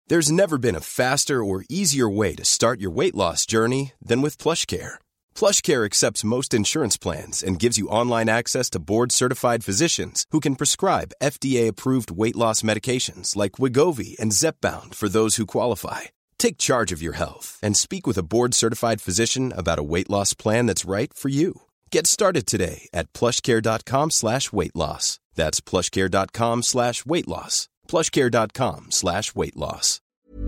There's never been a faster or easier way to start your weight loss journey than with PlushCare. PlushCare accepts most insurance plans and gives you online access to board-certified physicians who can prescribe FDA-approved weight loss medications like Wegovy and Zepbound for those who qualify. Take charge of your health and speak with a board-certified physician about a weight loss plan that's right for you. Get started today at plushcare.com/weightloss. That's plushcare.com/weightloss. plushcare.com/weightloss.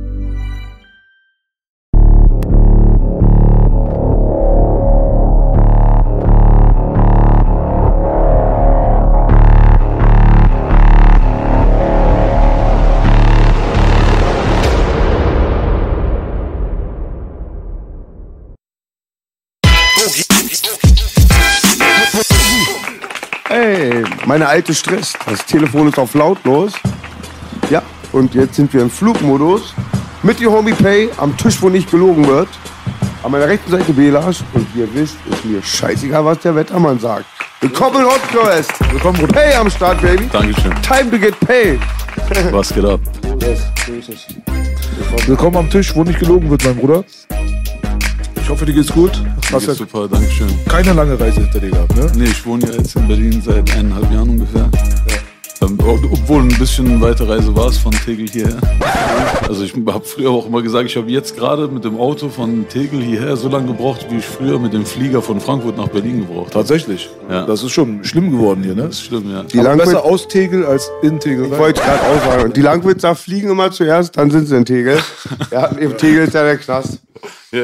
Ey, meine alte stresst. Das Telefon ist auf lautlos. Ja, und jetzt sind wir im Flugmodus. Mit die Homie Pay am Tisch, wo nicht gelogen wird. An meiner rechten Seite Belasch. Und wie ihr wisst, ist mir scheißegal, was der Wettermann sagt. Willkommen in Hotquest. Willkommen, Bruder. Pay am Start, Baby. Dankeschön. Time to get paid. Was geht ab? Willkommen am Tisch, wo nicht gelogen wird, mein Bruder. Ich hoffe, dir geht's gut. Hast ja super, Dankeschön. Keine lange Reise hinter dir gehabt, ne? Nee, ich wohne ja jetzt in Berlin seit 1,5 Jahren ungefähr. Ja. Obwohl ein bisschen weite Reise war es von Tegel hierher. Also ich habe früher auch immer gesagt, ich habe jetzt gerade mit dem Auto von Tegel hierher so lange gebraucht, wie ich früher mit dem Flieger von Frankfurt nach Berlin gebraucht habe. Tatsächlich? Ja. Das ist schon schlimm geworden hier, ne? Das ist schlimm, ja. Aber besser aus Tegel als in Tegel. Ich wollte gerade aussagen. Und die Langwitzer fliegen immer zuerst, dann sind sie in Tegel. Ja, im Tegel ist ja der Knast. Ja.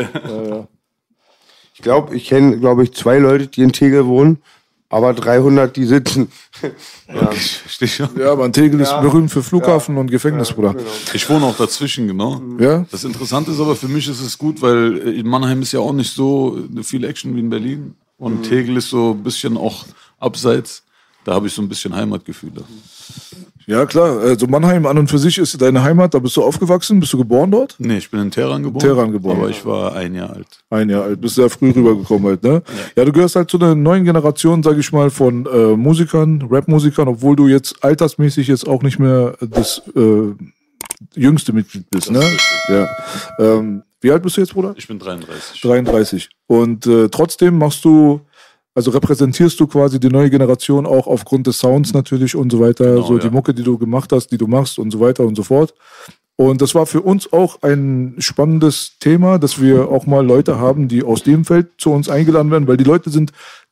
Ich kenne 2 Leute, die in Tegel wohnen, aber 300, die sitzen. Ja, ja, aber Tegel ist berühmt für Flughafen und Gefängnis, Bruder. Genau. Ich wohne auch dazwischen, genau. Ja? Das Interessante ist aber, für mich ist es gut, weil in Mannheim ist ja auch nicht so viel Action wie in Berlin. Und Tegel ist so ein bisschen auch abseits. Da habe ich so ein bisschen Heimatgefühle. Ja, klar. Also Mannheim an und für sich ist deine Heimat. Da bist du aufgewachsen? Bist du geboren dort? Nee, ich bin in Teheran geboren. Teheran geboren. Aber ich war 1 Jahr alt. 1 Jahr alt. Bist sehr früh rübergekommen halt, ne? Ja, du gehörst halt zu einer neuen Generation, sag ich mal, von Musikern, Rap-Musikern, obwohl du jetzt altersmäßig jetzt auch nicht mehr das jüngste Mitglied bist, ne? Ja. Wie alt bist du jetzt, Bruder? Ich bin 33. 33. Und trotzdem repräsentierst du quasi die neue Generation auch aufgrund des Sounds natürlich und so weiter, genau, so die Mucke, die du gemacht hast, die du machst und so weiter und so fort. Und das war für uns auch ein spannendes Thema, dass wir auch mal Leute haben, die aus dem Feld zu uns eingeladen werden, weil die Leute sind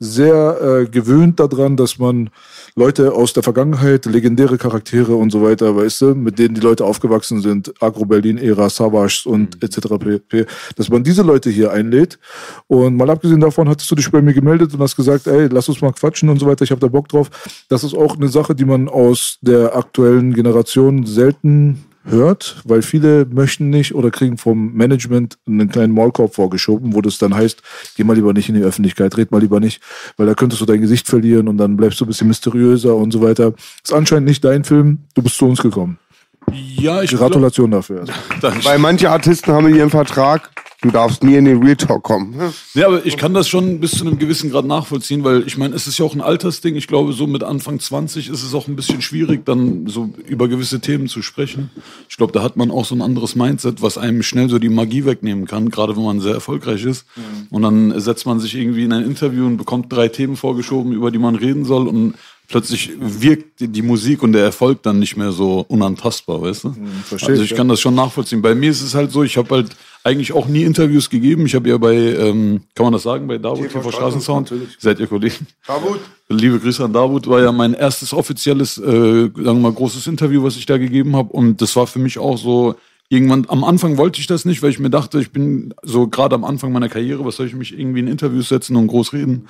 sehr gewöhnt daran, dass man Leute aus der Vergangenheit, legendäre Charaktere und so weiter, weißt du, mit denen die Leute aufgewachsen sind, Agro-Berlin-Ära, Savage und etc. pp., dass man diese Leute hier einlädt. Und mal abgesehen davon hattest du dich bei mir gemeldet und hast gesagt, ey, lass uns mal quatschen und so weiter, ich habe da Bock drauf. Das ist auch eine Sache, die man aus der aktuellen Generation selten hört, weil viele möchten nicht oder kriegen vom Management einen kleinen Maulkorb vorgeschoben, wo das dann heißt, geh mal lieber nicht in die Öffentlichkeit, red mal lieber nicht, weil da könntest du dein Gesicht verlieren und dann bleibst du ein bisschen mysteriöser und so weiter. Ist anscheinend nicht dein Film, du bist zu uns gekommen. Ja, Gratulation dafür. Weil manche Artisten haben in ihrem Vertrag, du darfst nie in den Real Talk kommen. Ja, aber ich kann das schon bis zu einem gewissen Grad nachvollziehen, weil ich meine, es ist ja auch ein Altersding. Ich glaube, so mit Anfang 20 ist es auch ein bisschen schwierig, dann so über gewisse Themen zu sprechen. Ich glaube, da hat man auch so ein anderes Mindset, was einem schnell so die Magie wegnehmen kann, gerade wenn man sehr erfolgreich ist. Und dann setzt man sich irgendwie in ein Interview und bekommt 3 Themen vorgeschoben, über die man reden soll, und plötzlich wirkt die Musik und der Erfolg dann nicht mehr so unantastbar, weißt du? Verstehe. Also ich kann das schon nachvollziehen. Bei mir ist es halt so, ich habe halt eigentlich auch nie Interviews gegeben. Ich habe ja bei, kann man das sagen, bei Davut, TV Straßensound. Seid ihr Kollegen? Davut. Liebe Grüße an Davut, war ja mein erstes offizielles, sagen wir mal, großes Interview, was ich da gegeben habe. Und das war für mich auch so, irgendwann, am Anfang wollte ich das nicht, weil ich mir dachte, ich bin so gerade am Anfang meiner Karriere, was soll ich mich irgendwie in Interviews setzen und groß reden?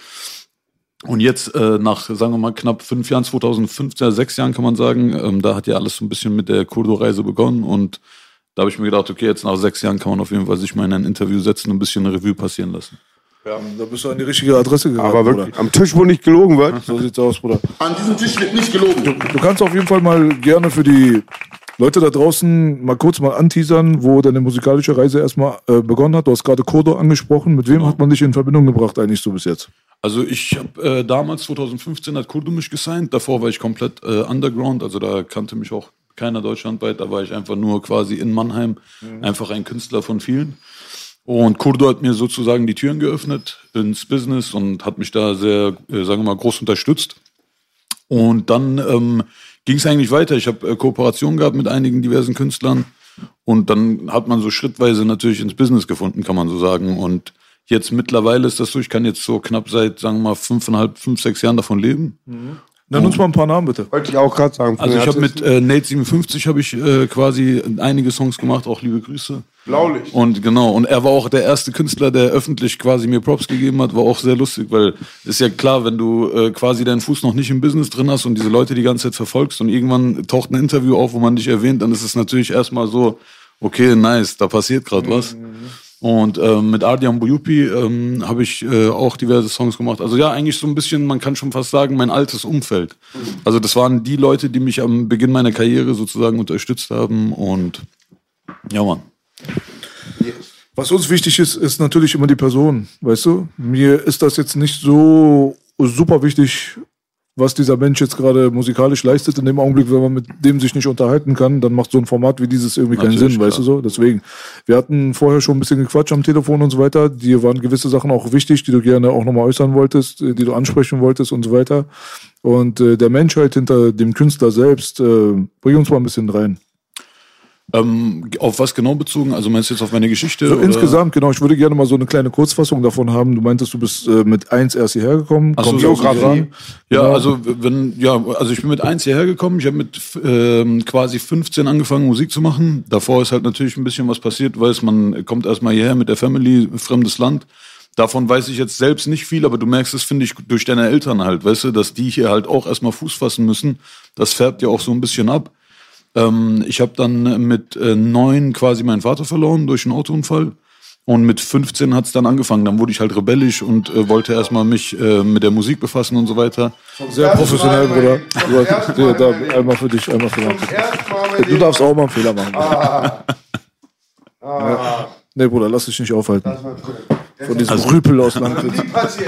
Und jetzt nach, sagen wir mal, knapp 5 Jahren, 2015, 6 Jahren kann man sagen, da hat ja alles so ein bisschen mit der Kurdo-Reise begonnen, und da habe ich mir gedacht, okay, jetzt nach 6 Jahren kann man auf jeden Fall sich mal in ein Interview setzen und ein bisschen eine Revue passieren lassen. Ja, da bist du an die richtige Adresse gegangen, aber wirklich, Bruder. Am Tisch, wo nicht gelogen wird. So sieht's aus, Bruder. An diesem Tisch wird nicht gelogen. Du kannst auf jeden Fall mal gerne für die Leute da draußen mal kurz mal anteasern, wo deine musikalische Reise erstmal begonnen hat. Du hast gerade Kurdo angesprochen. Mit wem hat man dich in Verbindung gebracht eigentlich so bis jetzt? Also ich habe damals, 2015, hat Kurdo mich gesigned. Davor war ich komplett underground, also da kannte mich auch keiner deutschlandweit, da war ich einfach nur quasi in Mannheim, einfach ein Künstler von vielen. Und Kurdo hat mir sozusagen die Türen geöffnet ins Business und hat mich da sehr, sagen wir mal, groß unterstützt. Und dann ging es eigentlich weiter. Ich habe Kooperationen gehabt mit einigen diversen Künstlern und dann hat man so schrittweise natürlich ins Business gefunden, kann man so sagen. Und jetzt mittlerweile ist das so, ich kann jetzt so knapp seit, sagen wir mal, 5, 6 Jahren davon leben. Nenn uns mal ein paar Namen, bitte. Wollte ich auch gerade sagen. Also ich habe mit Nate 57 habe ich quasi einige Songs gemacht, auch liebe Grüße. Blaulicht. Und genau, und er war auch der erste Künstler, der öffentlich quasi mir Props gegeben hat, war auch sehr lustig, weil ist ja klar, wenn du quasi deinen Fuß noch nicht im Business drin hast und diese Leute die ganze Zeit verfolgst und irgendwann taucht ein Interview auf, wo man dich erwähnt, dann ist es natürlich erstmal so, okay, nice, da passiert gerade was. Und mit Ardian Buyupi habe ich auch diverse Songs gemacht. Also ja, eigentlich so ein bisschen, man kann schon fast sagen, mein altes Umfeld. Also das waren die Leute, die mich am Beginn meiner Karriere sozusagen unterstützt haben und ja, Mann. Was uns wichtig ist, ist natürlich immer die Person, weißt du? Mir ist das jetzt nicht so super wichtig, was dieser Mensch jetzt gerade musikalisch leistet. In dem Augenblick, wenn man mit dem sich nicht unterhalten kann, dann macht so ein Format wie dieses irgendwie keinen Sinn, weißt du so? Deswegen, wir hatten vorher schon ein bisschen gequatscht am Telefon und so weiter. Dir waren gewisse Sachen auch wichtig, die du gerne auch nochmal äußern wolltest, die du ansprechen wolltest und so weiter. Und der Menschheit hinter dem Künstler selbst, bring uns mal ein bisschen rein. Auf was genau bezogen? Also meinst du jetzt auf meine Geschichte? So insgesamt, genau. Ich würde gerne mal so eine kleine Kurzfassung davon haben. Du meintest, du bist mit 1 erst hierher gekommen. Ach so, Geografie. Ja, Genau. also ich bin mit 1 hierher gekommen. Ich habe mit quasi 15 angefangen, Musik zu machen. Davor ist halt natürlich ein bisschen was passiert, weil man kommt erstmal hierher mit der Family, fremdes Land. Davon weiß ich jetzt selbst nicht viel, aber du merkst es, finde ich, durch deine Eltern halt, weißt du, dass die hier halt auch erstmal Fuß fassen müssen. Das färbt ja auch so ein bisschen ab. Ich habe dann mit 9 quasi meinen Vater verloren durch einen Autounfall und mit 15 hat's dann angefangen. Dann wurde ich halt rebellisch und wollte erstmal mich mit der Musik befassen und so weiter. Sehr professionell, Bruder. Da, einmal für dich, einmal für dich. Du darfst auch mal einen Fehler machen. Ja. Nee, Bruder, lass dich nicht aufhalten. Von diesem Rüpel aus Langwitz.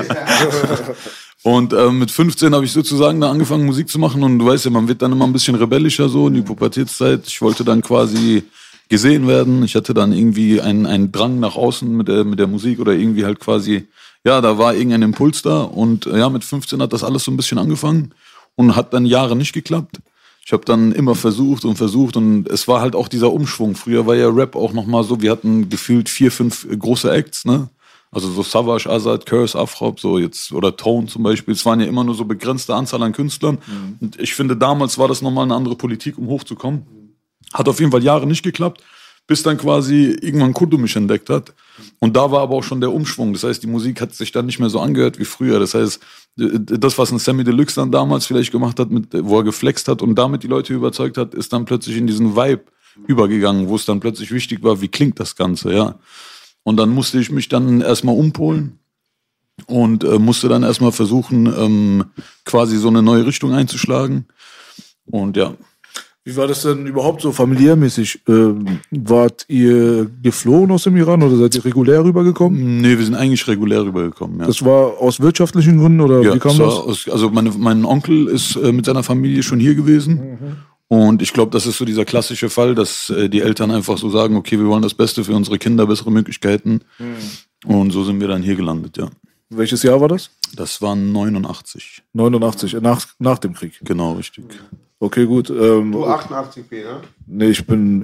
Und mit 15 habe ich sozusagen da angefangen, Musik zu machen. Und du weißt ja, man wird dann immer ein bisschen rebellischer so in die Pubertätszeit. Ich wollte dann quasi gesehen werden. Ich hatte dann irgendwie einen Drang nach außen mit der Musik oder irgendwie halt quasi, ja, da war irgendein Impuls da. Und ja, mit 15 hat das alles so ein bisschen angefangen und hat dann Jahre nicht geklappt. Ich habe dann immer versucht und es war halt auch dieser Umschwung. Früher war ja Rap auch nochmal so, wir hatten gefühlt 4, 5 große Acts, ne? Also so Savage, Azad, Curse, Afrop, so jetzt, oder Tone zum Beispiel. Es waren ja immer nur so begrenzte Anzahl an Künstlern. Und ich finde, damals war das nochmal eine andere Politik, um hochzukommen. Hat auf jeden Fall Jahre nicht geklappt, bis dann quasi irgendwann Kurdo mich entdeckt hat. Und da war aber auch schon der Umschwung. Das heißt, die Musik hat sich dann nicht mehr so angehört wie früher. Das heißt, das, was ein Sammy Deluxe dann damals vielleicht gemacht hat, wo er geflext hat und damit die Leute überzeugt hat, ist dann plötzlich in diesen Vibe übergegangen, wo es dann plötzlich wichtig war, wie klingt das Ganze, ja. Und dann musste ich mich dann erstmal umpolen und musste dann erstmal versuchen, quasi so eine neue Richtung einzuschlagen. Und ja. Wie war das denn überhaupt so familiärmäßig? Wart ihr geflohen aus dem Iran oder seid ihr regulär rübergekommen? Nee, wir sind eigentlich regulär rübergekommen, ja. Das war aus wirtschaftlichen Gründen oder ja, wie kam das? Also mein Onkel ist mit seiner Familie schon hier gewesen. Und ich glaube, das ist so dieser klassische Fall, dass die Eltern einfach so sagen, okay, wir wollen das Beste für unsere Kinder, bessere Möglichkeiten. Und so sind wir dann hier gelandet, ja. Welches Jahr war das? Das war 89. 89, nach dem Krieg. Genau, richtig. Okay, gut. Du 88 B, ne? Nee, ich bin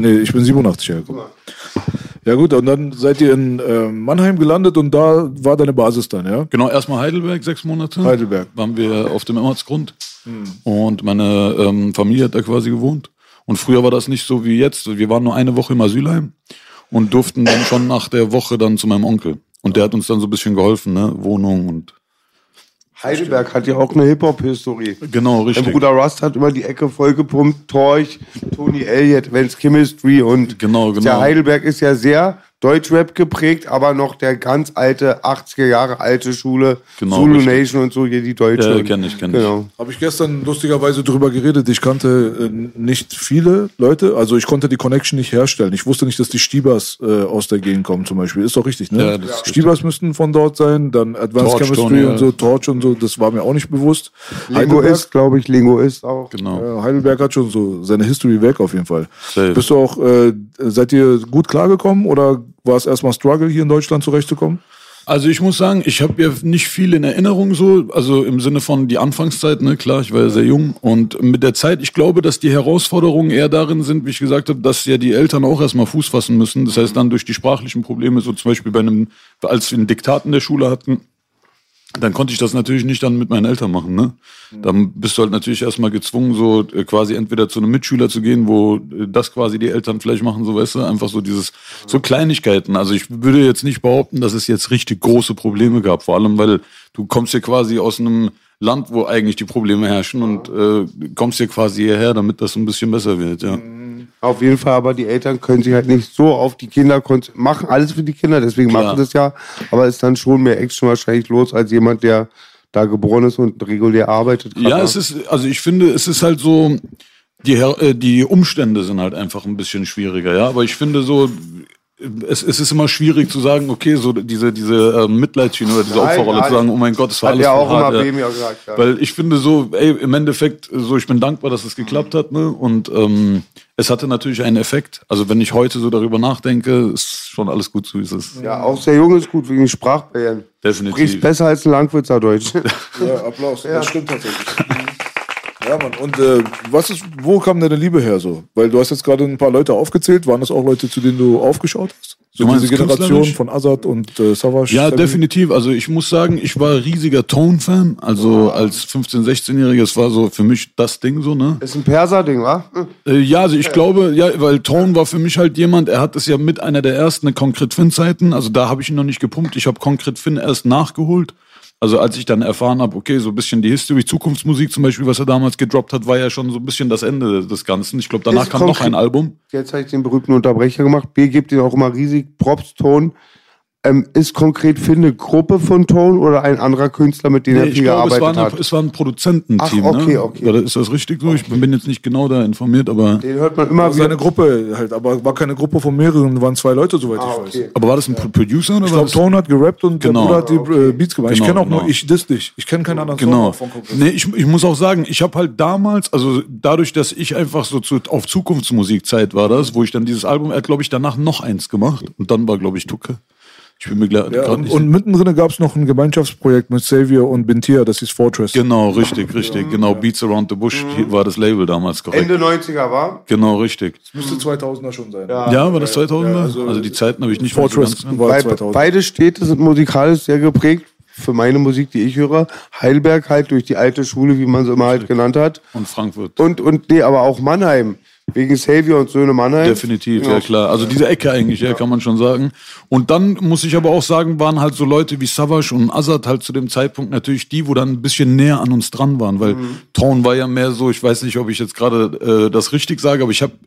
87 hergekommen. Ja gut, und dann seid ihr in Mannheim gelandet und da war deine Basis dann, ja? Genau, erstmal Heidelberg, 6 Monate. Heidelberg. Waren wir auf dem Emmertsgrund. Und meine Familie hat da quasi gewohnt. Und früher war das nicht so wie jetzt. Wir waren nur eine Woche im Asylheim und durften dann schon nach der Woche dann zu meinem Onkel. Und der hat uns dann so ein bisschen geholfen, ne? Wohnung und... Heidelberg hat ja auch eine Hip-Hop-Historie. Genau, richtig. Mein Bruder Rust hat immer die Ecke vollgepumpt. Torch, Tony Elliott, Vance Chemistry und Genau. Der Heidelberg ist ja sehr Deutschrap geprägt, aber noch der ganz alte, 80er Jahre alte Schule, Genau, Zulu richtig. Nation und so, hier die Deutsche. Ja, kenn ich. Genau. Habe ich gestern lustigerweise drüber geredet. Ich kannte nicht viele Leute, also ich konnte die Connection nicht herstellen. Ich wusste nicht, dass die Stiebers aus der Gegend kommen zum Beispiel. Ist doch richtig, ne? Ja, das ist Stiebers müssten von dort sein, dann Advanced Torch, Chemistry ja. und so, Torch und so, das war mir auch nicht bewusst. Lingoist, glaube ich, Lingoist auch. Genau. Heidelberg hat schon so seine History weg auf jeden Fall. Safe. Bist du auch, seid ihr gut klargekommen oder war es erstmal Struggle hier in Deutschland zurechtzukommen? Also ich muss sagen, ich habe ja nicht viel in Erinnerung so, also im Sinne von die Anfangszeit, ne, klar, ich war ja sehr jung und mit der Zeit, ich glaube, dass die Herausforderungen eher darin sind, wie ich gesagt habe, dass ja die Eltern auch erstmal Fuß fassen müssen, das heißt dann durch die sprachlichen Probleme, so zum Beispiel als wir ein Diktat in der Schule hatten, dann konnte ich das natürlich nicht dann mit meinen Eltern machen, ne? Dann bist du halt natürlich erstmal gezwungen, so quasi entweder zu einem Mitschüler zu gehen, wo das quasi die Eltern vielleicht machen, so weißt du, einfach so so Kleinigkeiten. Also ich würde jetzt nicht behaupten, dass es jetzt richtig große Probleme gab, vor allem, weil du kommst ja quasi aus einem Land, wo eigentlich die Probleme herrschen und kommst ja quasi hierher, damit das so ein bisschen besser wird, ja. Auf jeden Fall, aber die Eltern können sich halt nicht so auf die Kinder machen alles für die Kinder, deswegen Klar. machen das ja, aber ist dann schon mehr Action wahrscheinlich los als jemand, der da geboren ist und regulär arbeitet. Ja, also ich finde, es ist halt so, die Umstände sind halt einfach ein bisschen schwieriger, ja, aber ich finde so, es ist immer schwierig zu sagen, okay, so diese Mitleidsschiene oder diese Nein, Opferrolle nein. zu sagen, oh mein Gott, das war Hat alles ja voll auch hart, immer Baby auch gesagt, ja. Weil ich finde so, im Endeffekt, so ich bin dankbar, dass es geklappt hat, ne? Und es hatte natürlich einen Effekt. Also wenn ich heute so darüber nachdenke, ist schon alles gut, so wie es ist. Ja, auch sehr jung ist gut wegen Sprachbarrieren. Definitiv. Spricht besser als ein Langwitzer Deutsch. Ja, Applaus. Das stimmt tatsächlich. Ja, Mann. Und wo kam deine Liebe her so? Weil du hast jetzt gerade ein paar Leute aufgezählt. Waren das auch Leute, zu denen du aufgeschaut hast? So Du meinst diese Generation künstlerisch? von Azad und Savage? Ja, Sammy? definitiv. Also ich muss sagen, ich war riesiger Tone-Fan. Also als 15-, 16-Jähriger, es war so für mich das Ding so, ne? Ist ein Perser-Ding, wa? Ja, also ich glaube, ja, weil Tone war für mich halt jemand, er hat es ja mit einer der ersten Concrete Finn-Zeiten, also da habe ich ihn noch nicht gepumpt, ich habe Concrete Finn erst nachgeholt. Also als ich dann erfahren habe, okay, so ein bisschen die History, Zukunftsmusik zum Beispiel, was er damals gedroppt hat, war ja schon so ein bisschen das Ende des Ganzen. Ich glaube, danach Ist kam noch ein Album. Jetzt habe ich den berühmten Unterbrecher gemacht. B gibt ihn auch immer riesig Props, Tone. Ist konkret für eine Gruppe von Tone oder ein anderer Künstler, mit dem er Ich viel glaube, gearbeitet hat? es war ein Produzententeam. Ach, okay, ne? okay. Oder ist das richtig so? Ich bin jetzt nicht genau da informiert, aber... Den hört man immer Seine wieder. Gruppe halt, aber war keine Gruppe von mehreren, waren 2 Leute, soweit ich weiß. Okay. Aber war das ein Producer oder Ich war glaube, das... Tone hat gerappt und Genau. der Bruder hat die Beats gemacht. Ich Genau, kenne auch genau. nur Ich Diss Dich. Ich kenne keinen anderen Genau. Song von Concrete. Nee, ich muss auch sagen, ich habe halt damals, also dadurch, dass ich einfach so auf Zukunftsmusikzeit war das, wo ich dann dieses Album, er hat, glaube ich, danach noch eins gemacht. Und dann war, glaube ich, Tucke. Ich bin mir Ja, gerade nicht und mittendrin gab es noch ein Gemeinschaftsprojekt mit Xavier und Bintia, das hieß Fortress. Genau, richtig. Genau, Beats Around the Bush war das Label damals, korrekt. Ende 90er war? Genau, richtig. Müsste 2000er schon sein. Ja, war das 2000er? Ja, also die Zeiten habe ich nicht Fortress mehr so ganz- war 2000. Beide Städte sind musikalisch sehr geprägt. Für meine Musik, die ich höre. Heidelberg halt durch die alte Schule, wie man sie immer halt genannt hat. Und Frankfurt. Nee, aber auch Mannheim. Wegen Xavier und Söhne Mannheim. Definitiv, Genau. ja klar. Also diese Ecke eigentlich, ja, kann man schon sagen. Und dann muss ich aber auch sagen, waren halt so Leute wie Savage und Azad halt zu dem Zeitpunkt natürlich die, wo dann ein bisschen näher an uns dran waren, weil Tone war ja mehr so, ich weiß nicht, ob ich jetzt gerade das richtig sage, aber ich habe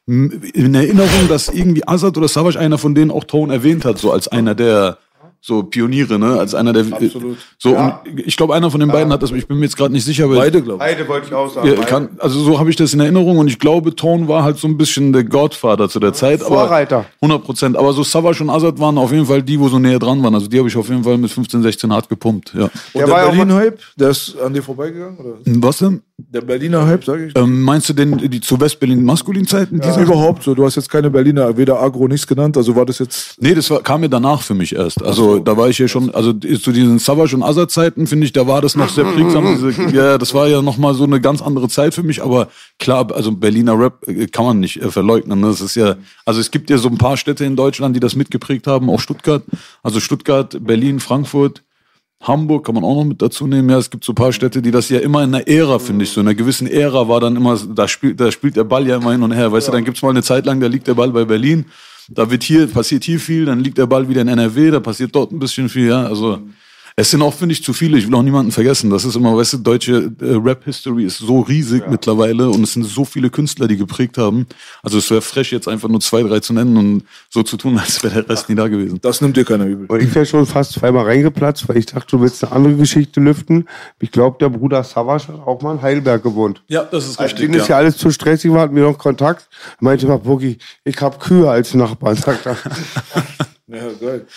in Erinnerung, dass irgendwie Azad oder Savage, einer von denen auch Tone erwähnt hat, so als einer der so Pioniere, ne, als einer der Absolut. so Ja. und ich glaube, einer von den beiden hat das, ich bin mir jetzt gerade nicht sicher, aber Beide, glaube ich. Beide wollte ich auch sagen. ja, also so habe ich das in Erinnerung und ich glaube, Tone war halt so ein bisschen der Godfather zu der Zeit. Vorreiter. Aber 100%. Aber so Savage und Azad waren auf jeden Fall die, wo so näher dran waren. Also die habe ich auf jeden Fall mit 15, 16 hart gepumpt. Ja. Und Der der war ja auch Berlin-Hype, der ist an dir vorbeigegangen? Oder? Was denn? Der Berliner Hype, sage ich. Meinst du denn die zu West-Berlin-Maskulin-Zeiten? Ja. Überhaupt so, du hast jetzt keine Berliner, weder Agro, nichts genannt, also war das jetzt... Nee, kam mir danach für mich erst. Also da war ich ja schon, also zu diesen Savage und Azad-Zeiten, finde ich, da war das noch sehr prägsam. Ja, das war ja nochmal so eine ganz andere Zeit für mich, aber klar, also Berliner Rap kann man nicht verleugnen. Ne? Das ist ja, also es gibt ja so ein paar Städte in Deutschland, die das mitgeprägt haben, auch Stuttgart. Also Stuttgart, Berlin, Frankfurt, Hamburg kann man auch noch mit dazu nehmen. Ja, es gibt so ein paar Städte, die das ja immer in einer Ära, finde ich, so in einer gewissen Ära war dann immer, da spielt der Ball ja immer hin und her. Weißt du, dann gibt's mal eine Zeit lang, da liegt der Ball bei Berlin, passiert hier viel, dann liegt der Ball wieder in NRW, da passiert dort ein bisschen viel, ja. Also Es sind auch, finde ich, zu viele. Ich will auch niemanden vergessen. Das ist immer, weißt du, deutsche Rap-History ist so riesig mittlerweile und es sind so viele Künstler, die geprägt haben. Also es wäre frech, jetzt einfach nur 2, 3 zu nennen und so zu tun, als wäre der Rest nie da gewesen. Das nimmt dir keiner übel. Und ich wäre schon fast zweimal reingeplatzt, weil ich dachte, du willst eine andere Geschichte lüften. Ich glaube, der Bruder Savas hat auch mal in Heidelberg gewohnt. Ja, das ist richtig. Denen ist ja alles zu stressig, war, hatten wir noch Kontakt. Er meinte mal, Boogie, ich habe Kühe als Nachbarn, sagt er. Ja, geil.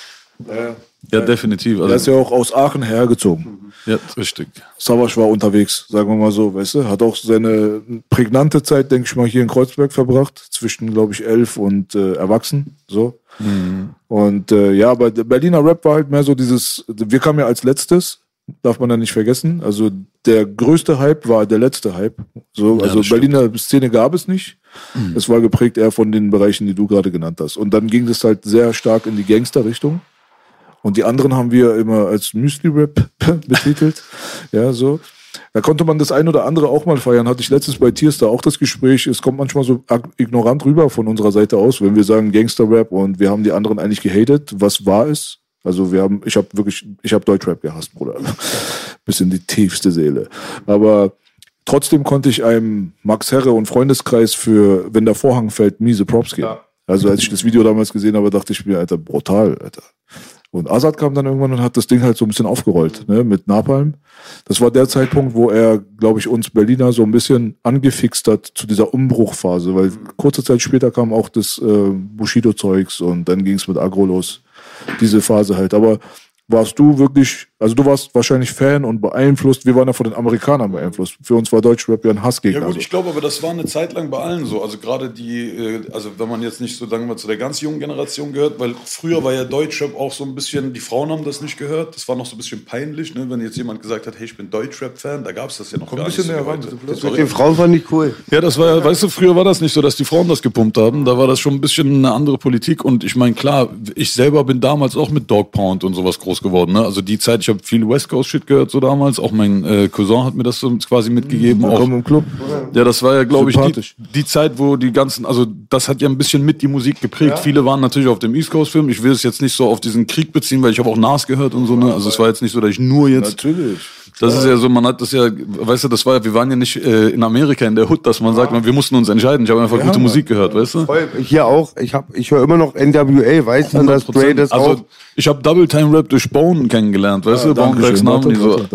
Ja, definitiv. Also, er ist ja auch aus Aachen hergezogen. Ja, richtig. Savas war unterwegs, sagen wir mal so, weißt du. Hat auch seine prägnante Zeit, denke ich mal, hier in Kreuzberg verbracht. Zwischen, glaube ich, 11 und erwachsen. So. Und ja, aber der Berliner Rap war halt mehr so dieses, wir kamen ja als letztes, darf man ja nicht vergessen. Also der größte Hype war der letzte Hype. So, Ja, also das stimmt. Berliner Szene gab es nicht. Es war geprägt eher von den Bereichen, die du gerade genannt hast. Und dann ging das halt sehr stark in die Gangster-Richtung. Und die anderen haben wir immer als Müsli-Rap betitelt. Ja, so. Da konnte man das ein oder andere auch mal feiern. Hatte ich letztens bei Tierstar auch das Gespräch. Es kommt manchmal so ignorant rüber von unserer Seite aus, wenn wir sagen Gangster-Rap und wir haben die anderen eigentlich gehatet. Was war es? Also ich habe Deutschrap gehasst, Bruder. Bis in die tiefste Seele. Aber trotzdem konnte ich einem Max Herre und Freundeskreis für Wenn der Vorhang fällt, miese Props geben. Ja. Also als ich das Video damals gesehen habe, dachte ich mir, Alter, brutal, Alter. Und Azad kam dann irgendwann und hat das Ding halt so ein bisschen aufgerollt, ne, mit Napalm. Das war der Zeitpunkt, wo er, glaube ich, uns Berliner so ein bisschen angefixt hat zu dieser Umbruchphase, weil kurze Zeit später kam auch das Bushido-Zeugs und dann ging es mit Agro los. Diese Phase halt. Aber warst du wirklich, also du warst wahrscheinlich Fan und beeinflusst, wir waren ja von den Amerikanern beeinflusst. Für uns war Deutschrap ja ein Hassgegner. Ja gut, ich glaube aber, das war eine Zeit lang bei allen so. Also gerade die, also wenn man jetzt nicht so, sagen wir mal, zu der ganz jungen Generation gehört, weil früher war ja Deutschrap auch so ein bisschen, die Frauen haben das nicht gehört, das war noch so ein bisschen peinlich, ne? Wenn jetzt jemand gesagt hat, hey, ich bin Deutschrap-Fan, da gab es das ja noch gar nicht so wie heute. Das mit den Frauen war nicht cool. Ja, das war ja, weißt du, früher war das nicht so, dass die Frauen das gepumpt haben, da war das schon ein bisschen eine andere Politik und ich meine, klar, ich selber bin damals auch mit Dog Pound und sowas groß geworden, ne? Also die Zeit, ich habe viel West Coast Shit gehört so damals, auch mein Cousin hat mir das so quasi mitgegeben. Auch im Club. Ja, das war ja, glaube ich, die Zeit, wo die ganzen, also das hat ja ein bisschen mit die Musik geprägt. Ja. Viele waren natürlich auf dem East Coast Film. Ich will es jetzt nicht so auf diesen Krieg beziehen, weil ich habe auch Nas gehört und so, ne? Also es war jetzt nicht so, dass ich nur jetzt... Natürlich. Das ist ja so, man hat das ja, weißt du, das war ja, wir waren ja nicht in Amerika in der Hood, dass man sagt, wir mussten uns entscheiden. Ich habe einfach gute Musik gehört, weißt du? Voll, hier auch, ich höre immer noch NWA, weißt du, das Dre das also, auch. Ich habe Double Time Rap durch Bone kennengelernt, weißt du? Bone Cracks Namen, die so.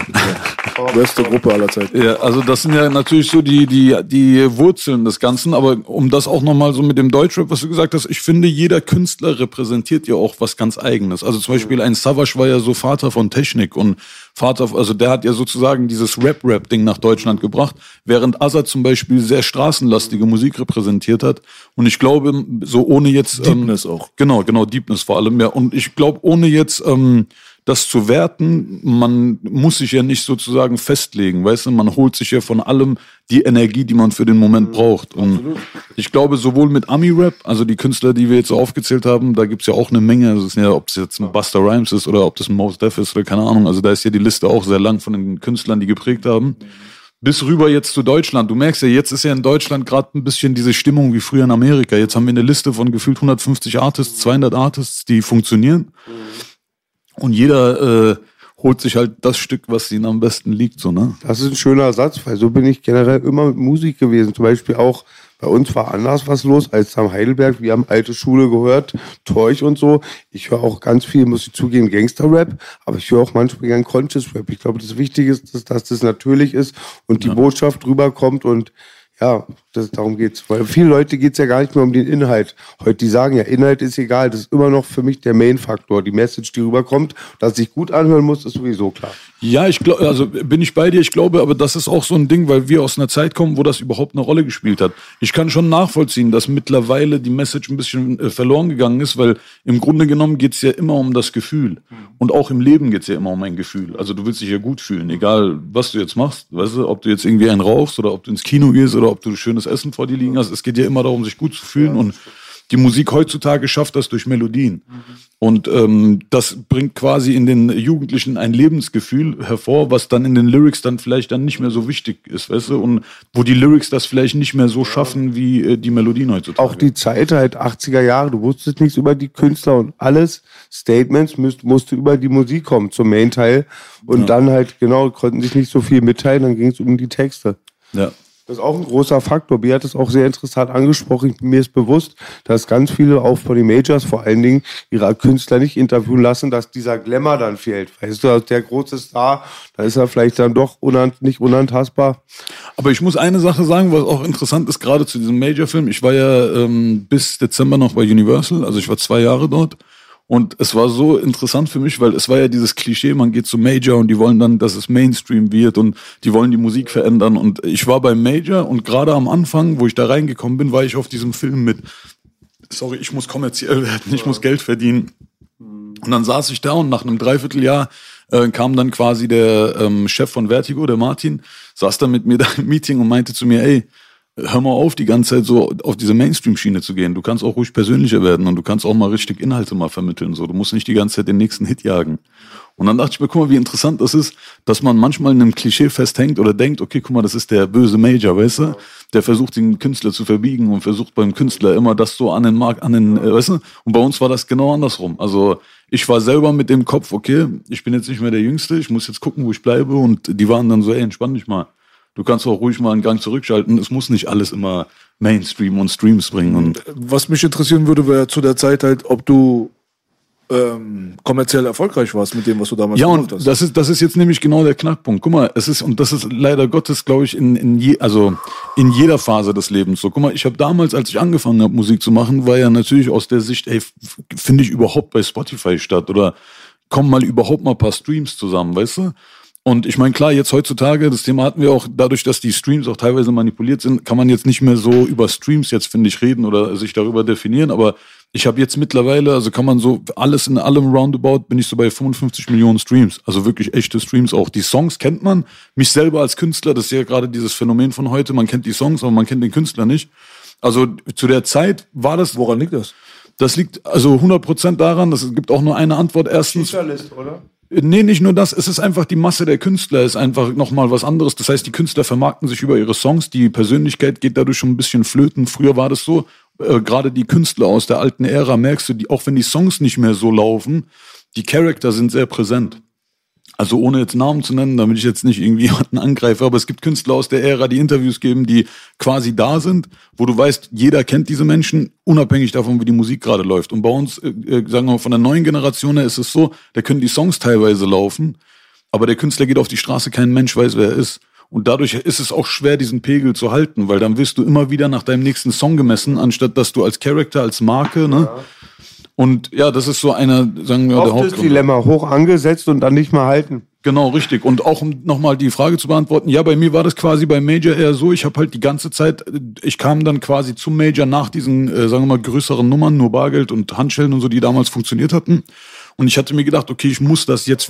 Beste Gruppe aller Zeiten. Ja, also das sind ja natürlich so die Wurzeln des Ganzen, aber um das auch nochmal so mit dem Deutschrap, was du gesagt hast, ich finde, jeder Künstler repräsentiert ja auch was ganz Eigenes. Also zum Beispiel ein Savas war ja so Vater von Technik und Vater, also der hat ja sozusagen dieses Rap-Ding nach Deutschland gebracht, während Azad zum Beispiel sehr straßenlastige Musik repräsentiert hat. Und ich glaube, so ohne jetzt... Deepness auch. Genau, Deepness vor allem, ja. Und ich glaube, ohne jetzt das zu werten, man muss sich ja nicht sozusagen festlegen, weißt du? Man holt sich ja von allem die Energie, die man für den Moment braucht. Und ich glaube, sowohl mit Ami-Rap, also die Künstler, die wir jetzt so aufgezählt haben, da gibt's ja auch eine Menge. Das ist ja, ob es jetzt ein Busta Rhymes ist oder ob das ein Mos Def ist oder keine Ahnung. Also da ist ja die Liste auch sehr lang von den Künstlern, die geprägt haben. Bis rüber jetzt zu Deutschland. Du merkst ja, jetzt ist ja in Deutschland gerade ein bisschen diese Stimmung wie früher in Amerika. Jetzt haben wir eine Liste von gefühlt 150 Artists, 200 Artists, die funktionieren. Und jeder holt sich halt das Stück, was ihnen am besten liegt. So, ne? Das ist ein schöner Satz, weil so bin ich generell immer mit Musik gewesen. Zum Beispiel auch, bei uns war anders was los als am Heidelberg. Wir haben alte Schule gehört, Torch und so. Ich höre auch ganz viel, muss ich zugeben, Gangster-Rap, aber ich höre auch manchmal gern Conscious-Rap. Ich glaube, das Wichtige ist, dass das natürlich ist und die Botschaft rüberkommt und ja, darum geht's. Weil viele Leute geht's ja gar nicht mehr um den Inhalt. Heute, die sagen ja, Inhalt ist egal. Das ist immer noch für mich der Main-Faktor. Die Message, die rüberkommt, dass es sich gut anhören muss, ist sowieso klar. Ja, ich glaube, also bin ich bei dir. Ich glaube, aber das ist auch so ein Ding, weil wir aus einer Zeit kommen, wo das überhaupt eine Rolle gespielt hat. Ich kann schon nachvollziehen, dass mittlerweile die Message ein bisschen verloren gegangen ist, weil im Grunde genommen geht's ja immer um das Gefühl. Und auch im Leben geht's ja immer um ein Gefühl. Also du willst dich ja gut fühlen, egal was du jetzt machst. Weißt du, ob du jetzt irgendwie einen rauchst oder ob du ins Kino gehst oder ob du schönes Essen vor dir liegen hast. Es geht ja immer darum, sich gut zu fühlen. Und die Musik heutzutage schafft das durch Melodien. Und das bringt quasi in den Jugendlichen ein Lebensgefühl hervor, was dann in den Lyrics dann vielleicht dann nicht mehr so wichtig ist, weißt du? Und wo die Lyrics das vielleicht nicht mehr so schaffen wie die Melodien heutzutage. Auch die Zeit halt 80er Jahre, du wusstest nichts über die Künstler und alles Statements musste über die Musik kommen zum Main-Teil und dann halt konnten sich nicht so viel mitteilen, dann ging es um die Texte. Ja. Das ist auch ein großer Faktor. Bier hat es auch sehr interessant angesprochen. Mir ist bewusst, dass ganz viele auch von den Majors vor allen Dingen ihre Künstler nicht interviewen lassen, dass dieser Glamour dann fehlt. Weißt du, der große Star, da ist er vielleicht dann doch nicht unantastbar. Aber ich muss eine Sache sagen, was auch interessant ist, gerade zu diesem Major-Film. Ich war ja bis Dezember noch bei Universal, also ich war 2 Jahre dort. Und es war so interessant für mich, weil es war ja dieses Klischee, man geht zum Major und die wollen dann, dass es Mainstream wird und die wollen die Musik verändern. Und ich war beim Major und gerade am Anfang, wo ich da reingekommen bin, war ich auf diesem Film mit, sorry, ich muss kommerziell werden, ich muss Geld verdienen. Und dann saß ich da und nach einem Dreivierteljahr kam dann quasi der Chef von Vertigo, der Martin, saß da mit mir da im Meeting und meinte zu mir, ey, hör mal auf, die ganze Zeit so auf diese Mainstream-Schiene zu gehen. Du kannst auch ruhig persönlicher werden und du kannst auch mal richtig Inhalte mal vermitteln. So, du musst nicht die ganze Zeit den nächsten Hit jagen. Und dann dachte ich mir, guck mal, wie interessant das ist, dass man manchmal in einem Klischee festhängt oder denkt, okay, guck mal, das ist der böse Major, weißt du? Der versucht, den Künstler zu verbiegen und versucht beim Künstler immer das so an den Markt, weißt du? Und bei uns war das genau andersrum. Also ich war selber mit dem Kopf, okay, ich bin jetzt nicht mehr der Jüngste, ich muss jetzt gucken, wo ich bleibe. Und die waren dann so, ey, entspann dich mal. Du kannst auch ruhig mal einen Gang zurückschalten. Es muss nicht alles immer Mainstream und Streams bringen. Und was mich interessieren würde, wäre zu der Zeit halt, ob du kommerziell erfolgreich warst mit dem, was du damals gemacht hast. Ja, und das ist jetzt nämlich genau der Knackpunkt. Guck mal, das ist leider Gottes, glaube ich, in jeder Phase des Lebens so. Guck mal, ich habe damals, als ich angefangen habe, Musik zu machen, war ja natürlich aus der Sicht, ey, finde ich überhaupt bei Spotify statt oder kommen mal überhaupt mal ein paar Streams zusammen, weißt du? Und ich meine, klar, jetzt heutzutage, das Thema hatten wir auch, dadurch, dass die Streams auch teilweise manipuliert sind, kann man jetzt nicht mehr so über Streams jetzt, finde ich, reden oder sich darüber definieren. Aber ich habe jetzt mittlerweile, also kann man so alles in allem roundabout, bin ich so bei 55 Millionen Streams. Also wirklich echte Streams auch. Die Songs kennt man. Mich selber als Künstler, das ist ja gerade dieses Phänomen von heute. Man kennt die Songs, aber man kennt den Künstler nicht. Also zu der Zeit war das... Woran liegt das? Das liegt also 100% daran, es gibt auch nur eine Antwort. Erstens... Featurelist, oder? Nee, nicht nur das, es ist einfach die Masse der Künstler, ist einfach nochmal was anderes. Das heißt, die Künstler vermarkten sich über ihre Songs, die Persönlichkeit geht dadurch schon ein bisschen flöten. Früher war das so, gerade die Künstler aus der alten Ära, merkst du, auch wenn die Songs nicht mehr so laufen, die Charakter sind sehr präsent. Also ohne jetzt Namen zu nennen, damit ich jetzt nicht irgendwie jemanden angreife, aber es gibt Künstler aus der Ära, die Interviews geben, die quasi da sind, wo du weißt, jeder kennt diese Menschen, unabhängig davon, wie die Musik gerade läuft. Und bei uns, sagen wir mal, von der neuen Generation her ist es so, da können die Songs teilweise laufen, aber der Künstler geht auf die Straße, kein Mensch weiß, wer er ist. Und dadurch ist es auch schwer, diesen Pegel zu halten, weil dann wirst du immer wieder nach deinem nächsten Song gemessen, anstatt dass du als Charakter, als Marke, ne? Ja. Und ja, das ist so einer, sagen wir, der Hauptgrund. Das Dilemma, hoch angesetzt und dann nicht mehr halten. Genau, richtig. Und auch um nochmal die Frage zu beantworten, ja, bei mir war das quasi beim Major eher so, ich habe halt die ganze Zeit, ich kam dann quasi zum Major nach diesen, sagen wir mal, größeren Nummern, nur Bargeld und Handschellen und so, die damals funktioniert hatten. Und ich hatte mir gedacht, okay, ich muss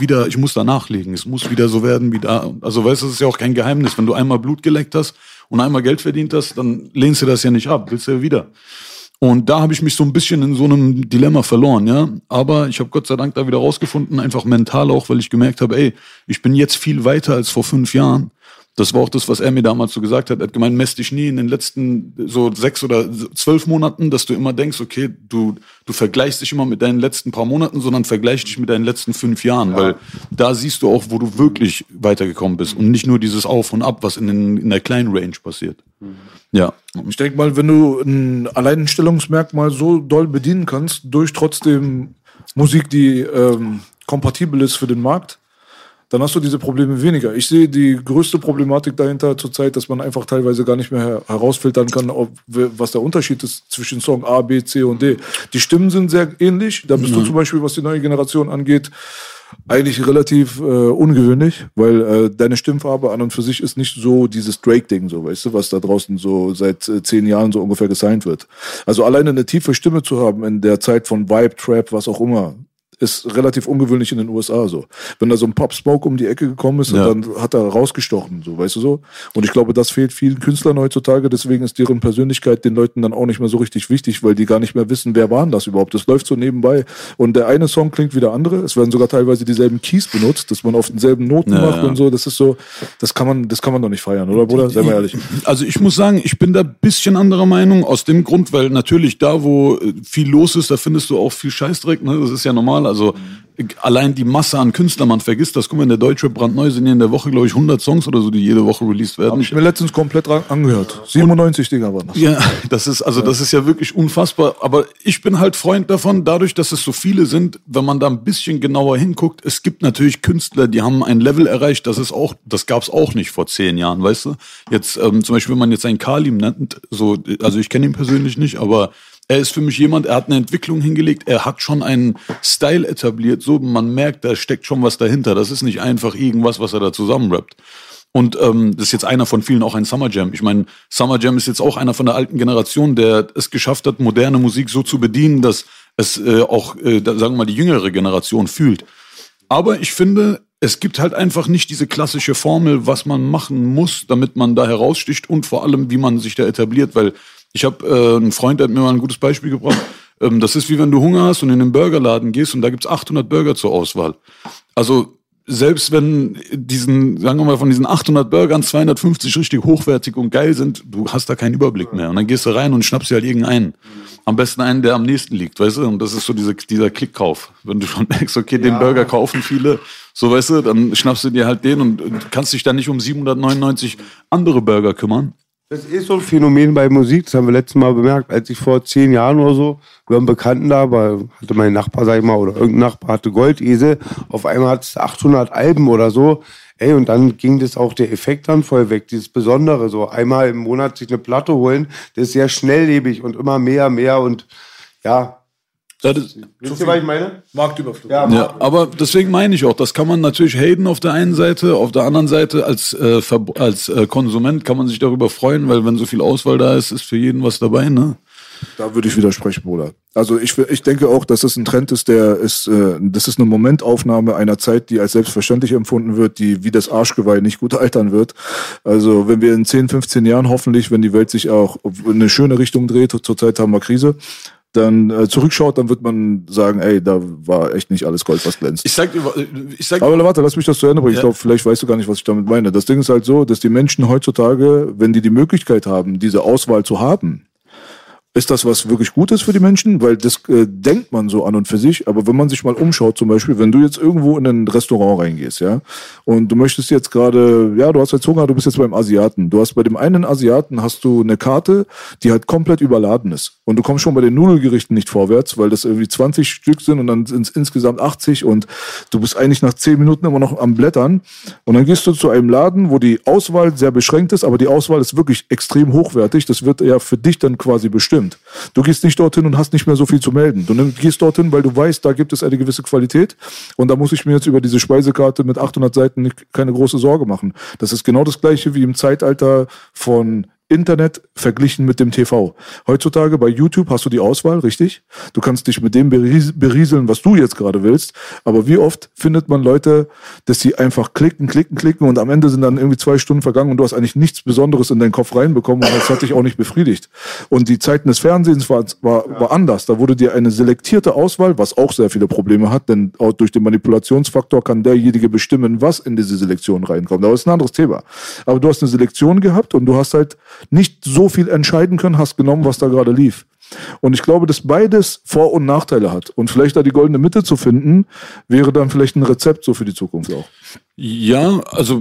da nachlegen. Es muss wieder so werden wie da. Also weißt du, das ist ja auch kein Geheimnis. Wenn du einmal Blut geleckt hast und einmal Geld verdient hast, dann lehnst du das ja nicht ab, willst du ja wieder. Und da habe ich mich so ein bisschen in so einem Dilemma verloren, ja. Aber ich habe Gott sei Dank da wieder rausgefunden, einfach mental auch, weil ich gemerkt habe, ey, ich bin jetzt viel weiter als vor 5 Jahren. Das war auch das, was er mir damals so gesagt hat. Er hat gemeint, mess dich nie in den letzten so 6 oder 12 Monaten, dass du immer denkst, okay, du vergleichst dich immer mit deinen letzten paar Monaten, sondern vergleich dich mit deinen letzten 5 Jahren, weil da siehst du auch, wo du wirklich weitergekommen bist und nicht nur dieses Auf und Ab, was in der kleinen Range passiert. Ja. Ich denke mal, wenn du ein Alleinstellungsmerkmal so doll bedienen kannst, durch trotzdem Musik, die kompatibel ist für den Markt, dann hast du diese Probleme weniger. Ich sehe die größte Problematik dahinter zurzeit, dass man einfach teilweise gar nicht mehr herausfiltern kann, was der Unterschied ist zwischen Song A, B, C und D. Die Stimmen sind sehr ähnlich. Da bist du zum Beispiel, was die neue Generation angeht, eigentlich relativ ungewöhnlich, weil deine Stimmfarbe an und für sich ist nicht so dieses Drake-Ding, so, weißt du, was da draußen so seit 10 Jahren so ungefähr gesigned wird. Also alleine eine tiefe Stimme zu haben in der Zeit von Vibe, Trap, was auch immer, ist relativ ungewöhnlich in den USA so. Wenn da so ein Pop Smoke um die Ecke gekommen ist und dann hat er rausgestochen, so, weißt du so. Und ich glaube, das fehlt vielen Künstlern heutzutage, deswegen ist deren Persönlichkeit den Leuten dann auch nicht mehr so richtig wichtig, weil die gar nicht mehr wissen, wer war denn das überhaupt. Das läuft so nebenbei und der eine Song klingt wie der andere. Es werden sogar teilweise dieselben Keys benutzt, dass man auf denselben Noten macht und so. Das ist so, das kann man doch nicht feiern, oder Bruder? Sei mal ehrlich. Also ich muss sagen, ich bin da ein bisschen anderer Meinung, aus dem Grund, weil natürlich da, wo viel los ist, da findest du auch viel Scheißdreck, ne? Das ist ja normal, also allein die Masse an Künstlern, man vergisst das. Guck mal, in der Deutsche brandneu sind ja in der Woche, glaube ich, 100 Songs oder so, die jede Woche released werden. Hab ich mir letztens komplett angehört. 97 Dinger waren das. Ja, das ist ja wirklich unfassbar. Aber ich bin halt Freund davon, dadurch, dass es so viele sind, wenn man da ein bisschen genauer hinguckt, es gibt natürlich Künstler, die haben ein Level erreicht, das gab's auch nicht vor 10 Jahren, weißt du? Jetzt, zum Beispiel, wenn man jetzt einen Kalim nennt, so, also ich kenne ihn persönlich nicht, aber er ist für mich jemand, er hat eine Entwicklung hingelegt, er hat schon einen Style etabliert, so man merkt, da steckt schon was dahinter. Das ist nicht einfach irgendwas, was er da zusammenrappt. Und das ist jetzt einer von vielen, auch ein Summer Jam. Ich meine, Summer Jam ist jetzt auch einer von der alten Generation, der es geschafft hat, moderne Musik so zu bedienen, dass es auch, sagen wir mal, die jüngere Generation fühlt. Aber ich finde, es gibt halt einfach nicht diese klassische Formel, was man machen muss, damit man da heraussticht und vor allem, wie man sich da etabliert, weil ich habe einen Freund, der hat mir mal ein gutes Beispiel gebracht. Das ist wie wenn du Hunger hast und in den Burgerladen gehst und da gibt's 800 Burger zur Auswahl. Also selbst wenn sagen wir mal, von diesen 800 Burgern 250 richtig hochwertig und geil sind, du hast da keinen Überblick mehr. Und dann gehst du rein und schnappst dir halt irgendeinen. Am besten einen, der am nächsten liegt, weißt du? Und das ist so dieser Klickkauf. Wenn du schon merkst, okay, den Burger kaufen viele, so weißt du, dann schnappst du dir halt den und kannst dich dann nicht um 799 andere Burger kümmern. Das ist so ein Phänomen bei Musik, das haben wir letztes Mal bemerkt, als ich vor 10 Jahren oder so über einen Bekannten da war, hatte mein Nachbar, sag ich mal, oder irgendein Nachbar hatte Goldesel, auf einmal hat es 800 Alben oder so, und dann ging das auch der Effekt dann voll weg, dieses Besondere, so einmal im Monat sich eine Platte holen, das ist sehr schnelllebig und immer mehr und ja. Wisst ihr, was ich meine? Marktüberflug. Ja, aber deswegen meine ich auch, das kann man natürlich haten auf der einen Seite, auf der anderen Seite als Konsument kann man sich darüber freuen, weil wenn so viel Auswahl da ist, ist für jeden was dabei, ne? Da würde ich widersprechen, Bruder. Also ich denke auch, dass es ein Trend ist, das ist eine Momentaufnahme einer Zeit, die als selbstverständlich empfunden wird, die wie das Arschgeweih nicht gut altern wird. Also wenn wir in 10, 15 Jahren hoffentlich, wenn die Welt sich auch in eine schöne Richtung dreht, zurzeit haben wir Krise, dann zurückschaut, dann wird man sagen, ey, da war echt nicht alles Gold, was glänzt. Aber warte, lass mich das zu Ende bringen. Ja. Ich glaube, vielleicht weißt du gar nicht, was ich damit meine. Das Ding ist halt so, dass die Menschen heutzutage, wenn die Möglichkeit haben, diese Auswahl zu haben, ist das was wirklich Gutes für die Menschen? Weil das denkt man so an und für sich. Aber wenn man sich mal umschaut, zum Beispiel, wenn du jetzt irgendwo in ein Restaurant reingehst, ja, und du möchtest jetzt gerade, ja, du hast jetzt Hunger, du bist jetzt beim Asiaten. Du hast bei dem einen Asiaten hast du eine Karte, die halt komplett überladen ist. Und du kommst schon bei den Nudelgerichten nicht vorwärts, weil das irgendwie 20 Stück sind und dann sind es insgesamt 80 und du bist eigentlich nach 10 Minuten immer noch am Blättern. Und dann gehst du zu einem Laden, wo die Auswahl sehr beschränkt ist, aber die Auswahl ist wirklich extrem hochwertig. Das wird ja für dich dann quasi bestimmt. Du gehst nicht dorthin und hast nicht mehr so viel zu melden. Du gehst dorthin, weil du weißt, da gibt es eine gewisse Qualität und da muss ich mir jetzt über diese Speisekarte mit 800 Seiten keine große Sorge machen. Das ist genau das Gleiche wie im Zeitalter von Internet verglichen mit dem TV. Heutzutage bei YouTube hast du die Auswahl, richtig? Du kannst dich mit dem berieseln, was du jetzt gerade willst. Aber wie oft findet man Leute, dass sie einfach klicken und am Ende sind dann irgendwie 2 Stunden vergangen und du hast eigentlich nichts Besonderes in deinen Kopf reinbekommen und das hat dich auch nicht befriedigt. Und die Zeiten des Fernsehens war anders. Da wurde dir eine selektierte Auswahl, was auch sehr viele Probleme hat, denn auch durch den Manipulationsfaktor kann derjenige bestimmen, was in diese Selektion reinkommt. Aber das ist ein anderes Thema. Aber du hast eine Selektion gehabt und du hast halt nicht so viel entscheiden können, hast genommen, was da gerade lief. Und ich glaube, dass beides Vor- und Nachteile hat. Und vielleicht da die goldene Mitte zu finden, wäre dann vielleicht ein Rezept so für die Zukunft auch. Ja, also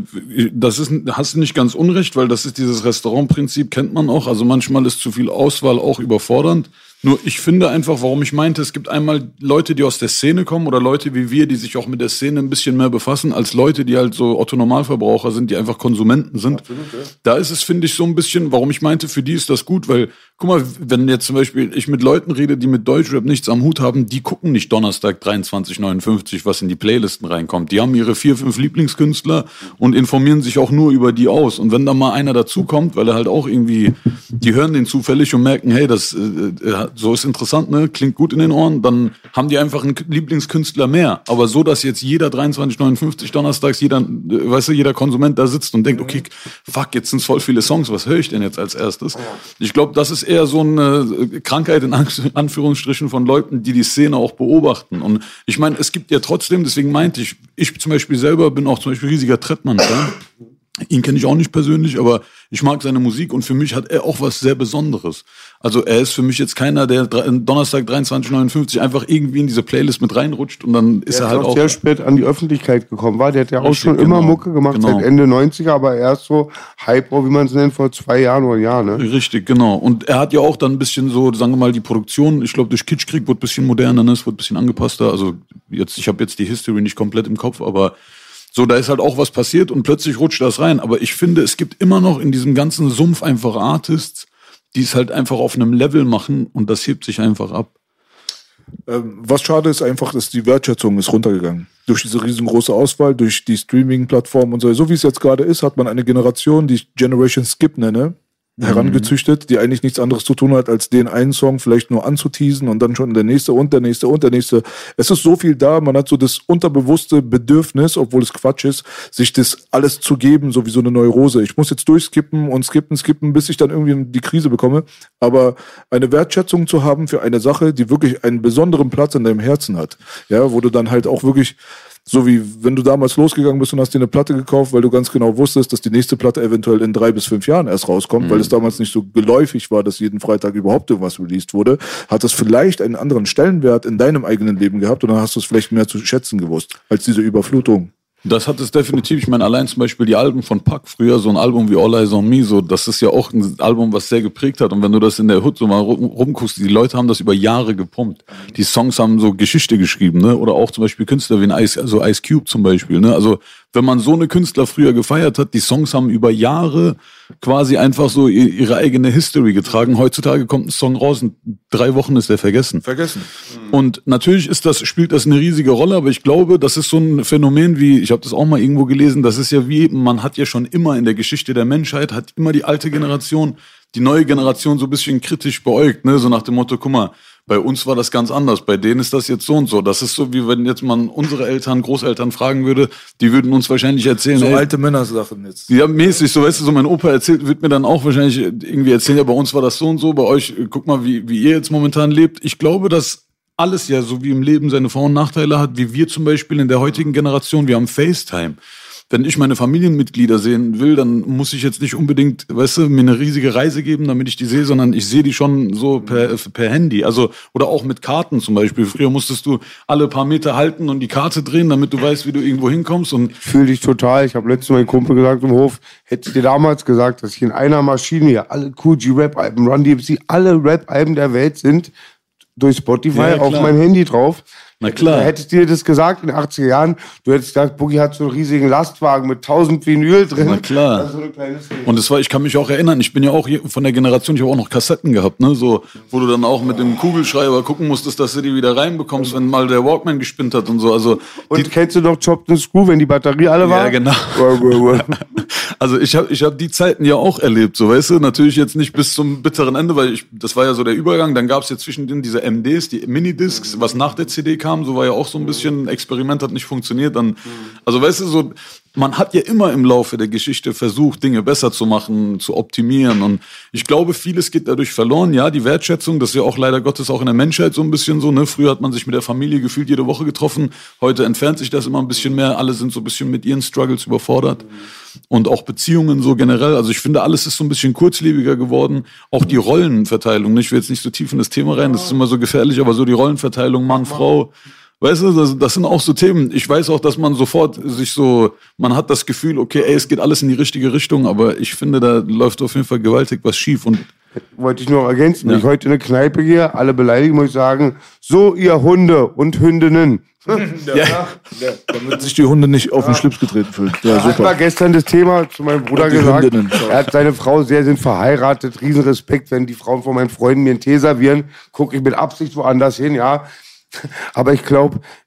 hast du nicht ganz unrecht, weil das ist dieses Restaurantprinzip, kennt man auch. Also manchmal ist zu viel Auswahl auch überfordernd. Nur ich finde einfach, warum ich meinte, es gibt einmal Leute, die aus der Szene kommen oder Leute wie wir, die sich auch mit der Szene ein bisschen mehr befassen, als Leute, die halt so Otto-Normalverbraucher sind, die einfach Konsumenten sind. Absolut, ja. Da ist es, finde ich, so ein bisschen, warum ich meinte, für die ist das gut, weil, guck mal, wenn jetzt zum Beispiel ich mit Leuten rede, die mit Deutschrap nichts am Hut haben, die gucken nicht Donnerstag 23,59, was in die Playlisten reinkommt. Die haben ihre 4, 5 Lieblings Lieblingskünstler und informieren sich auch nur über die aus. Und wenn da mal einer dazukommt, weil er halt auch irgendwie, die hören den zufällig und merken, hey, das so ist interessant, ne, klingt gut in den Ohren, dann haben die einfach einen Lieblingskünstler mehr. Aber so, dass jetzt jeder 23,59 donnerstags, jeder Konsument da sitzt und denkt, okay, fuck, jetzt sind es voll viele Songs, was höre ich denn jetzt als erstes? Ich glaube, das ist eher so eine Krankheit in Anführungsstrichen von Leuten, die Szene auch beobachten. Und ich meine, es gibt ja trotzdem, deswegen meinte ich zum Beispiel selber bin auch zum Beispiel riesiger Trettmann-Fan. Ihn kenne ich auch nicht persönlich, aber ich mag seine Musik und für mich hat er auch was sehr Besonderes. Also er ist für mich jetzt keiner, der Donnerstag 23,59 einfach irgendwie in diese Playlist mit reinrutscht und dann ist er halt auch sehr spät an die Öffentlichkeit gekommen war. Der hat ja auch schon immer Mucke gemacht, seit Ende 90er, aber erst so Hype, wie man es nennt, vor 2 Jahren oder Jahr, ne? Richtig, genau. Und er hat ja auch dann ein bisschen so, sagen wir mal, die Produktion, ich glaube durch Kitschkrieg wurde ein bisschen moderner, ne? Es wurde ein bisschen angepasster. Also ich habe jetzt die History nicht komplett im Kopf, aber so, da ist halt auch was passiert und plötzlich rutscht das rein. Aber ich finde, es gibt immer noch in diesem ganzen Sumpf einfach Artists, die es halt einfach auf einem Level machen und das hebt sich einfach ab. Was schade ist einfach, dass die Wertschätzung ist runtergegangen. Durch diese riesengroße Auswahl, durch die Streaming-Plattformen und so. So wie es jetzt gerade ist, hat man eine Generation, die ich Generation Skip nenne, herangezüchtet, die eigentlich nichts anderes zu tun hat, als den einen Song vielleicht nur anzuteasen und dann schon der nächste und der nächste und der nächste. Es ist so viel da, man hat so das unterbewusste Bedürfnis, obwohl es Quatsch ist, sich das alles zu geben, so wie so eine Neurose. Ich muss jetzt durchskippen und skippen, bis ich dann irgendwie die Krise bekomme. Aber eine Wertschätzung zu haben für eine Sache, die wirklich einen besonderen Platz in deinem Herzen hat, ja, wo du dann halt auch wirklich, so wie wenn du damals losgegangen bist und hast dir eine Platte gekauft, weil du ganz genau wusstest, dass die nächste Platte eventuell in 3 bis 5 Jahren erst rauskommt, weil es damals nicht so geläufig war, dass jeden Freitag überhaupt irgendwas released wurde, hat das vielleicht einen anderen Stellenwert in deinem eigenen Leben gehabt und dann hast du es vielleicht mehr zu schätzen gewusst, als diese Überflutung. Das hat es definitiv. Ich meine, allein zum Beispiel die Alben von Pac früher, so ein Album wie All Eyes on Me, so, das ist ja auch ein Album, was sehr geprägt hat. Und wenn du das in der Hood so mal rumguckst, die Leute haben das über Jahre gepumpt. Die Songs haben so Geschichte geschrieben, ne? Oder auch zum Beispiel Künstler wie Ice Cube zum Beispiel, ne? Also, wenn man so eine Künstler früher gefeiert hat, die Songs haben über Jahre quasi einfach so ihre eigene History getragen. Heutzutage kommt ein Song raus und 3 Wochen ist der vergessen. Und natürlich spielt das eine riesige Rolle, aber ich glaube, das ist so ein Phänomen wie, ich habe das auch mal irgendwo gelesen, das ist ja wie, man hat ja schon immer in der Geschichte der Menschheit, hat immer die alte Generation, die neue Generation so ein bisschen kritisch beäugt, ne? So nach dem Motto, guck mal, bei uns war das ganz anders, bei denen ist das jetzt so und so. Das ist so, wie wenn jetzt man unsere Eltern, Großeltern fragen würde, die würden uns wahrscheinlich erzählen. So alte Männersachen jetzt. Ja, mäßig, so weißt du, so mein Opa wird mir dann auch wahrscheinlich irgendwie erzählen, ja, bei uns war das so und so, bei euch, guck mal, wie ihr jetzt momentan lebt. Ich glaube, dass alles ja so wie im Leben seine Vor- und Nachteile hat, wie wir zum Beispiel in der heutigen Generation, wir haben FaceTime. Wenn ich meine Familienmitglieder sehen will, dann muss ich jetzt nicht unbedingt, weißt du, mir eine riesige Reise geben, damit ich die sehe, sondern ich sehe die schon so per Handy. Also, oder auch mit Karten zum Beispiel. Früher musstest du alle paar Meter halten und die Karte drehen, damit du weißt, wie du irgendwo hinkommst. Und ich fühle dich total. Ich habe letztens meinem Kumpel gesagt im Hof, hätte ich dir damals gesagt, dass ich in einer Maschine hier alle Kool G Rap-Alben, Run DMC, alle Rap-Alben der Welt sind durch Spotify auf mein Handy drauf. Na klar. Hättest du dir das gesagt in den 80er Jahren, du hättest gesagt, Boogie hat so einen riesigen Lastwagen mit 1000 Vinyl drin. Na klar. Also eine kleine und ich kann mich auch erinnern, ich bin ja auch von der Generation, ich habe auch noch Kassetten gehabt, ne, so, wo du dann auch mit dem Kugelschreiber gucken musstest, dass du die wieder reinbekommst, wenn mal der Walkman gespinnt hat und so. Also und kennst du noch Chopped and Screw, wenn die Batterie alle war? Ja, genau. Also ich hab die Zeiten ja auch erlebt, so, weißt du, natürlich jetzt nicht bis zum bitteren Ende, weil das war ja so der Übergang, dann gab's ja zwischendrin diese MDs, die Minidiscs, was nach der CD kam, so war ja auch so ein bisschen, Experiment hat nicht funktioniert, dann, also weißt du, so, man hat ja immer im Laufe der Geschichte versucht, Dinge besser zu machen, zu optimieren und ich glaube, vieles geht dadurch verloren, ja, die Wertschätzung, das ist ja auch leider Gottes auch in der Menschheit so ein bisschen so, ne, früher hat man sich mit der Familie gefühlt jede Woche getroffen, heute entfernt sich das immer ein bisschen mehr, alle sind so ein bisschen mit ihren Struggles überfordert und auch Beziehungen so generell, also ich finde, alles ist so ein bisschen kurzlebiger geworden, auch die Rollenverteilung, ne? Ich will jetzt nicht so tief in das Thema rein, das ist immer so gefährlich, aber so die Rollenverteilung Mann, Frau, weißt du, das sind auch so Themen. Ich weiß auch, dass man sofort man hat das Gefühl, okay, ey, es geht alles in die richtige Richtung, aber ich finde, da läuft auf jeden Fall gewaltig was schief. Und wollte ich noch ergänzen, wenn ich heute in eine Kneipe gehe, alle beleidigen, muss ich sagen, so ihr Hunde und Hündinnen. Ja. Damit sich die Hunde nicht auf den Schlips getreten fühlen. Ja, super. Hat mal gestern das Thema zu meinem Bruder gesagt. Er hat seine Frau sind verheiratet, Riesenrespekt, wenn die Frauen von meinen Freunden mir einen Tee servieren, gucke ich mit Absicht woanders hin, ja. Aber ich glaube,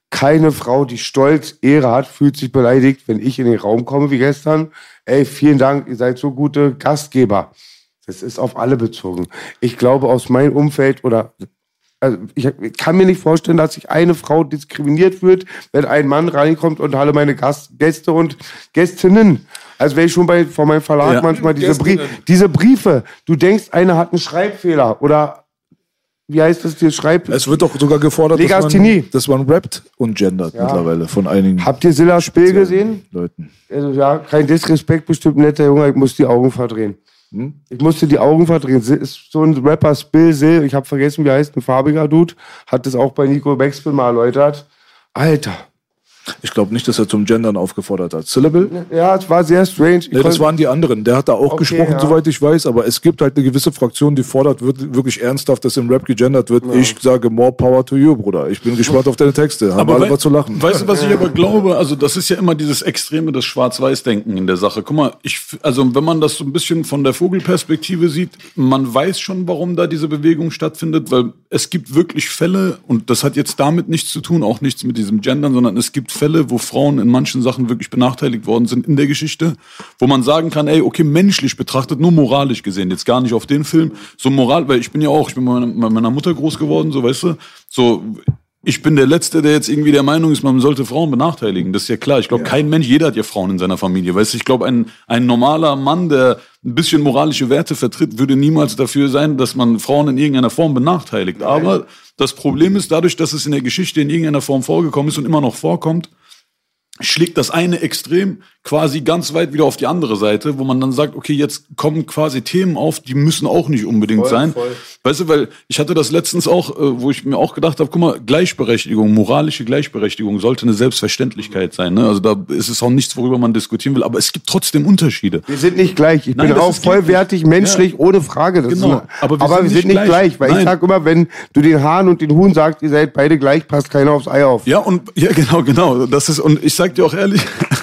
keine Frau, die Stolz, Ehre hat, fühlt sich beleidigt, wenn ich in den Raum komme wie gestern. Ey, vielen Dank, ihr seid so gute Gastgeber. Das ist auf alle bezogen. Ich glaube, aus meinem Umfeld also ich kann mir nicht vorstellen, dass sich eine Frau diskriminiert wird, wenn ein Mann reinkommt und alle meine Gäste und Gästinnen. Also wenn ich schon von meinem Verlag manchmal diese Briefe, du denkst, einer hat einen Schreibfehler oder wie heißt das, Es wird doch sogar gefordert, dass man rappt und gendert mittlerweile von einigen. Habt ihr Silla Spill gesehen? Leuten. Also ja, kein Disrespekt, bestimmt ein netter Junge, ich muss die Augen verdrehen. Ich musste die Augen verdrehen. Ist so ein Rapper, Spill, ich habe vergessen, wie heißt, ein farbiger Dude, hat das auch bei Nico Backspin mal erläutert. Alter. Ich glaube nicht, dass er zum Gendern aufgefordert hat. Syllable? Ja, es war sehr strange. Nee, das waren die anderen. Der hat da auch gesprochen, soweit ich weiß. Aber es gibt halt eine gewisse Fraktion, die fordert wirklich ernsthaft, dass im Rap gegendert wird. Ja. Ich sage, more power to you, Bruder. Ich bin gespannt auf deine Texte. Haben alle was zu lachen. Weißt du, was ich aber glaube? Also das ist ja immer dieses Extreme des Schwarz-Weiß-Denken in der Sache. Guck mal, also wenn man das so ein bisschen von der Vogelperspektive sieht, man weiß schon, warum da diese Bewegung stattfindet, weil es gibt wirklich Fälle, und das hat jetzt damit nichts zu tun, auch nichts mit diesem Gendern, sondern es gibt Fälle, wo Frauen in manchen Sachen wirklich benachteiligt worden sind in der Geschichte, wo man sagen kann, ey, okay, menschlich betrachtet, nur moralisch gesehen, jetzt gar nicht auf den Film, so weil ich bin bei meiner Mutter groß geworden, so, weißt du, so, ich bin der Letzte, der jetzt irgendwie der Meinung ist, man sollte Frauen benachteiligen, das ist ja klar, ich glaube, kein Mensch, jeder hat ja Frauen in seiner Familie, weißt du, ich glaube, ein normaler Mann, der ein bisschen moralische Werte vertritt, würde niemals dafür sein, dass man Frauen in irgendeiner Form benachteiligt, aber das Problem ist, dadurch, dass es in der Geschichte in irgendeiner Form vorgekommen ist und immer noch vorkommt, schlägt das eine Extrem quasi ganz weit wieder auf die andere Seite, wo man dann sagt, okay, jetzt kommen quasi Themen auf, die müssen auch nicht unbedingt sein. Weißt du, weil ich hatte das letztens auch, wo ich mir auch gedacht habe, guck mal, Gleichberechtigung, moralische Gleichberechtigung sollte eine Selbstverständlichkeit sein. Ne? Also da ist es auch nichts, worüber man diskutieren will, aber es gibt trotzdem Unterschiede. Wir sind nicht gleich. Ich bin auch vollwertig, menschlich, ohne Frage. Das genau, aber wir sind nicht gleich. Weil ich sag immer, wenn du den Hahn und den Huhn sagst, ihr seid beide gleich, passt keiner aufs Ei auf. Ja, genau. Das ist, und ich sag dir auch ehrlich,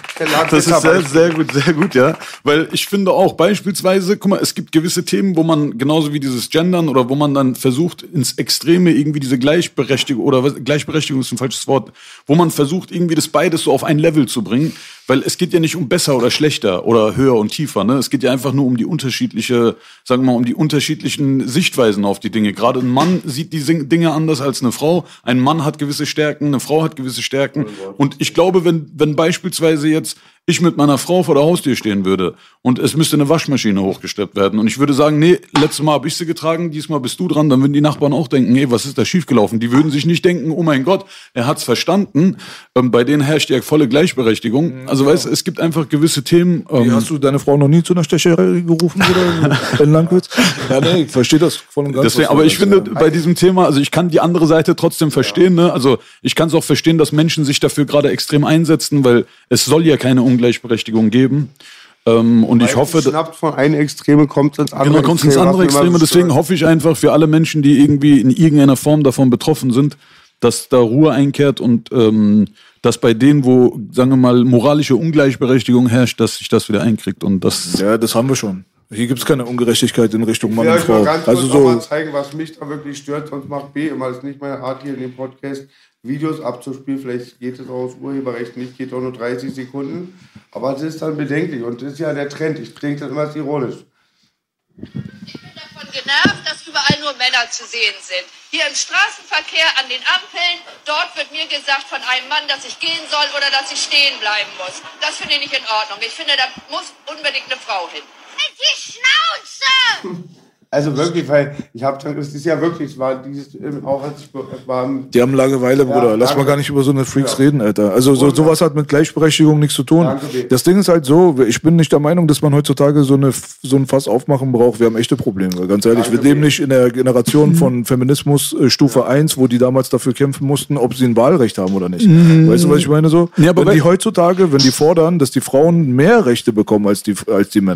das ist sehr gut, ja. Weil ich finde auch beispielsweise, guck mal, es gibt gewisse Themen, wo man genauso wie dieses Gendern oder wo man dann versucht, ins Extreme irgendwie diese Gleichberechtigung Gleichberechtigung ist ein falsches Wort, wo man versucht, irgendwie das beides so auf ein Level zu bringen. Weil es geht ja nicht um besser oder schlechter oder höher und tiefer, ne? Es geht ja einfach nur um die unterschiedlichen Sichtweisen auf die Dinge. Gerade ein Mann sieht die Dinge anders als eine Frau. Ein Mann hat gewisse Stärken, eine Frau hat gewisse Stärken. Und ich glaube, wenn beispielsweise jetzt ich mit meiner Frau vor der Haustür stehen würde und es müsste eine Waschmaschine hochgesteppt werden und ich würde sagen, nee, letztes Mal habe ich sie getragen, diesmal bist du dran, dann würden die Nachbarn auch denken, ey, was ist da schiefgelaufen? Die würden sich nicht denken, oh mein Gott, er hat's verstanden. Bei denen herrscht ja volle Gleichberechtigung. Also weißt du, es gibt einfach gewisse Themen. Hast du deine Frau noch nie zu einer Stecherei gerufen oder in Langwitz? Ja, nee, ich verstehe das voll und ganz. Deswegen, aber ich finde, bei diesem Thema, also ich kann die andere Seite trotzdem verstehen, ne? Also ich kann es auch verstehen, dass Menschen sich dafür gerade extrem einsetzen, weil es soll ja keine Ungleichberechtigung geben. Und ich hoffe, schnappt von einem Extreme, kommt ins andere Extreme. Kommt ins andere Extreme. Deswegen hoffe ich einfach für alle Menschen, die irgendwie in irgendeiner Form davon betroffen sind, dass da Ruhe einkehrt und dass bei denen, wo, sagen wir mal, moralische Ungleichberechtigung herrscht, dass sich das wieder einkriegt. Und das ja, das haben wir schon. Hier gibt es keine Ungerechtigkeit in Richtung Mann und Frau. Ich will ganz kurz mal zeigen, was mich da wirklich stört, sonst macht B immer, das ist nicht meine Art hier in dem Podcast, Videos abzuspielen, vielleicht geht es aus Urheberrecht nicht, geht auch nur 30 Sekunden, aber das ist dann bedenklich und das ist ja der Trend, ich trinke das immer ironisch. Ich bin davon genervt, dass überall nur Männer zu sehen sind. Hier im Straßenverkehr, an den Ampeln, dort wird mir gesagt von einem Mann, dass ich gehen soll oder dass ich stehen bleiben muss. Das finde ich nicht in Ordnung. Ich finde, da muss unbedingt eine Frau hin. Halt die Schnauze! Also wirklich, weil ich habe dann, es ist ja wirklich, es war dieses, auch als ich war. Die haben Langeweile, Bruder. Ja, lass mal gar nicht über so eine Freaks reden, Alter. Also sowas hat mit Gleichberechtigung nichts zu tun. Das Ding ist halt so, ich bin nicht der Meinung, dass man heutzutage so ein Fass aufmachen braucht. Wir haben echte Probleme. Ganz ehrlich, wir leben nicht in der Generation von Feminismus Stufe 1, wo die damals dafür kämpfen mussten, ob sie ein Wahlrecht haben oder nicht. Weißt du, was ich meine so? Ja, aber wenn die heutzutage, wenn die fordern, dass die Frauen mehr Rechte bekommen als die Männer,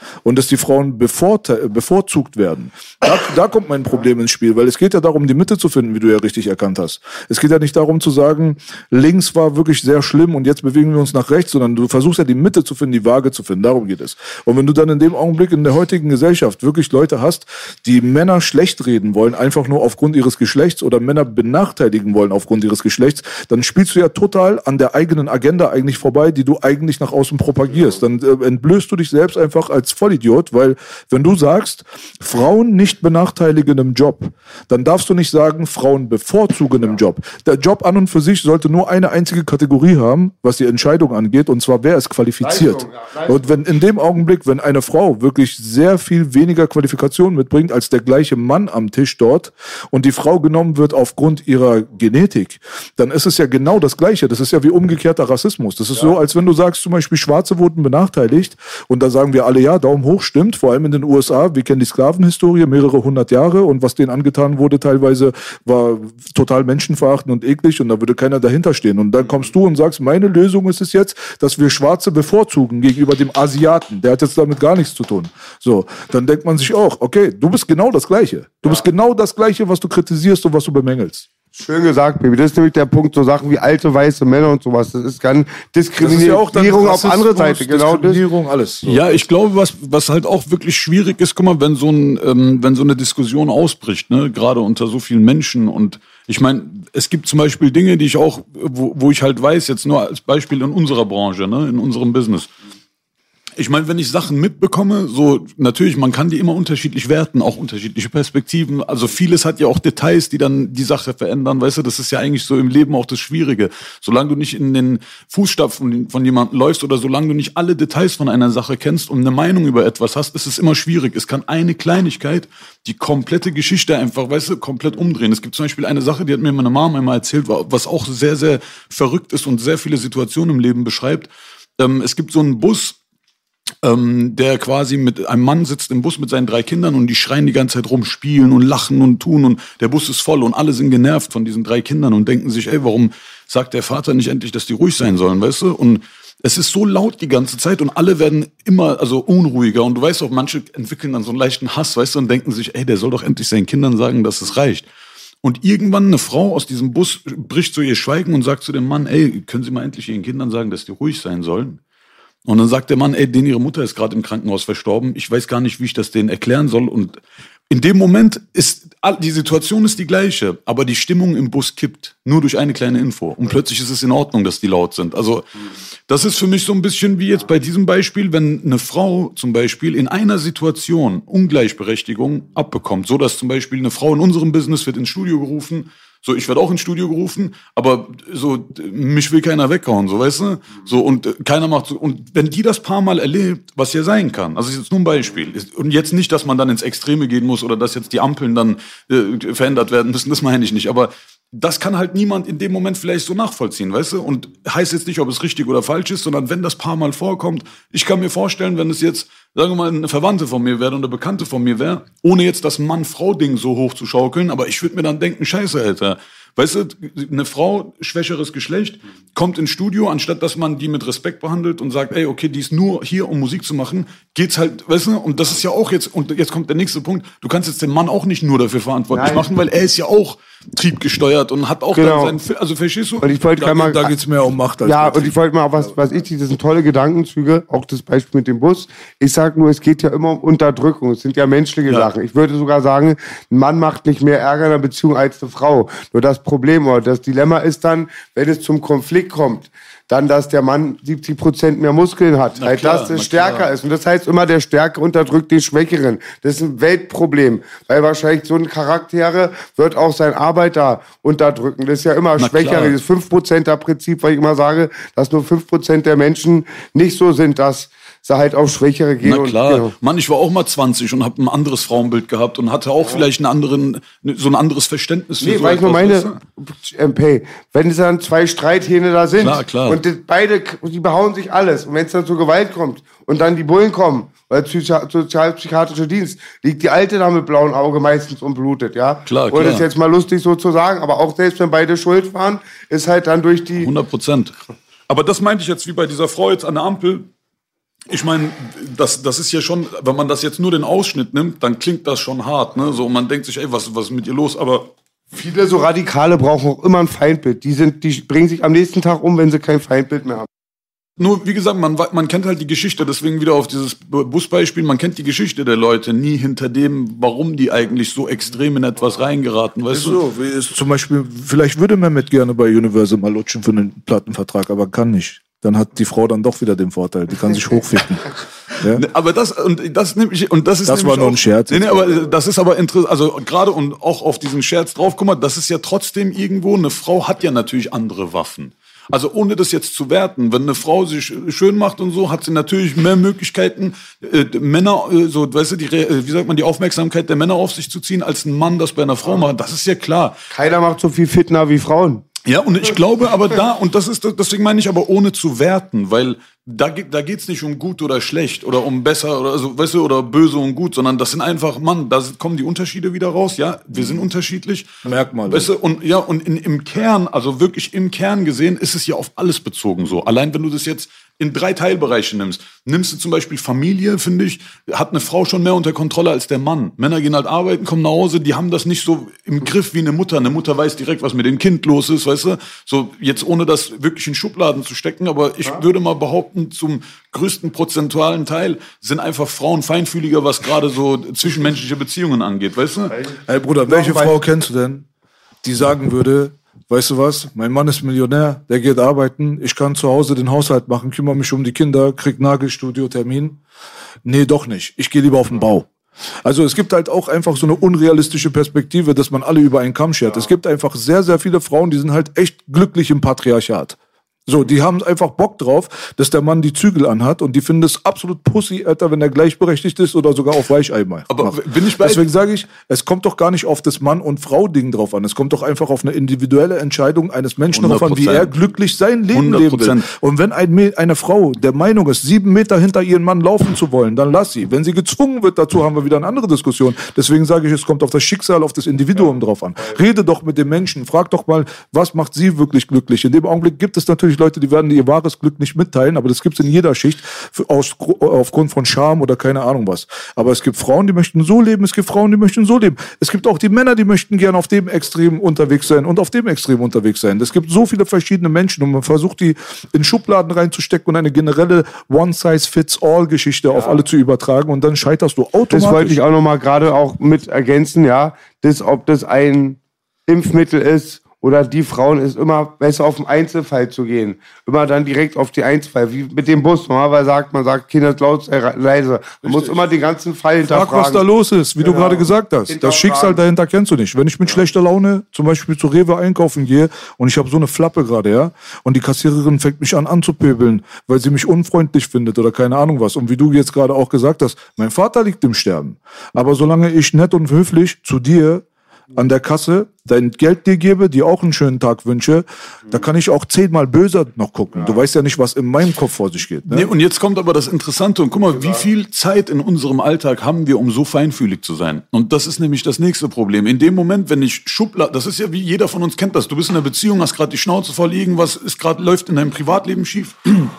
und dass die Frauen bevorzugt werden. Da kommt mein Problem ins Spiel, weil es geht ja darum, die Mitte zu finden, wie du ja richtig erkannt hast. Es geht ja nicht darum zu sagen, links war wirklich sehr schlimm und jetzt bewegen wir uns nach rechts, sondern du versuchst ja die Mitte zu finden, die Waage zu finden. Darum geht es. Und wenn du dann in dem Augenblick in der heutigen Gesellschaft wirklich Leute hast, die Männer schlecht reden wollen, einfach nur aufgrund ihres Geschlechts oder Männer benachteiligen wollen aufgrund ihres Geschlechts, dann spielst du ja total an der eigenen Agenda eigentlich vorbei, die du eigentlich nach außen propagierst. Dann entblößt du dich selbst einfach als Vollidiot, weil wenn du sagst, Frauen nicht benachteiligen im Job, dann darfst du nicht sagen, Frauen bevorzugen im Job. Der Job an und für sich sollte nur eine einzige Kategorie haben, was die Entscheidung angeht, und zwar, wer ist qualifiziert. Leistung. Und wenn in dem Augenblick, wenn eine Frau wirklich sehr viel weniger Qualifikation mitbringt als der gleiche Mann am Tisch dort und die Frau genommen wird aufgrund ihrer Genetik, dann ist es ja genau das Gleiche. Das ist ja wie umgekehrter Rassismus. Das ist so, als wenn du sagst, zum Beispiel Schwarze wurden benachteiligt und da sagen wir alle, ja, Daumen hoch, stimmt, vor allem in den USA. Wir kennen die Sklavenhistorie, mehrere 100 Jahre, und was denen angetan wurde teilweise, war total menschenverachtend und eklig, und da würde keiner dahinter stehen. Und dann kommst du und sagst, meine Lösung ist es jetzt, dass wir Schwarze bevorzugen gegenüber dem Asiaten. Der hat jetzt damit gar nichts zu tun. So, dann denkt man sich auch, okay, du bist genau das Gleiche. Du bist genau das Gleiche, was du kritisierst und was du bemängelst. Schön gesagt, Baby. Das ist nämlich der Punkt, so Sachen wie alte weiße Männer und sowas. Das ist ganz Diskriminierung auf andere Seite. Genau, Diskriminierung, alles. So. Ja, ich glaube, was halt auch wirklich schwierig ist, guck mal, wenn so eine Diskussion ausbricht, ne, gerade unter so vielen Menschen, und ich meine, es gibt zum Beispiel Dinge, die ich auch, wo ich halt weiß, jetzt nur als Beispiel in unserer Branche, ne, in unserem Business. Ich meine, wenn ich Sachen mitbekomme, so natürlich, man kann die immer unterschiedlich werten, auch unterschiedliche Perspektiven. Also vieles hat ja auch Details, die dann die Sache verändern, weißt du, das ist ja eigentlich so im Leben auch das Schwierige. Solange du nicht in den Fußstapfen von jemandem läufst oder solange du nicht alle Details von einer Sache kennst und eine Meinung über etwas hast, ist es immer schwierig. Es kann eine Kleinigkeit die komplette Geschichte einfach, weißt du, komplett umdrehen. Es gibt zum Beispiel eine Sache, die hat mir meine Mom einmal erzählt, was auch sehr, sehr verrückt ist und sehr viele Situationen im Leben beschreibt. Es gibt so einen Bus, der quasi mit einem Mann sitzt im Bus mit seinen 3 Kindern und die schreien die ganze Zeit rum, spielen und lachen und tun, und der Bus ist voll und alle sind genervt von diesen 3 Kindern und denken sich, ey, warum sagt der Vater nicht endlich, dass die ruhig sein sollen, weißt du? Und es ist so laut die ganze Zeit und alle werden immer, also unruhiger, und du weißt auch, manche entwickeln dann so einen leichten Hass, weißt du, und denken sich, ey, der soll doch endlich seinen Kindern sagen, dass es reicht. Und irgendwann eine Frau aus diesem Bus bricht so ihr Schweigen und sagt zu dem Mann, ey, können Sie mal endlich Ihren Kindern sagen, dass die ruhig sein sollen? Und dann sagt der Mann, ey, ihre Mutter ist gerade im Krankenhaus verstorben. Ich weiß gar nicht, wie ich das denen erklären soll. Und in dem Moment ist, die Situation ist die gleiche, aber die Stimmung im Bus kippt. Nur durch eine kleine Info. Und plötzlich ist es in Ordnung, dass die laut sind. Also, das ist für mich so ein bisschen wie jetzt bei diesem Beispiel, wenn eine Frau zum Beispiel in einer Situation Ungleichberechtigung abbekommt. So, dass zum Beispiel eine Frau in unserem Business wird ins Studio gerufen. So, ich werde auch ins Studio gerufen, aber so, mich will keiner weghauen, so, weißt du? So, und keiner macht so, und wenn die das paar Mal erlebt, was ja sein kann, also ist jetzt nur ein Beispiel, und jetzt nicht, dass man dann ins Extreme gehen muss oder dass jetzt die Ampeln dann verändert werden müssen, das meine ich nicht, aber das kann halt niemand in dem Moment vielleicht so nachvollziehen, weißt du? Und heißt jetzt nicht, ob es richtig oder falsch ist, sondern wenn das paar Mal vorkommt, ich kann mir vorstellen, wenn es jetzt, sagen wir mal, eine Verwandte von mir wäre oder eine Bekannte von mir wäre, ohne jetzt das Mann-Frau-Ding so hoch zu schaukeln, aber ich würde mir dann denken, scheiße, Alter, weißt du, eine Frau, schwächeres Geschlecht, kommt ins Studio, anstatt dass man die mit Respekt behandelt und sagt, ey, okay, die ist nur hier, um Musik zu machen, geht's halt, weißt du, und das ist ja auch jetzt, und jetzt kommt der nächste Punkt, du kannst jetzt den Mann auch nicht nur dafür verantwortlich machen, weil er ist ja auch triebgesteuert und hat auch dann seinen, also verstehst du? Und ich wollte da geht's mehr um Macht als ja, und ich wollte mal, das sind tolle Gedankenzüge, auch das Beispiel mit dem Bus. Ich sag nur, es geht ja immer um Unterdrückung, es sind ja menschliche Sachen. Ich würde sogar sagen, ein Mann macht nicht mehr Ärger in einer Beziehung als eine Frau. Nur das Problem oder das Dilemma ist dann, wenn es zum Konflikt kommt, dann, dass der Mann 70% mehr Muskeln hat, dass er stärker ist. Und das heißt immer, der Stärke unterdrückt den Schwächeren. Das ist ein Weltproblem, weil wahrscheinlich so ein Charaktere wird auch sein Arbeiter unterdrücken. Das ist ja immer Schwächere, das 5%er-Prinzip, weil ich immer sage, dass nur 5% der Menschen nicht so sind, dass sie halt auf Schwächere gehen. Na klar. Und, Mann, ich war auch mal 20 und habe ein anderes Frauenbild gehabt und hatte auch vielleicht so ein anderes Verständnis für so weil ich nur meine, wenn es dann 2 Streithähne da sind und beide, die behauen sich alles, und wenn es dann zur Gewalt kommt und dann die Bullen kommen, weil sozialpsychiatrischer Dienst, liegt die Alte da mit blauem Auge meistens und blutet, ja? Klar. Und das ist jetzt mal lustig so zu sagen, aber auch selbst wenn beide schuld waren, ist halt dann durch die... 100%. Aber das meinte ich jetzt wie bei dieser Frau jetzt an der Ampel. Ich meine, das ist ja schon, wenn man das jetzt nur den Ausschnitt nimmt, dann klingt das schon hart, ne? So, man denkt sich, ey, was ist mit ihr los? Aber viele so Radikale brauchen auch immer ein Feindbild. Die bringen sich am nächsten Tag um, wenn sie kein Feindbild mehr haben. Nur, wie gesagt, man kennt halt die Geschichte, deswegen wieder auf dieses Busbeispiel, man kennt die Geschichte der Leute nie hinter dem, warum die eigentlich so extrem in etwas reingeraten, weißt du? So, wie ist zum Beispiel, vielleicht würde Mehmet gerne bei Universal mal lutschen für einen Plattenvertrag, aber kann nicht. Dann hat die Frau dann doch wieder den Vorteil, die kann sich hochficken. Ja? Aber das ist das war nur ein Scherz. Nee, aber das ist aber interessant, also gerade und auch auf diesen Scherz drauf, guck mal, das ist ja trotzdem irgendwo, eine Frau hat ja natürlich andere Waffen. Also ohne das jetzt zu werten, wenn eine Frau sich schön macht und so, hat sie natürlich mehr Möglichkeiten, Männer, so, weißt du, die Aufmerksamkeit der Männer auf sich zu ziehen, als ein Mann das bei einer Frau macht. Das ist ja klar. Keiner macht so viel Fitner wie Frauen. Ja, und ich glaube aber deswegen meine ich aber ohne zu werten, weil da geht's nicht um gut oder schlecht oder um besser oder so, weißt du, oder böse und gut, sondern das sind einfach, Mann, da kommen die Unterschiede wieder raus, ja, wir sind unterschiedlich. Merkmale. Weißt du, und ja, und im Kern, also wirklich im Kern gesehen, ist es ja auf alles bezogen so. Allein wenn du das jetzt in 3 Teilbereiche nimmst du zum Beispiel Familie, finde ich, hat eine Frau schon mehr unter Kontrolle als der Mann. Männer gehen halt arbeiten, kommen nach Hause, die haben das nicht so im Griff wie eine Mutter. Eine Mutter weiß direkt, was mit dem Kind los ist, weißt du? So, jetzt ohne das wirklich in Schubladen zu stecken, aber ich würde mal behaupten, zum größten prozentualen Teil sind einfach Frauen feinfühliger, was gerade so zwischenmenschliche Beziehungen angeht, weißt du? Ey Bruder, welche Frau kennst du denn, die sagen würde, weißt du was, mein Mann ist Millionär, der geht arbeiten, ich kann zu Hause den Haushalt machen, kümmere mich um die Kinder, krieg Nagelstudio-Termin. Nee, doch nicht. Ich gehe lieber auf den Bau. Also es gibt halt auch einfach so eine unrealistische Perspektive, dass man alle über einen Kamm schert. Es gibt einfach sehr, sehr viele Frauen, die sind halt echt glücklich im Patriarchat. So, die haben einfach Bock drauf, dass der Mann die Zügel anhat und die finden es absolut Pussy, Alter, wenn er gleichberechtigt ist oder sogar auf Weichei macht. Aber bin ich bei... Deswegen sage ich, es kommt doch gar nicht auf das Mann- und Frau-Ding drauf an. Es kommt doch einfach auf eine individuelle Entscheidung eines Menschen drauf an, wie er glücklich sein Leben 100%. Leben will. Und wenn eine Frau der Meinung ist, 7 Meter hinter ihren Mann laufen zu wollen, dann lass sie. Wenn sie gezwungen wird dazu, haben wir wieder eine andere Diskussion. Deswegen sage ich, es kommt auf das Schicksal, auf das Individuum drauf an. Rede doch mit dem Menschen, frag doch mal, was macht sie wirklich? In dem Augenblick gibt es natürlich Leute, die werden ihr wahres Glück nicht mitteilen, aber das gibt es in jeder Schicht aufgrund von Scham oder keine Ahnung was. Aber es gibt Frauen, die möchten so leben, es gibt Frauen, die möchten so leben. Es gibt auch die Männer, die möchten gerne auf dem Extrem unterwegs sein und auf dem Extrem unterwegs sein. Es gibt so viele verschiedene Menschen und man versucht, die in Schubladen reinzustecken und eine generelle One-Size-Fits-All-Geschichte auf alle zu übertragen und dann scheiterst du automatisch. Das wollte ich auch nochmal gerade auch mit ergänzen, ja, ob das ein Impfmittel ist, oder die Frauen ist immer besser auf den Einzelfall zu gehen. Immer dann direkt auf die Einzelfall. Wie mit dem Bus. Normalerweise man sagt, Kinder laut, leise. Man muss immer den ganzen Fall hinterfragen. Frag, was da los ist, wie du gerade gesagt hast. Das Schicksal dahinter kennst du nicht. Wenn ich mit schlechter Laune zum Beispiel zu Rewe einkaufen gehe und ich habe so eine Flappe gerade, ja, und die Kassiererin fängt mich an anzupöbeln, weil sie mich unfreundlich findet oder keine Ahnung was. Und wie du jetzt gerade auch gesagt hast, mein Vater liegt im Sterben. Aber solange ich nett und höflich zu dir an der Kasse dein Geld dir gebe, dir auch einen schönen Tag wünsche, da kann ich auch 10-mal böser noch gucken. Ja. Du weißt ja nicht, was in meinem Kopf vor sich geht. Ne? Nee, und jetzt kommt aber das Interessante. Und guck mal, wie viel Zeit in unserem Alltag haben wir, um so feinfühlig zu sein? Und das ist nämlich das nächste Problem. In dem Moment, wenn ich das ist ja wie jeder von uns kennt das. Du bist in einer Beziehung, hast gerade die Schnauze voll, irgendwas ist gerade läuft in deinem Privatleben schief.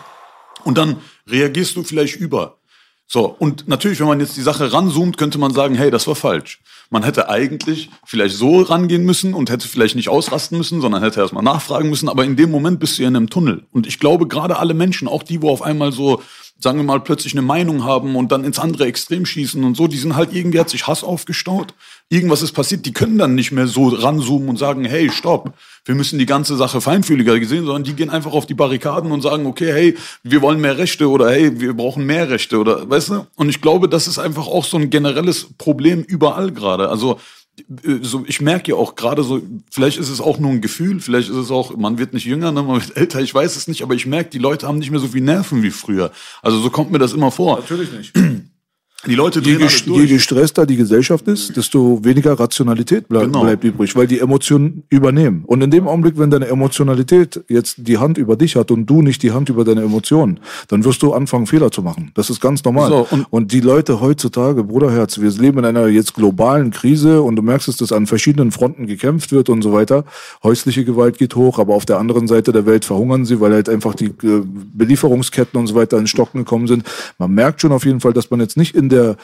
Und dann reagierst du vielleicht über. So, und natürlich, wenn man jetzt die Sache ranzoomt, könnte man sagen, hey, das war falsch. Man hätte eigentlich vielleicht so rangehen müssen und hätte vielleicht nicht ausrasten müssen, sondern hätte erstmal nachfragen müssen. Aber in dem Moment bist du ja in einem Tunnel. Und ich glaube, gerade alle Menschen, auch die, wo auf einmal so, sagen wir mal, plötzlich eine Meinung haben und dann ins andere Extrem schießen und so, die sind halt irgendwie, hat sich Hass aufgestaut. Irgendwas ist passiert, die können dann nicht mehr so ranzoomen und sagen, hey, stopp, wir müssen die ganze Sache feinfühliger sehen, sondern die gehen einfach auf die Barrikaden und sagen, okay, hey, wir wollen mehr Rechte oder hey, wir brauchen mehr Rechte oder, weißt du? Und ich glaube, das ist einfach auch so ein generelles Problem überall gerade. Also, so, ich merke ja auch gerade so, vielleicht ist es auch nur ein Gefühl, vielleicht ist es auch, man wird nicht jünger, ne, man wird älter, ich weiß es nicht, aber ich merke, die Leute haben nicht mehr so viel Nerven wie früher. Also so kommt mir das immer vor. Natürlich nicht. Die Leute drehen je gestresster die Gesellschaft ist, desto weniger Rationalität bleibt übrig, weil die Emotionen übernehmen. Und in dem Augenblick, wenn deine Emotionalität jetzt die Hand über dich hat und du nicht die Hand über deine Emotionen, dann wirst du anfangen, Fehler zu machen. Das ist ganz normal. So, und die Leute heutzutage, Bruderherz, wir leben in einer jetzt globalen Krise und du merkst es, dass an verschiedenen Fronten gekämpft wird und so weiter. Häusliche Gewalt geht hoch, aber auf der anderen Seite der Welt verhungern sie, weil halt einfach die Belieferungsketten und so weiter in Stocken gekommen sind. Man merkt schon auf jeden Fall, dass man jetzt nicht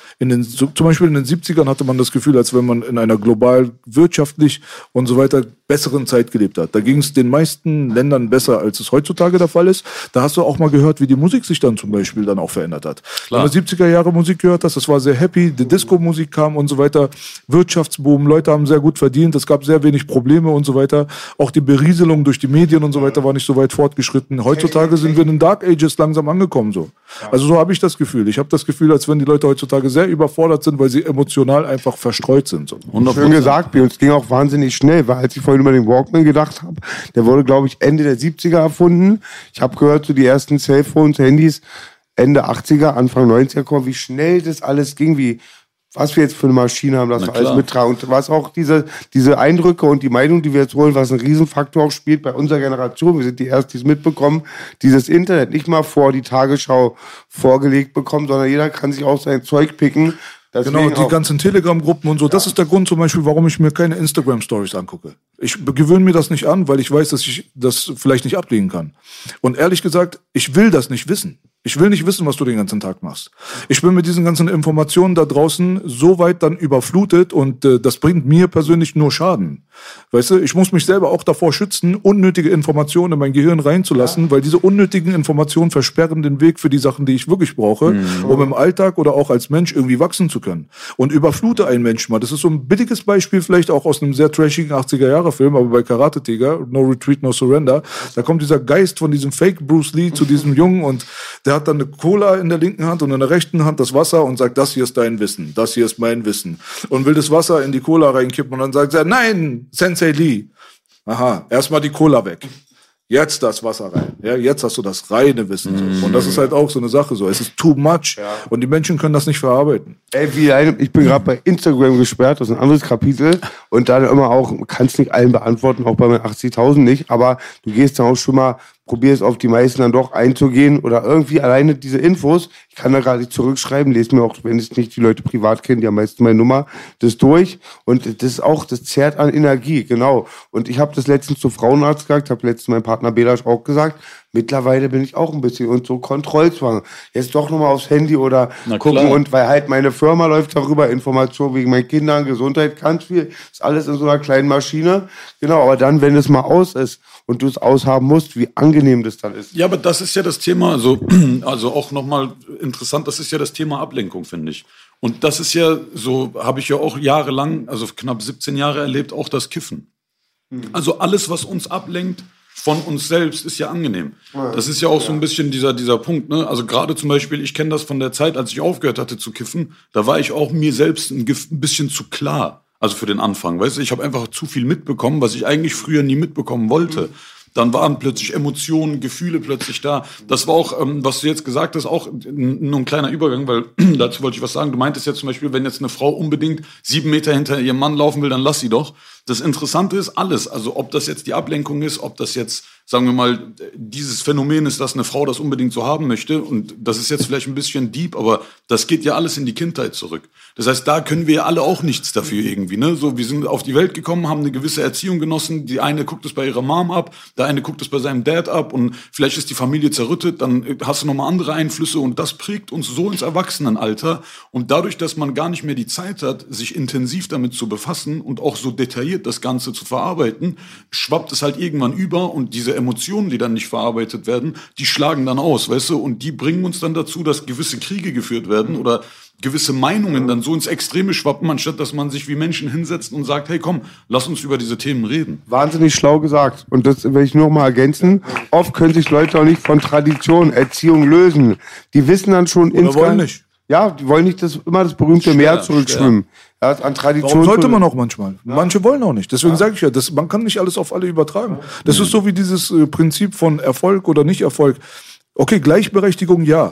zum Beispiel in den 70ern hatte man das Gefühl, als wenn man in einer global wirtschaftlich und so weiter besseren Zeit gelebt hat. Da ging es den meisten Ländern besser, als es heutzutage der Fall ist. Da hast du auch mal gehört, wie die Musik sich dann zum Beispiel dann auch verändert hat. Klar. Wenn du 70er Jahre Musik gehört hast, das war sehr happy, die Disco-Musik kam und so weiter, Wirtschaftsboom, Leute haben sehr gut verdient, es gab sehr wenig Probleme und so weiter. Auch die Berieselung durch die Medien und so weiter war nicht so weit fortgeschritten. Heutzutage sind wir in den Dark Ages langsam angekommen. So. Also so habe ich das Gefühl. Ich habe das Gefühl, als wenn die Leute heutzutage sehr überfordert sind, weil sie emotional einfach verstreut sind. So. Schön gesagt, es ging auch wahnsinnig schnell, weil als ich vorhin über den Walkman gedacht habe, der wurde, glaube ich, Ende der 70er erfunden. Ich habe gehört, so die ersten Cellphones, Handys, Ende 80er, Anfang 90er kommen, wie schnell das alles ging, was wir jetzt für eine Maschine haben, dass wir alles mittragen. Und was auch diese Eindrücke und die Meinung, die wir jetzt holen, was ein Riesenfaktor auch spielt bei unserer Generation. Wir sind die Ersten, die es mitbekommen, dieses Internet nicht mal vor die Tagesschau vorgelegt bekommen, sondern jeder kann sich auch sein Zeug picken. Deswegen genau, die ganzen Telegram-Gruppen und so. Das ist der Grund zum Beispiel, warum ich mir keine Instagram-Stories angucke. Ich gewöhne mir das nicht an, weil ich weiß, dass ich das vielleicht nicht ablegen kann. Und ehrlich gesagt, ich will das nicht wissen. Ich will nicht wissen, was du den ganzen Tag machst. Ich bin mit diesen ganzen Informationen da draußen so weit dann überflutet und das bringt mir persönlich nur Schaden. Weißt du, ich muss mich selber auch davor schützen, unnötige Informationen in mein Gehirn reinzulassen, weil diese unnötigen Informationen versperren den Weg für die Sachen, die ich wirklich brauche, um im Alltag oder auch als Mensch irgendwie wachsen zu können. Und überflute einen Menschen mal. Das ist so ein billiges Beispiel, vielleicht auch aus einem sehr trashigen 80er-Jahre-Film, aber bei Karate Tiger, No Retreat, No Surrender, da kommt dieser Geist von diesem Fake Bruce Lee zu diesem Jungen und der hat dann eine Cola in der linken Hand und in der rechten Hand das Wasser und sagt, das hier ist dein Wissen, das hier ist mein Wissen. Und will das Wasser in die Cola reinkippen und dann sagt er, nein, Sensei Lee. Aha, erstmal die Cola weg. Jetzt das Wasser rein. Ja, jetzt hast du das reine Wissen. So. Und das ist halt auch so eine Sache so. Es ist too much. Ja. Und die Menschen können das nicht verarbeiten. Ich bin gerade bei Instagram gesperrt, das ist ein anderes Kapitel. Und dann immer auch, kannst nicht allen beantworten, auch bei meinen 80.000 nicht. Aber du gehst dann auch schon mal, probierst auf die meisten dann doch einzugehen oder irgendwie alleine diese Infos. Ich kann da gerade nicht zurückschreiben, lese mir auch, wenn es nicht die Leute privat kennen, die am meisten meine Nummer, das durch. Und das ist auch, das zehrt an Energie, genau. Und ich habe das letztens zu Frauenarzt gesagt, habe letztens mein Partner Belasch auch gesagt, mittlerweile bin ich auch ein bisschen und so Kontrollzwang. Jetzt doch nochmal aufs Handy oder gucken und weil halt meine Firma läuft darüber, Informationen wegen meinen Kindern, Gesundheit, ganz viel, ist alles in so einer kleinen Maschine. Genau, aber dann, wenn es mal aus ist und du es aushaben musst, wie angenehm das dann ist. Ja, aber das ist ja das Thema, also auch nochmal interessant, das ist ja das Thema Ablenkung, finde ich. Und das ist ja, so habe ich ja auch jahrelang, also knapp 17 Jahre erlebt, auch das Kiffen. Also alles, was uns ablenkt von uns selbst, ist ja angenehm. Das ist ja auch so ein bisschen dieser Punkt, ne? Also gerade zum Beispiel, ich kenne das von der Zeit, als ich aufgehört hatte zu kiffen, da war ich auch mir selbst ein bisschen zu klar. Also für den Anfang, weißt du, ich habe einfach zu viel mitbekommen, was ich eigentlich früher nie mitbekommen wollte. Dann waren plötzlich Emotionen, Gefühle plötzlich da. Das war auch, was du jetzt gesagt hast, auch nur ein kleiner Übergang, weil dazu wollte ich was sagen. Du meintest ja zum Beispiel, wenn jetzt eine Frau unbedingt 7 Meter hinter ihrem Mann laufen will, dann lass sie doch. Das Interessante ist alles. Also ob das jetzt die Ablenkung ist, ob das jetzt, sagen wir mal, dieses Phänomen ist, dass eine Frau das unbedingt so haben möchte. Und das ist jetzt vielleicht ein bisschen deep, aber das geht ja alles in die Kindheit zurück. Das heißt, da können wir ja alle auch nichts dafür irgendwie, ne? So, wir sind auf die Welt gekommen, haben eine gewisse Erziehung genossen. Die eine guckt es bei ihrer Mom ab, der eine guckt es bei seinem Dad ab und vielleicht ist die Familie zerrüttet, dann hast du nochmal andere Einflüsse und das prägt uns so ins Erwachsenenalter. Und dadurch, dass man gar nicht mehr die Zeit hat, sich intensiv damit zu befassen und auch so detailliert das Ganze zu verarbeiten, schwappt es halt irgendwann über und diese Emotionen, die dann nicht verarbeitet werden, die schlagen dann aus, weißt du, und die bringen uns dann dazu, dass gewisse Kriege geführt werden oder gewisse Meinungen dann so ins Extreme schwappen, anstatt dass man sich wie Menschen hinsetzt und sagt, hey komm, lass uns über diese Themen reden. Wahnsinnig schlau gesagt. Und das will ich nur noch mal ergänzen. Oft können sich Leute auch nicht von Tradition, Erziehung lösen. Die wissen dann schon insgesamt. Wollen nicht. Ja, die wollen nicht immer das berühmte Meer zurückschwimmen. Ja, an Tradition. Warum sollte man auch manchmal? Ja. Manche wollen auch nicht. Deswegen sage ich ja, man kann nicht alles auf alle übertragen. Das ist so wie dieses Prinzip von Erfolg oder Nicht-Erfolg. Okay, Gleichberechtigung, ja.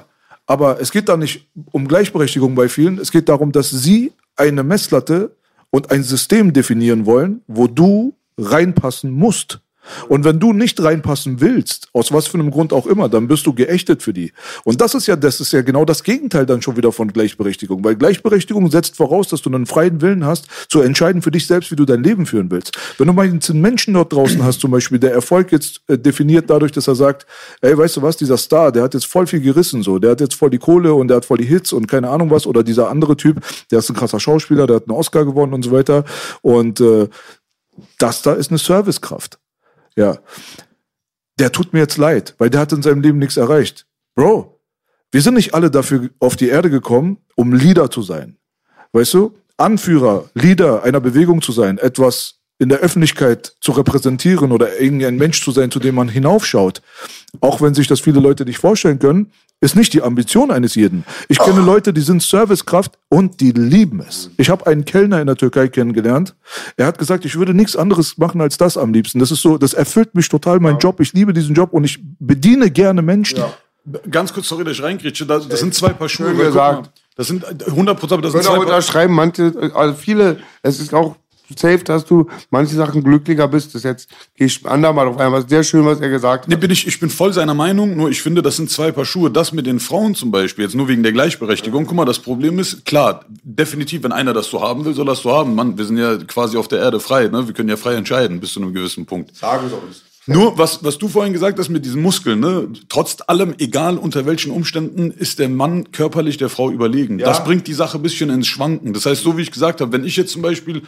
Aber es geht da nicht um Gleichberechtigung bei vielen. Es geht darum, dass sie eine Messlatte und ein System definieren wollen, wo du reinpassen musst. Und wenn du nicht reinpassen willst, aus was für einem Grund auch immer, dann bist du geächtet für die. Und das ist ja genau das Gegenteil dann schon wieder von Gleichberechtigung. Weil Gleichberechtigung setzt voraus, dass du einen freien Willen hast, zu entscheiden für dich selbst, wie du dein Leben führen willst. Wenn du mal einen Menschen dort draußen hast, zum Beispiel, der Erfolg jetzt definiert dadurch, dass er sagt, ey, weißt du was, dieser Star, der hat jetzt voll viel gerissen, so, der hat jetzt voll die Kohle und der hat voll die Hits und keine Ahnung was, oder dieser andere Typ, der ist ein krasser Schauspieler, der hat einen Oscar gewonnen und so weiter. Und das da ist eine Servicekraft. Ja, der tut mir jetzt leid, weil der hat in seinem Leben nichts erreicht. Bro, wir sind nicht alle dafür auf die Erde gekommen, um Leader zu sein. Weißt du? Anführer, Leader einer Bewegung zu sein, etwas in der Öffentlichkeit zu repräsentieren oder irgendein Mensch zu sein, zu dem man hinaufschaut. Auch wenn sich das viele Leute nicht vorstellen können, ist nicht die Ambition eines jeden. Ich kenne Leute, die sind Servicekraft und die lieben es. Ich habe einen Kellner in der Türkei kennengelernt. Er hat gesagt, ich würde nichts anderes machen als das am liebsten. Das ist so, das erfüllt mich total, mein Job. Ich liebe diesen Job und ich bediene gerne Menschen. Ja. Ganz kurz, sorry, dass ich reingrätsche. Das sind zwei Paar Schuhe. Gesagt. Das sind 100%, das sind zwei unterschreiben, manche, also viele, es ist auch safe, dass du manche Sachen glücklicher bist. Das jetzt gehe ich andermal auf einmal. Sehr schön, was er gesagt hat. Nee, ich bin voll seiner Meinung, nur ich finde, das sind zwei Paar Schuhe. Das mit den Frauen zum Beispiel, jetzt nur wegen der Gleichberechtigung. Guck mal, das Problem ist, klar, definitiv, wenn einer das so haben will, soll das so haben. Mann, wir sind ja quasi auf der Erde frei, ne? Wir können ja frei entscheiden bis zu einem gewissen Punkt. Sagen Sie uns. Nur, was du vorhin gesagt hast mit diesen Muskeln, ne? Trotz allem, egal unter welchen Umständen, ist der Mann körperlich der Frau überlegen. Ja. Das bringt die Sache ein bisschen ins Schwanken. Das heißt, so wie ich gesagt habe, wenn ich jetzt zum Beispiel,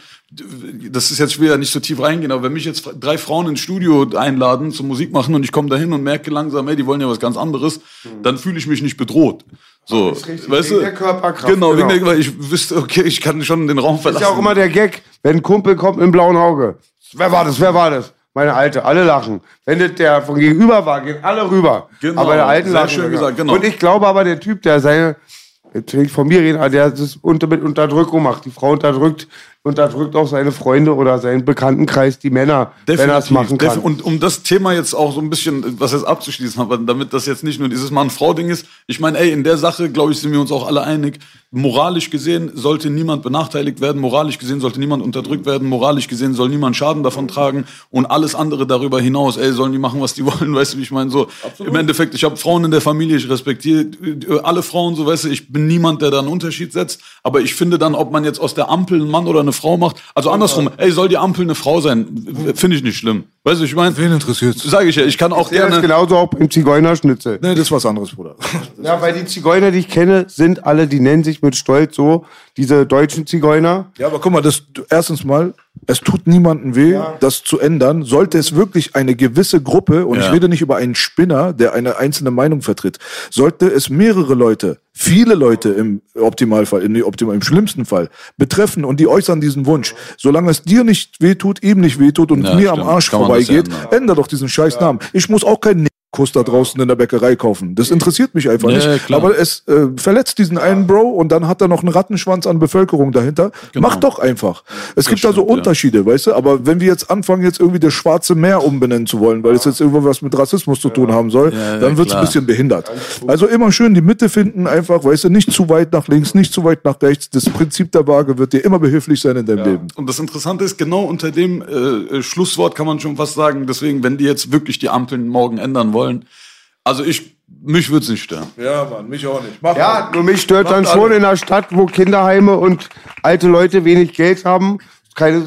das ist jetzt schwer, nicht so tief reingehen, aber wenn mich jetzt 3 Frauen ins Studio einladen zum Musik machen und ich komme dahin und merke langsam, ey, die wollen ja was ganz anderes, dann fühle ich mich nicht bedroht. So, richtig, weißt wegen du? der Körperkraft. Genau, weil ich wüsste, okay, ich kann schon den Raum verlassen. Das ist ja auch immer der Gag, wenn ein Kumpel kommt mit einem blauen Auge. Wer war das? Meine Alte, alle lachen. Wenn das der von gegenüber war, gehen alle rüber. Genau, aber der Alten sehr lachen. schön gesagt, genau. Und ich glaube aber, der Typ, der seine, jetzt will ich von mir reden, der das mit Unterdrückung macht. Die Frau unterdrückt auch seine Freunde oder seinen Bekanntenkreis, die Männer, wenn er es machen kann. Und um das Thema jetzt auch so ein bisschen, was jetzt abzuschließen, aber damit das jetzt nicht nur dieses Mann-Frau-Ding ist, ich meine, ey, in der Sache, glaube ich, sind wir uns auch alle einig, moralisch gesehen sollte niemand benachteiligt werden, moralisch gesehen sollte niemand unterdrückt werden, moralisch gesehen soll niemand Schaden davon tragen und alles andere darüber hinaus, ey, sollen die machen, was die wollen, weißt du, wie ich meine, so. Absolut. Im Endeffekt, ich habe Frauen in der Familie, ich respektiere alle Frauen, so, weißt du, ich bin niemand, der da einen Unterschied setzt, aber ich finde dann, ob man jetzt aus der Ampel einen Mann oder eine Frau macht, also andersrum, ey, soll die Ampel eine Frau sein, finde ich nicht schlimm. Weißt du, ich meine, wen interessiert's? Sage ich ja, ich kann auch gerne. Das ist genauso auch beim Zigeunerschnitzel. Nee, das ist was anderes, Bruder. Ja, weil die Zigeuner, die ich kenne, sind alle, die nennen sich mit Stolz so, diese deutschen Zigeuner. Ja, aber guck mal, erstens mal, es tut niemandem weh, das zu ändern. Sollte es wirklich eine gewisse Gruppe, und ich rede nicht über einen Spinner, der eine einzelne Meinung vertritt, sollte es mehrere Leute, viele Leute im Optimalfall, im schlimmsten Fall betreffen und die äußern diesen Wunsch, solange es dir nicht wehtut, ihm nicht wehtut und mir am Arsch vorbeigeht, ändere doch diesen scheiß Namen. Ich muss auch keinen Kuss da draußen in der Bäckerei kaufen. Das interessiert mich einfach nicht. Klar. Aber es verletzt diesen einen Bro und dann hat er noch einen Rattenschwanz an Bevölkerung dahinter. Genau. Mach doch einfach. Es gibt da so Unterschiede, weißt du? Aber wenn wir jetzt anfangen, jetzt irgendwie das Schwarze Meer umbenennen zu wollen, weil es jetzt irgendwas mit Rassismus zu tun haben soll, dann wird es ein bisschen behindert. Also immer schön die Mitte finden, einfach, weißt du, nicht zu weit nach links, nicht zu weit nach rechts. Das Prinzip der Waage wird dir immer behilflich sein in deinem Leben. Und das Interessante ist, genau unter dem Schlusswort kann man schon fast sagen, deswegen, wenn die jetzt wirklich die Ampeln morgen ändern wollen, also mich würde es nicht stören. Ja, Mann, mich auch nicht. Nur mich stört dann schon in einer Stadt, wo Kinderheime und alte Leute wenig Geld haben. Das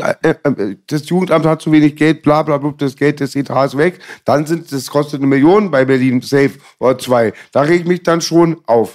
Jugendamt hat zu wenig Geld, bla bla bla, das Geld des Etats weg. Das kostet 1 Million bei Berlin, safe, oder 2. Da reg ich mich dann schon auf.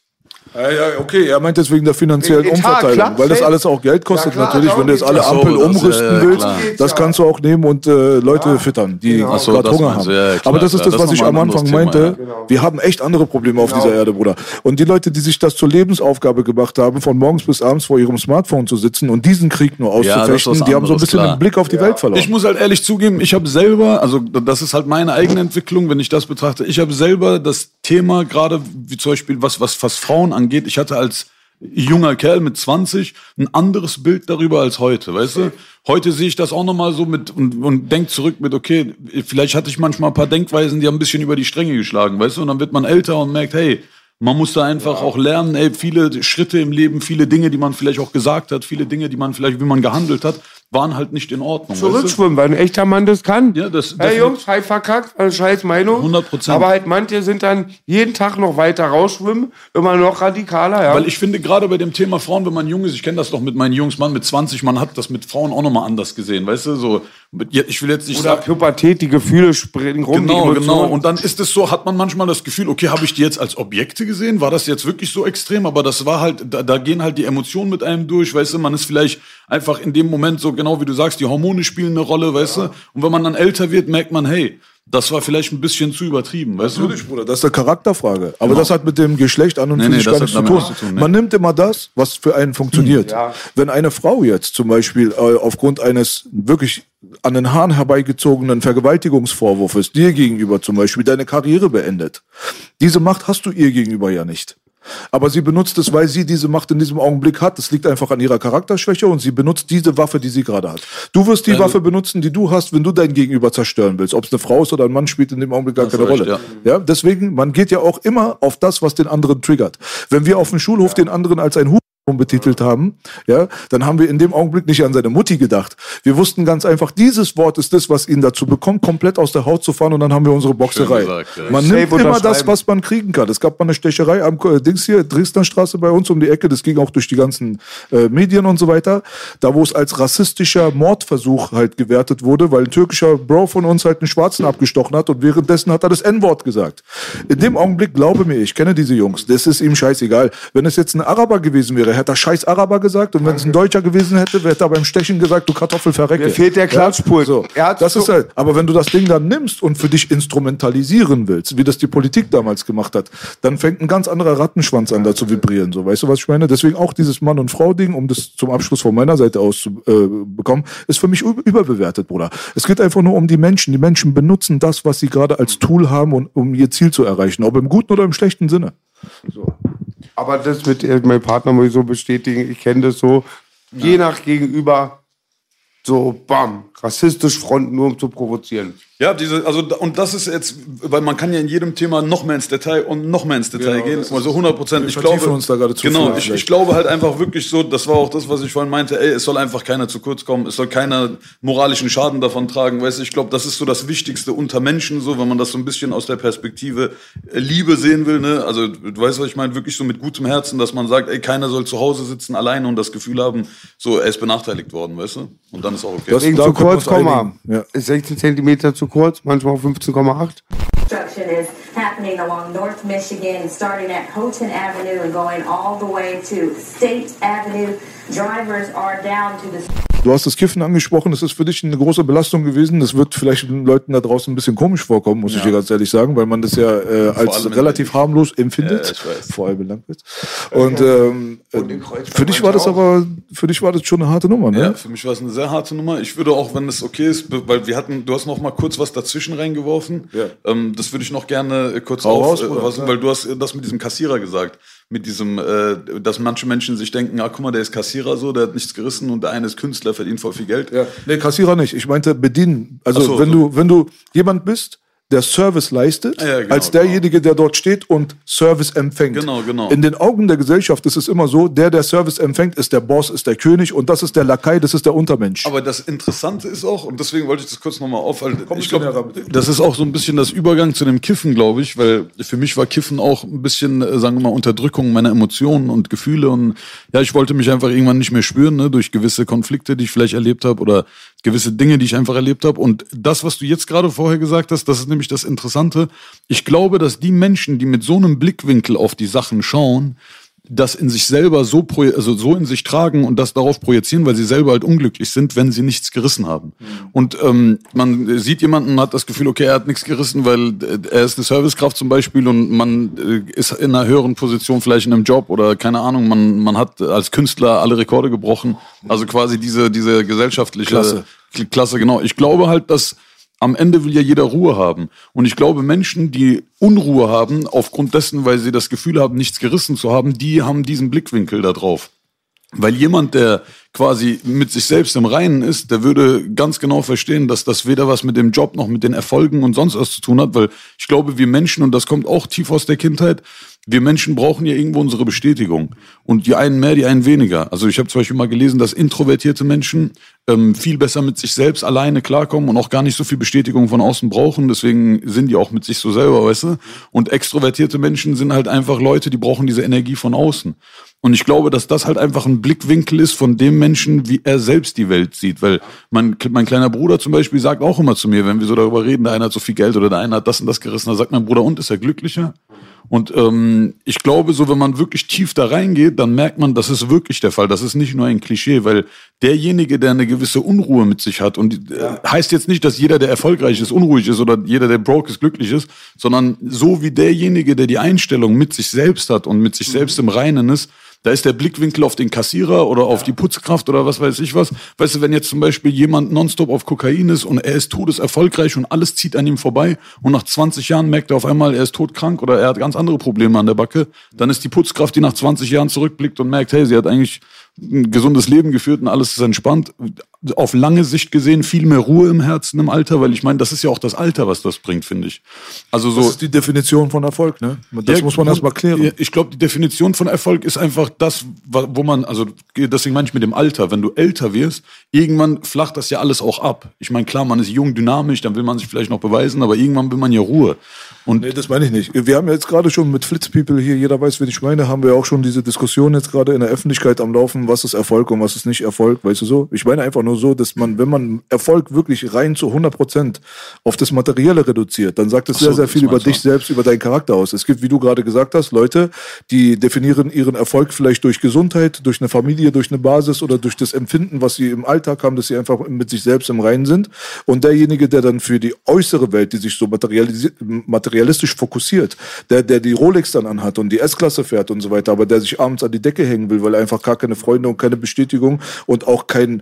Ja, okay, er meint jetzt wegen der finanziellen Umverteilung, klar, weil das alles auch Geld kostet natürlich, wenn du jetzt alle Ampeln umrüsten willst, das kannst du auch nehmen und Leute füttern, die gerade Hunger haben. Ja, aber das ist das, was ich am Anfang meinte, wir haben echt andere Probleme auf dieser Erde, Bruder. Und die Leute, die sich das zur Lebensaufgabe gemacht haben, von morgens bis abends vor ihrem Smartphone zu sitzen und diesen Krieg nur auszufechten, die haben so ein bisschen den Blick auf die Welt verloren. Ich muss halt ehrlich zugeben, ich habe selber, also das ist halt meine eigene Entwicklung, wenn ich das betrachte, ich habe selber das Thema gerade, wie zum Beispiel was Frauen angeht, ich hatte als junger Kerl mit 20 ein anderes Bild darüber als heute, weißt du? Heute sehe ich das auch nochmal so mit und denk zurück mit, okay, vielleicht hatte ich manchmal ein paar Denkweisen, die haben ein bisschen über die Stränge geschlagen, weißt du? Und dann wird man älter und merkt, hey, Man muss da einfach auch lernen, viele Schritte im Leben, viele Dinge, die man vielleicht auch gesagt hat, viele Dinge, die man vielleicht, wie man gehandelt hat, waren halt nicht in Ordnung. Zurückschwimmen, weil ein echter Mann das kann. Ja, das hey Jungs, halt verkackt, scheiß Meinung. 100%. Aber halt manche sind dann jeden Tag noch weiter rausschwimmen, immer noch radikaler, ja. Weil ich finde, gerade bei dem Thema Frauen, wenn man jung ist, ich kenne das doch mit meinen Jungs, Mann, mit 20, man hat das mit Frauen auch nochmal anders gesehen, weißt du, so, ich will jetzt nicht Oder sagen... Pubertät, die Gefühle springen rum. Genau. Und dann ist es so, hat man manchmal das Gefühl, okay, habe ich die jetzt als Objekte gesehen? War das jetzt wirklich so extrem? Aber das war halt, da gehen halt die Emotionen mit einem durch, weißt du, man ist vielleicht einfach in dem Moment so, genau wie du sagst, die Hormone spielen eine Rolle, weißt du? Und wenn man dann älter wird, merkt man, hey, das war vielleicht ein bisschen zu übertrieben, weißt Natürlich, Bruder, das ist eine Charakterfrage. Aber das hat mit dem Geschlecht an und für sich gar nichts zu tun. Man nimmt immer das, was für einen funktioniert. Ja. Wenn eine Frau jetzt zum Beispiel aufgrund eines wirklich an den Haaren herbeigezogenen Vergewaltigungsvorwurfs dir gegenüber zum Beispiel deine Karriere beendet, diese Macht hast du ihr gegenüber ja nicht. Aber sie benutzt es, weil sie diese Macht in diesem Augenblick hat. Das liegt einfach an ihrer Charakterschwäche und sie benutzt diese Waffe, die sie gerade hat. Du wirst die Waffe benutzen, die du hast, wenn du dein Gegenüber zerstören willst. Ob es eine Frau ist oder ein Mann, spielt in dem Augenblick gar keine Rolle. Ja, deswegen, man geht ja auch immer auf das, was den anderen triggert. Wenn wir auf dem Schulhof den anderen als ein betitelt haben, ja, dann haben wir in dem Augenblick nicht an seine Mutti gedacht. Wir wussten ganz einfach, dieses Wort ist das, was ihn dazu bekommt, komplett aus der Haut zu fahren und dann haben wir unsere Boxerei. Gesagt, ja. Man nimmt immer das, was man kriegen kann. Es gab mal eine Stecherei am Dings hier, Dresdner Straße bei uns um die Ecke, das ging auch durch die ganzen Medien und so weiter, da wo es als rassistischer Mordversuch halt gewertet wurde, weil ein türkischer Bro von uns halt einen Schwarzen abgestochen hat und währenddessen hat er das N-Wort gesagt. In dem Augenblick, glaube mir, ich kenne diese Jungs, das ist ihm scheißegal. Wenn es jetzt ein Araber gewesen wäre, hätte er scheiß Araber gesagt und wenn es ein Deutscher gewesen hätte, hätte er beim Stechen gesagt, du Kartoffelverrecke. Mir fehlt der Klatschpult. So. Das ist halt. Aber wenn du das Ding dann nimmst und für dich instrumentalisieren willst, wie das die Politik damals gemacht hat, dann fängt ein ganz anderer Rattenschwanz an, da zu vibrieren. So, weißt du, was ich meine? Deswegen auch dieses Mann- und Frau-Ding, um das zum Abschluss von meiner Seite aus zu bekommen, ist für mich überbewertet, Bruder. Es geht einfach nur um die Menschen. Die Menschen benutzen das, was sie gerade als Tool haben, um ihr Ziel zu erreichen. Ob im guten oder im schlechten Sinne. So. Aber das wird mein Partner muss ich so bestätigen, ich kenne das so, je nach Gegenüber, so bam, rassistisch Front nur um zu provozieren. Ja, und das ist jetzt, weil man kann ja in jedem Thema noch mehr ins Detail und noch mehr ins Detail gehen, also 100%. Ich glaube, uns da gerade zu genau, ich glaube halt einfach wirklich so, das war auch das, was ich vorhin meinte, es soll einfach keiner zu kurz kommen, es soll keiner moralischen Schaden davon tragen, weißt du, ich glaube, das ist so das Wichtigste unter Menschen, so, wenn man das so ein bisschen aus der Perspektive Liebe sehen will, ne, also, du weißt, was ich meine, wirklich so mit gutem Herzen, dass man sagt, keiner soll zu Hause sitzen alleine und das Gefühl haben, so, er ist benachteiligt worden, weißt du, und dann ist auch okay. Deswegen zu kurz kommen, ja. 16 Zentimeter zu kurz, manchmal auch 15,8. Construction is happening along North Michigan, starting at Houghton Avenue and going all the way to State Avenue. Drivers are down to the... Du hast das Kiffen angesprochen, das ist für dich eine große Belastung gewesen. Das wird vielleicht den Leuten da draußen ein bisschen komisch vorkommen, muss ich dir ganz ehrlich sagen, weil man das ja als relativ harmlos empfindet, vor allem in Langwitz. Und für dich war das aber, schon eine harte Nummer, ne? Ja, für mich war es eine sehr harte Nummer. Ich würde auch, wenn es okay ist, weil du hast noch mal kurz was dazwischen reingeworfen. Ja. Das würde ich noch gerne kurz weil du hast das mit diesem Kassierer gesagt. Mit diesem, dass manche Menschen sich denken, guck mal, der ist Kassierer so, der hat nichts gerissen und der eine ist Künstler, verdient voll viel Geld. Ja. Nee, Kassierer nicht. Ich meinte bedienen. Also wenn du jemand bist, der Service leistet, genau, als derjenige, der dort steht und Service empfängt. Genau. In den Augen der Gesellschaft ist es immer so, der Service empfängt, ist der Boss, ist der König und das ist der Lakai, das ist der Untermensch. Aber das Interessante ist auch, und deswegen wollte ich das kurz nochmal aufhalten, ich glaube, das ist auch so ein bisschen das Übergang zu dem Kiffen, glaube ich, weil für mich war Kiffen auch ein bisschen, sagen wir mal, Unterdrückung meiner Emotionen und Gefühle und ja, ich wollte mich einfach irgendwann nicht mehr spüren, ne, durch gewisse Konflikte, die ich vielleicht erlebt habe oder gewisse Dinge, die ich einfach erlebt habe. Und das, was du jetzt gerade vorher gesagt hast, das ist nämlich das Interessante. Ich glaube, dass die Menschen, die mit so einem Blickwinkel auf die Sachen schauen, das in sich selber so in sich tragen und das darauf projizieren, weil sie selber halt unglücklich sind, wenn sie nichts gerissen haben. Und man sieht jemanden und hat das Gefühl, okay, er hat nichts gerissen, weil er ist eine Servicekraft zum Beispiel und man ist in einer höheren Position vielleicht in einem Job oder keine Ahnung, man hat als Künstler alle Rekorde gebrochen. Also quasi diese gesellschaftliche Klasse, genau. Ich glaube halt, dass am Ende will ja jeder Ruhe haben. Und ich glaube, Menschen, die Unruhe haben, aufgrund dessen, weil sie das Gefühl haben, nichts gerissen zu haben, die haben diesen Blickwinkel da drauf. Weil jemand, der quasi mit sich selbst im Reinen ist, der würde ganz genau verstehen, dass das weder was mit dem Job noch mit den Erfolgen und sonst was zu tun hat. Weil ich glaube, wir Menschen, und das kommt auch tief aus der Kindheit, wir Menschen brauchen ja irgendwo unsere Bestätigung. Und die einen mehr, die einen weniger. Also ich habe zum Beispiel mal gelesen, dass introvertierte Menschen viel besser mit sich selbst alleine klarkommen und auch gar nicht so viel Bestätigung von außen brauchen. Deswegen sind die auch mit sich so selber, weißt du? Und extrovertierte Menschen sind halt einfach Leute, die brauchen diese Energie von außen. Und ich glaube, dass das halt einfach ein Blickwinkel ist von dem Menschen, wie er selbst die Welt sieht. Weil mein kleiner Bruder zum Beispiel sagt auch immer zu mir, wenn wir so darüber reden, der eine hat so viel Geld oder der eine hat das und das gerissen, da sagt mein Bruder, und ist er glücklicher? Und ich glaube, so wenn man wirklich tief da reingeht, dann merkt man, das ist wirklich der Fall. Das ist nicht nur ein Klischee, weil derjenige, der eine gewisse Unruhe mit sich hat, und heißt jetzt nicht, dass jeder, der erfolgreich ist, unruhig ist oder jeder, der broke ist, glücklich ist, sondern so wie derjenige, der die Einstellung mit sich selbst hat und mit sich selbst im Reinen ist, da ist der Blickwinkel auf den Kassierer oder auf die Putzkraft oder was weiß ich was. Weißt du, wenn jetzt zum Beispiel jemand nonstop auf Kokain ist und er ist todeserfolgreich und alles zieht an ihm vorbei und nach 20 Jahren merkt er auf einmal, er ist todkrank oder er hat ganz andere Probleme an der Backe, dann ist die Putzkraft, die nach 20 Jahren zurückblickt und merkt, hey, sie hat eigentlich ein gesundes Leben geführt und alles ist entspannt. Auf lange Sicht gesehen viel mehr Ruhe im Herzen im Alter, weil ich meine, das ist ja auch das Alter, was das bringt, finde ich. Also so, das ist die Definition von Erfolg, ne? Das muss man erstmal klären. Ich glaube, die Definition von Erfolg ist einfach das, wo man, also deswegen meine ich mit dem Alter, wenn du älter wirst, irgendwann flacht das ja alles auch ab. Ich meine, klar, man ist jung, dynamisch, dann will man sich vielleicht noch beweisen, aber irgendwann will man ja Ruhe. Und nee, das meine ich nicht. Wir haben ja jetzt gerade schon mit Flitzpeople hier, jeder weiß, wen ich meine, haben wir auch schon diese Diskussion jetzt gerade in der Öffentlichkeit am Laufen, was ist Erfolg und was ist nicht Erfolg, weißt du so? Ich meine einfach nur so, dass man, wenn man Erfolg wirklich rein zu 100% auf das Materielle reduziert, dann sagt es sehr, sehr viel über dich selbst, über deinen Charakter aus. Es gibt, wie du gerade gesagt hast, Leute, die definieren ihren Erfolg vielleicht durch Gesundheit, durch eine Familie, durch eine Basis oder durch das Empfinden, was sie im Alltag haben, dass sie einfach mit sich selbst im Reinen sind. Und derjenige, der dann für die äußere Welt, die sich so materialistisch fokussiert, der die Rolex dann anhat und die S-Klasse fährt und so weiter, aber der sich abends an die Decke hängen will, weil er einfach gar keine Freunde und keine Bestätigung und auch kein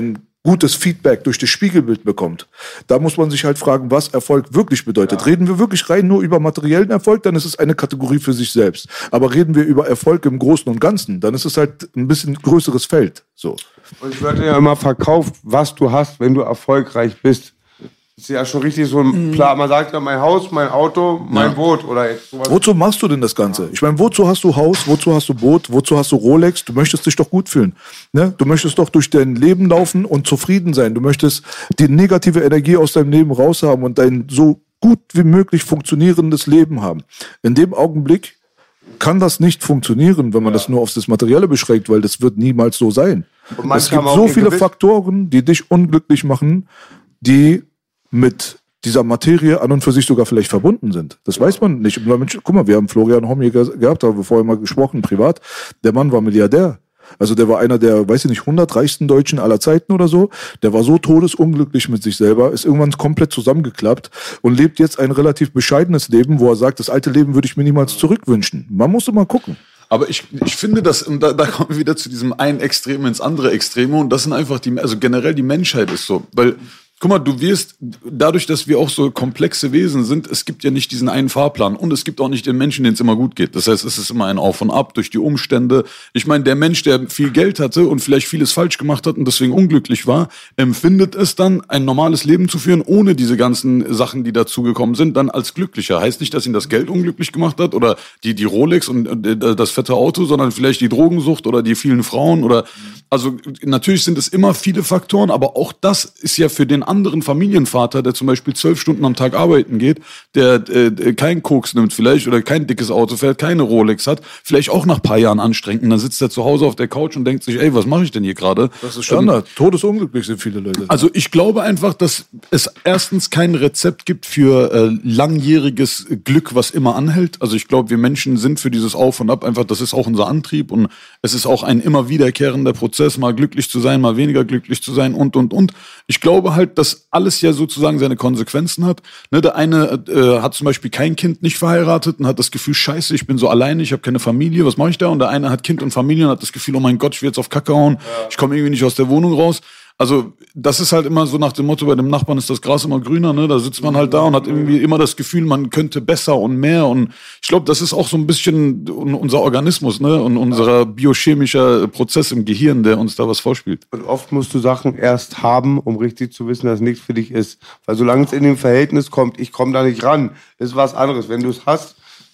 gutes Feedback durch das Spiegelbild bekommt. Da muss man sich halt fragen, was Erfolg wirklich bedeutet. Ja. Reden wir wirklich rein nur über materiellen Erfolg, dann ist es eine Kategorie für sich selbst. Aber reden wir über Erfolg im Großen und Ganzen, dann ist es halt ein bisschen größeres Feld. So. Und ich werde ja immer verkauft, was du hast, wenn du erfolgreich bist. Das ist ja schon richtig so ein Plan. Man sagt ja, mein Haus, mein Auto, mein Boot oder jetzt sowas. Wozu machst du denn das Ganze? Ich meine, wozu hast du Haus, wozu hast du Boot, wozu hast du Rolex? Du möchtest dich doch gut fühlen. Ne? Du möchtest doch durch dein Leben laufen und zufrieden sein. Du möchtest die negative Energie aus deinem Leben raushaben und dein so gut wie möglich funktionierendes Leben haben. In dem Augenblick kann das nicht funktionieren, wenn man das nur auf das Materielle beschränkt, weil das wird niemals so sein. Es gibt so viele Faktoren, die dich unglücklich machen, die mit dieser Materie an und für sich sogar vielleicht verbunden sind. Das weiß man nicht. Guck mal, wir haben Florian Homm hier gehabt, da haben wir vorher mal gesprochen, privat. Der Mann war Milliardär. Also der war einer der, weiß ich nicht, 100 reichsten Deutschen aller Zeiten oder so. Der war so todesunglücklich mit sich selber, ist irgendwann komplett zusammengeklappt und lebt jetzt ein relativ bescheidenes Leben, wo er sagt, das alte Leben würde ich mir niemals zurückwünschen. Man muss immer gucken. Aber ich finde, dass, und da kommen wir wieder zu diesem einen Extrem ins andere Extreme, und das sind einfach also generell die Menschheit ist so, weil guck mal, du wirst, dadurch, dass wir auch so komplexe Wesen sind, es gibt ja nicht diesen einen Fahrplan und es gibt auch nicht den Menschen, denen es immer gut geht. Das heißt, es ist immer ein Auf und Ab durch die Umstände. Ich meine, der Mensch, der viel Geld hatte und vielleicht vieles falsch gemacht hat und deswegen unglücklich war, empfindet es dann, ein normales Leben zu führen, ohne diese ganzen Sachen, die dazugekommen sind, dann als glücklicher. Heißt nicht, dass ihn das Geld unglücklich gemacht hat oder die Rolex und das fette Auto, sondern vielleicht die Drogensucht oder die vielen Frauen oder, also natürlich sind es immer viele Faktoren, aber auch das ist ja für den anderen Familienvater, der zum Beispiel 12 Stunden am Tag arbeiten geht, der keinen Koks nimmt vielleicht oder kein dickes Auto fährt, keine Rolex hat, vielleicht auch nach ein paar Jahren anstrengend. Und dann sitzt er zu Hause auf der Couch und denkt sich, ey, was mache ich denn hier gerade? Das ist Standard. Todesunglücklich sind viele Leute. Also ich glaube einfach, dass es erstens kein Rezept gibt für langjähriges Glück, was immer anhält. Also ich glaube, wir Menschen sind für dieses Auf und Ab einfach, das ist auch unser Antrieb und es ist auch ein immer wiederkehrender Prozess, mal glücklich zu sein, mal weniger glücklich zu sein und. Ich glaube halt, dass alles ja sozusagen seine Konsequenzen hat. Ne, der eine hat zum Beispiel kein Kind, nicht verheiratet und hat das Gefühl, scheiße, ich bin so alleine, ich habe keine Familie, was mache ich da? Und der eine hat Kind und Familie und hat das Gefühl, oh mein Gott, ich will jetzt auf Kacke hauen, ich komme irgendwie nicht aus der Wohnung raus. Also das ist halt immer so nach dem Motto, bei dem Nachbarn ist das Gras immer grüner, ne? Da sitzt man halt da und hat irgendwie immer das Gefühl, man könnte besser und mehr. Und ich glaube, das ist auch so ein bisschen unser Organismus, ne? Und unser biochemischer Prozess im Gehirn, der uns da was vorspielt. Und oft musst du Sachen erst haben, um richtig zu wissen, dass nichts für dich ist. Weil solange es in dem Verhältnis kommt, ich komme da nicht ran, ist was anderes. Wenn du es hast,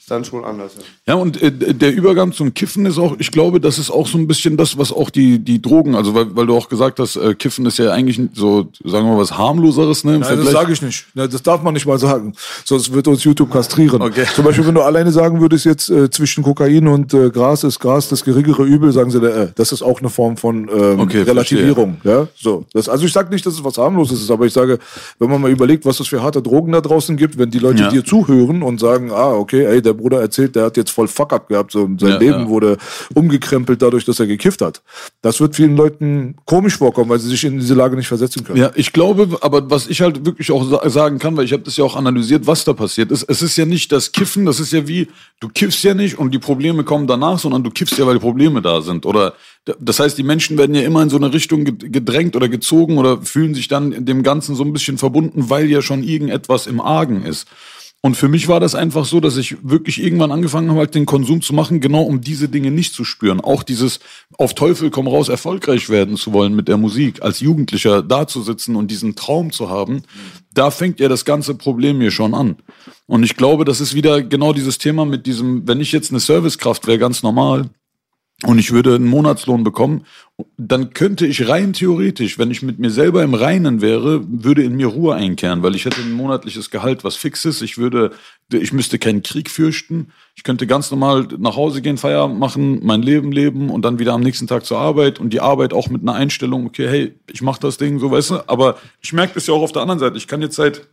ist dann schon anders. Ja, und der Übergang zum Kiffen ist auch, ich glaube, das ist auch so ein bisschen das, was auch die Drogen, also weil du auch gesagt hast, Kiffen ist ja eigentlich so, sagen wir mal, was harmloseres, ne? Nein, das sage ich nicht. Das darf man nicht mal sagen. Sonst wird uns YouTube kastrieren. Okay. Zum Beispiel, wenn du alleine sagen würdest, jetzt zwischen Kokain und Gras ist Gras das geringere Übel, sagen sie, das ist auch eine Form von Relativierung. Ja? So. Also ich sage nicht, dass es was harmloses ist, aber ich sage, wenn man mal überlegt, was es für harte Drogen da draußen gibt, wenn die Leute dir zuhören und sagen, okay, ey, der Bruder erzählt, der hat jetzt voll Fuck-up gehabt, so, sein Leben wurde umgekrempelt dadurch, dass er gekifft hat. Das wird vielen Leuten komisch vorkommen, weil sie sich in diese Lage nicht versetzen können. Ja, ich glaube, aber was ich halt wirklich auch sagen kann, weil ich habe das ja auch analysiert, was da passiert ist, es ist ja nicht das Kiffen, das ist ja wie, du kiffst ja nicht und die Probleme kommen danach, sondern du kiffst ja, weil die Probleme da sind. Oder das heißt, die Menschen werden ja immer in so eine Richtung gedrängt oder gezogen oder fühlen sich dann in dem Ganzen so ein bisschen verbunden, weil ja schon irgendetwas im Argen ist. Und für mich war das einfach so, dass ich wirklich irgendwann angefangen habe, halt den Konsum zu machen, genau um diese Dinge nicht zu spüren. Auch dieses auf Teufel komm raus erfolgreich werden zu wollen mit der Musik, als Jugendlicher dazusitzen und diesen Traum zu haben, da fängt ja das ganze Problem hier schon an. Und ich glaube, das ist wieder genau dieses Thema mit diesem, wenn ich jetzt eine Servicekraft wäre, ganz normal, und ich würde einen Monatslohn bekommen, dann könnte ich rein theoretisch, wenn ich mit mir selber im Reinen wäre, würde in mir Ruhe einkehren, weil ich hätte ein monatliches Gehalt, was fix ist. Ich müsste keinen Krieg fürchten. Ich könnte ganz normal nach Hause gehen, Feierabend machen, mein Leben leben und dann wieder am nächsten Tag zur Arbeit und die Arbeit auch mit einer Einstellung, okay, hey, ich mach das Ding, so, weißt du. Aber ich merke das ja auch auf der anderen Seite. Ich kann jetzt seit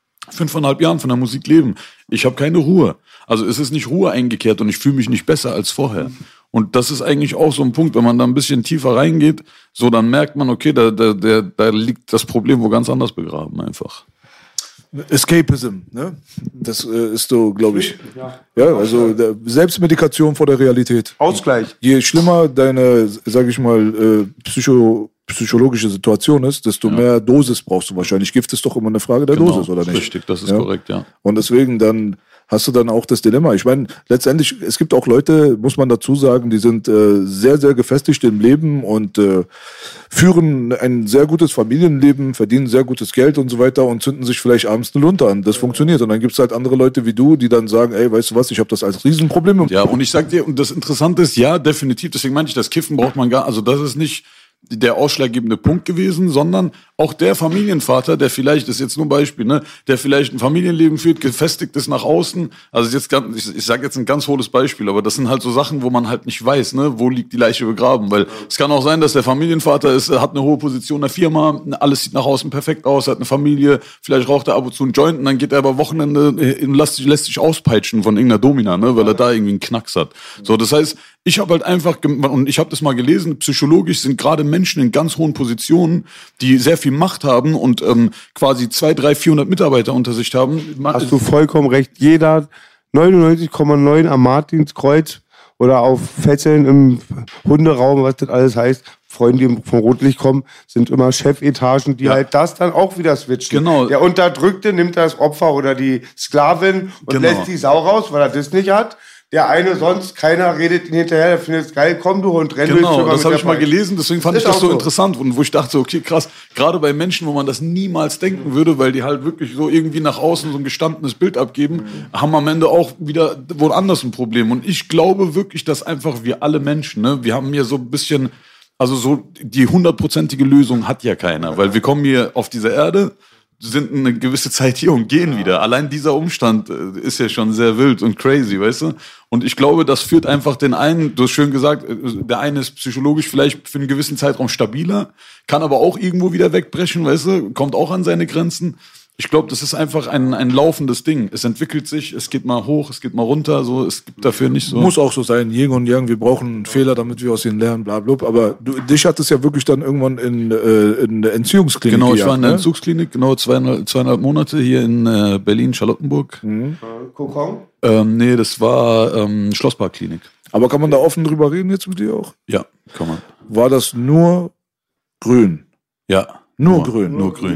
5,5 Jahren von der Musik leben. Ich habe keine Ruhe. Also es ist nicht Ruhe eingekehrt und ich fühle mich nicht besser als vorher. Und das ist eigentlich auch so ein Punkt, wenn man da ein bisschen tiefer reingeht, so dann merkt man, okay, da liegt das Problem wo ganz anders begraben einfach. Escapism, ne? Das ist so, glaube ich. Ja, also Selbstmedikation vor der Realität. Ausgleich. Je schlimmer deine, sag ich mal, psychologische Situation ist, desto mehr Dosis brauchst du wahrscheinlich. Gift ist doch immer eine Frage der Dosis, oder nicht? Richtig, das ist korrekt, ja. Und deswegen dann hast du dann auch das Dilemma. Ich meine, letztendlich, es gibt auch Leute, muss man dazu sagen, die sind sehr, sehr gefestigt im Leben und führen ein sehr gutes Familienleben, verdienen sehr gutes Geld und so weiter und zünden sich vielleicht abends eine Lunte an. Das funktioniert. Und dann gibt's halt andere Leute wie du, die dann sagen, ey, weißt du was, ich habe das als Riesenproblem. Ja, und ich sag dir, und das Interessante ist, ja, definitiv, deswegen meinte ich, das Kiffen braucht man gar, also das ist nicht der ausschlaggebende Punkt gewesen, sondern auch der Familienvater, der vielleicht, das ist jetzt nur ein Beispiel, ne, der vielleicht ein Familienleben führt, gefestigt ist nach außen, also jetzt ich sage jetzt ein ganz hohles Beispiel, aber das sind halt so Sachen, wo man halt nicht weiß, ne, wo liegt die Leiche begraben, weil es kann auch sein, dass der Familienvater hat eine hohe Position in der Firma, alles sieht nach außen perfekt aus, hat eine Familie, vielleicht raucht er ab und zu einen Joint und dann geht er aber Wochenende, lässt sich auspeitschen von irgendeiner Domina, ne, weil er da irgendwie einen Knacks hat. So, das heißt, ich habe halt einfach, und ich habe das mal gelesen, psychologisch sind gerade Menschen in ganz hohen Positionen, die sehr viel Macht haben und quasi 200, 300, 400 Mitarbeiter unter sich haben. Hast du vollkommen recht. Jeder 99,9 am Martinskreuz oder auf Fesseln im Hunderaum, was das alles heißt, Freunde, die vom Rotlicht kommen, sind immer Chefetagen, die halt das dann auch wieder switchen. Genau. Der Unterdrückte nimmt das Opfer oder die Sklavin und lässt die Sau raus, weil er das nicht hat. Der eine sonst, keiner redet ihn hinterher, der findet es geil, komm du und renn durch. Genau, das habe ich mal gelesen, deswegen fand ich das so interessant. Und wo ich dachte, okay, krass, gerade bei Menschen, wo man das niemals denken würde, weil die halt wirklich so irgendwie nach außen so ein gestandenes Bild abgeben, haben am Ende auch wieder woanders ein Problem. Und ich glaube wirklich, dass einfach wir alle Menschen, ne, wir haben hier so ein bisschen, also so die 100%ige Lösung hat ja keiner, weil wir kommen hier auf diese Erde, sind eine gewisse Zeit hier und gehen wieder. Allein dieser Umstand ist ja schon sehr wild und crazy, weißt du? Und ich glaube, das führt einfach den einen, du hast schön gesagt, der eine ist psychologisch vielleicht für einen gewissen Zeitraum stabiler, kann aber auch irgendwo wieder wegbrechen, weißt du? Kommt auch an seine Grenzen. Ich glaube, das ist einfach ein laufendes Ding. Es entwickelt sich, es geht mal hoch, es geht mal runter, so, es gibt dafür nicht so. Muss auch so sein, Yin und Yang, wir brauchen Fehler, damit wir aus ihnen lernen, bla bla. Aber dich hat es ja wirklich dann irgendwann in der Entzugsklinik Genau, ich war in der Entzugsklinik, genau 2,5 Monate hier in Berlin-Charlottenburg. Kokon? Nee, das war Schlossparkklinik. Aber kann man da offen drüber reden jetzt mit dir auch? Ja, kann man. War das nur grün? Ja. Nur grün? Nur grün, ja.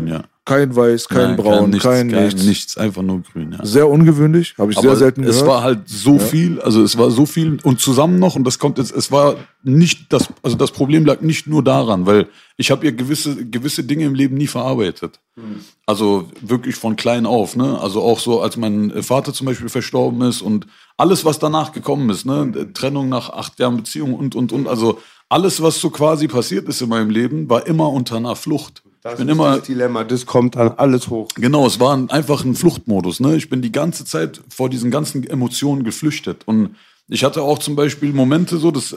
Kein Weiß, kein Braun, kein nichts. Einfach nur grün. Ja. Sehr ungewöhnlich, habe ich sehr selten gehört. Es war halt so viel, also es war so viel und zusammen noch, und das kommt jetzt, es war nicht das, also das Problem lag nicht nur daran, weil ich habe ihr gewisse Dinge im Leben nie verarbeitet. Also wirklich von klein auf, ne? Also auch so, als mein Vater zum Beispiel verstorben ist und alles, was danach gekommen ist, ne? Trennung nach 8 Jahren Beziehung und. Also alles, was so quasi passiert ist in meinem Leben, war immer unter einer Flucht. Das ist das Dilemma, das kommt dann alles hoch. Genau, es war einfach ein Fluchtmodus. Ne? Ich bin die ganze Zeit vor diesen ganzen Emotionen geflüchtet. Und ich hatte auch zum Beispiel Momente so, das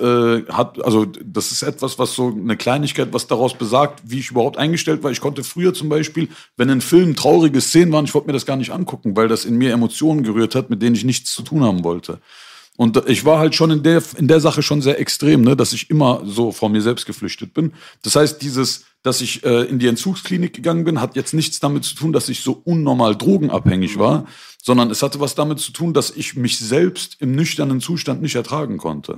ist etwas, was so eine Kleinigkeit, was daraus besagt, wie ich überhaupt eingestellt war. Ich konnte früher zum Beispiel, wenn in Filmen traurige Szenen waren, ich wollte mir das gar nicht angucken, weil das in mir Emotionen gerührt hat, mit denen ich nichts zu tun haben wollte. Und ich war halt schon in der Sache schon sehr extrem, ne, dass ich immer so vor mir selbst geflüchtet bin. Das heißt, dass ich in die Entzugsklinik gegangen bin, hat jetzt nichts damit zu tun, dass ich so unnormal drogenabhängig war, sondern es hatte was damit zu tun, dass ich mich selbst im nüchternen Zustand nicht ertragen konnte.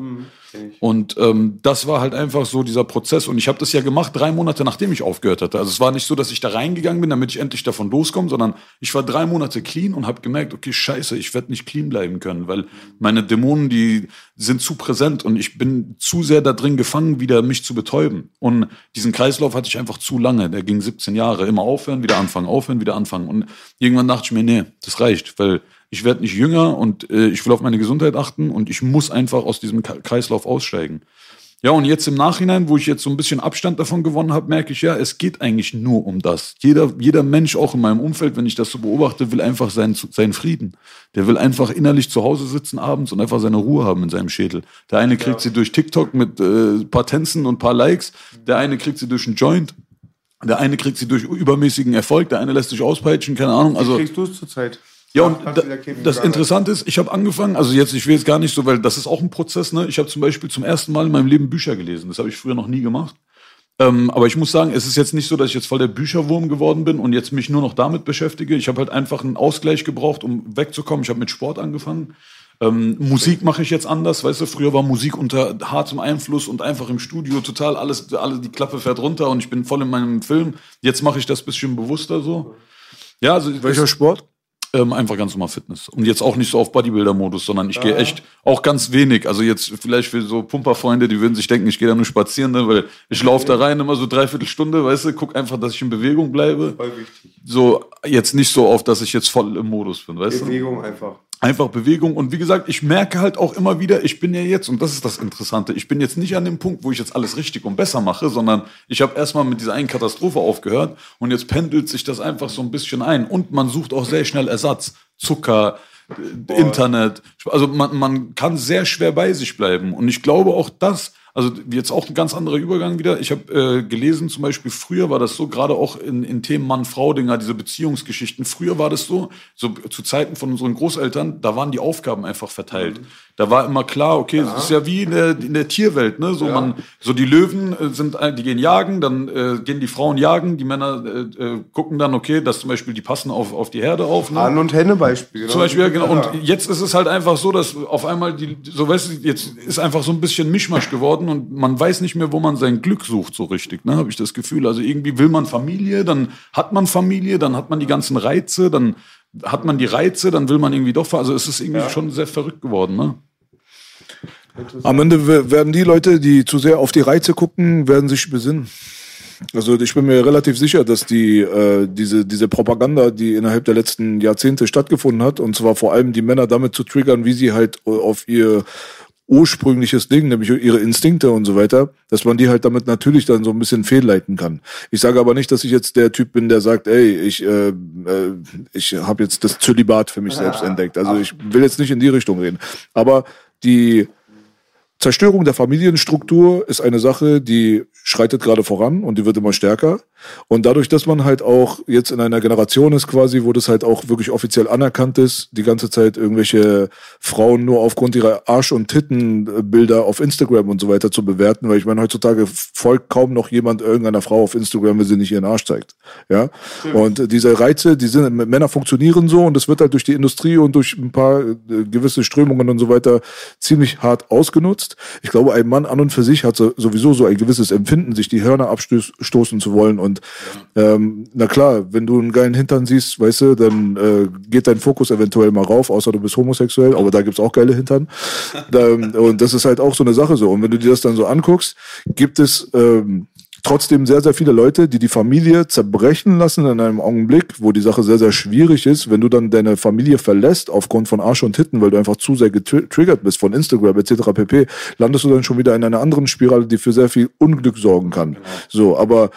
Und das war halt einfach so dieser Prozess. Und ich habe das ja gemacht 3 Monate, nachdem ich aufgehört hatte. Also es war nicht so, dass ich da reingegangen bin, damit ich endlich davon loskomme, sondern ich war 3 Monate clean und habe gemerkt, okay, scheiße, ich werde nicht clean bleiben können, weil meine Dämonen, die sind zu präsent und ich bin zu sehr da drin gefangen, wieder mich zu betäuben. Und diesen Kreislauf hatte ich einfach zu lange. Der ging 17 Jahre. Immer aufhören, wieder anfangen, aufhören, wieder anfangen. Und irgendwann dachte ich mir, nee, das reicht, weil ich werde nicht jünger und ich will auf meine Gesundheit achten und ich muss einfach aus diesem Kreislauf aussteigen. Ja, und jetzt im Nachhinein, wo ich jetzt so ein bisschen Abstand davon gewonnen habe, merke ich, ja, es geht eigentlich nur um das. Jeder Mensch, auch in meinem Umfeld, wenn ich das so beobachte, will einfach seinen Frieden. Der will einfach innerlich zu Hause sitzen abends und einfach seine Ruhe haben in seinem Schädel. Der eine kriegt sie durch TikTok mit paar Tänzen und paar Likes. Der eine kriegt sie durch einen Joint. Der eine kriegt sie durch übermäßigen Erfolg. Der eine lässt sich auspeitschen, keine Ahnung. Also, wie kriegst du es zurzeit? Ja, und das Interessante ist, ich habe angefangen, also jetzt, ich will jetzt gar nicht so, weil das ist auch ein Prozess, ne? Ich habe zum Beispiel zum ersten Mal in meinem Leben Bücher gelesen. Das habe ich früher noch nie gemacht. Aber ich muss sagen, es ist jetzt nicht so, dass ich jetzt voll der Bücherwurm geworden bin und jetzt mich nur noch damit beschäftige. Ich habe halt einfach einen Ausgleich gebraucht, um wegzukommen. Ich habe mit Sport angefangen. Musik mache ich jetzt anders, weißt du, früher war Musik unter hartem Einfluss und einfach im Studio total die Klappe fährt runter und ich bin voll in meinem Film. Jetzt mache ich das bisschen bewusster so. Ja, also welcher Sport? Einfach ganz normal Fitness. Und jetzt auch nicht so auf Bodybuilder-Modus, sondern ich gehe echt auch ganz wenig. Also jetzt vielleicht für so Pumperfreunde, die würden sich denken, ich gehe da nur spazieren, ne? Weil ich laufe da rein immer so 3/4 Stunde, weißt du, guck einfach, dass ich in Bewegung bleibe. Voll wichtig. So, jetzt nicht so auf, dass ich jetzt voll im Modus bin, weißt du? Bewegung einfach. Einfach Bewegung. Und wie gesagt, ich merke halt auch immer wieder, ich bin ja jetzt, und das ist das Interessante, ich bin jetzt nicht an dem Punkt, wo ich jetzt alles richtig und besser mache, sondern ich habe erstmal mit dieser einen Katastrophe aufgehört und jetzt pendelt sich das einfach so ein bisschen ein. Und man sucht auch sehr schnell Ersatz. Zucker, Internet. Also man kann sehr schwer bei sich bleiben. Und ich glaube auch das, also jetzt auch ein ganz anderer Übergang wieder. Ich habe gelesen, zum Beispiel früher war das so, gerade auch in Themen Mann-Frau-Dinger, diese Beziehungsgeschichten. Früher war das so zu Zeiten von unseren Großeltern, da waren die Aufgaben einfach verteilt. Da war immer klar, okay, das ist ja wie in der Tierwelt, ne? So die Löwen die gehen jagen, dann gehen die Frauen jagen, die Männer gucken dann, okay, dass zum Beispiel die passen auf die Herde auf. Ne? Hahn- und Henne-Beispiel. Zum Beispiel, ja, genau. Und jetzt ist es halt einfach so, dass auf einmal jetzt ist einfach so ein bisschen Mischmasch geworden und man weiß nicht mehr, wo man sein Glück sucht, so richtig, ne, habe ich das Gefühl. Also irgendwie will man Familie, dann hat man Familie, dann hat man die ganzen Reize, dann hat man die Reize, dann will man irgendwie doch, also es ist irgendwie schon sehr verrückt geworden, ne? Am Ende werden die Leute, die zu sehr auf die Reize gucken, werden sich besinnen. Also ich bin mir relativ sicher, dass diese Propaganda, die innerhalb der letzten Jahrzehnte stattgefunden hat, und zwar vor allem die Männer damit zu triggern, wie sie halt auf ihr ursprüngliches Ding, nämlich ihre Instinkte und so weiter, dass man die halt damit natürlich dann so ein bisschen fehlleiten kann. Ich sage aber nicht, dass ich jetzt der Typ bin, der sagt, ey, ich habe jetzt das Zölibat für mich selbst entdeckt. Also ich will jetzt nicht in die Richtung reden. Aber die Zerstörung der Familienstruktur ist eine Sache, die schreitet gerade voran und die wird immer stärker. Und dadurch, dass man halt auch jetzt in einer Generation ist quasi, wo das halt auch wirklich offiziell anerkannt ist, die ganze Zeit irgendwelche Frauen nur aufgrund ihrer Arsch- und Tittenbilder auf Instagram und so weiter zu bewerten, weil ich meine, heutzutage folgt kaum noch jemand irgendeiner Frau auf Instagram, wenn sie nicht ihren Arsch zeigt. Ja. Und diese Reize, Männer funktionieren so und das wird halt durch die Industrie und durch ein paar gewisse Strömungen und so weiter ziemlich hart ausgenutzt. ist. Ich glaube, ein Mann an und für sich hat sowieso so ein gewisses Empfinden, sich die Hörner abstoßen zu wollen. Und na klar, wenn du einen geilen Hintern siehst, weißt du, dann geht dein Fokus eventuell mal rauf, außer du bist homosexuell, aber da gibt's auch geile Hintern. Und das ist halt auch so eine Sache so. Und wenn du dir das dann so anguckst, gibt es trotzdem sehr, sehr viele Leute, die Familie zerbrechen lassen in einem Augenblick, wo die Sache sehr, sehr schwierig ist. Wenn du dann deine Familie verlässt aufgrund von Arsch und Titten, weil du einfach zu sehr getriggert bist von Instagram etc. pp., landest du dann schon wieder in einer anderen Spirale, die für sehr viel Unglück sorgen kann. Genau. So, aber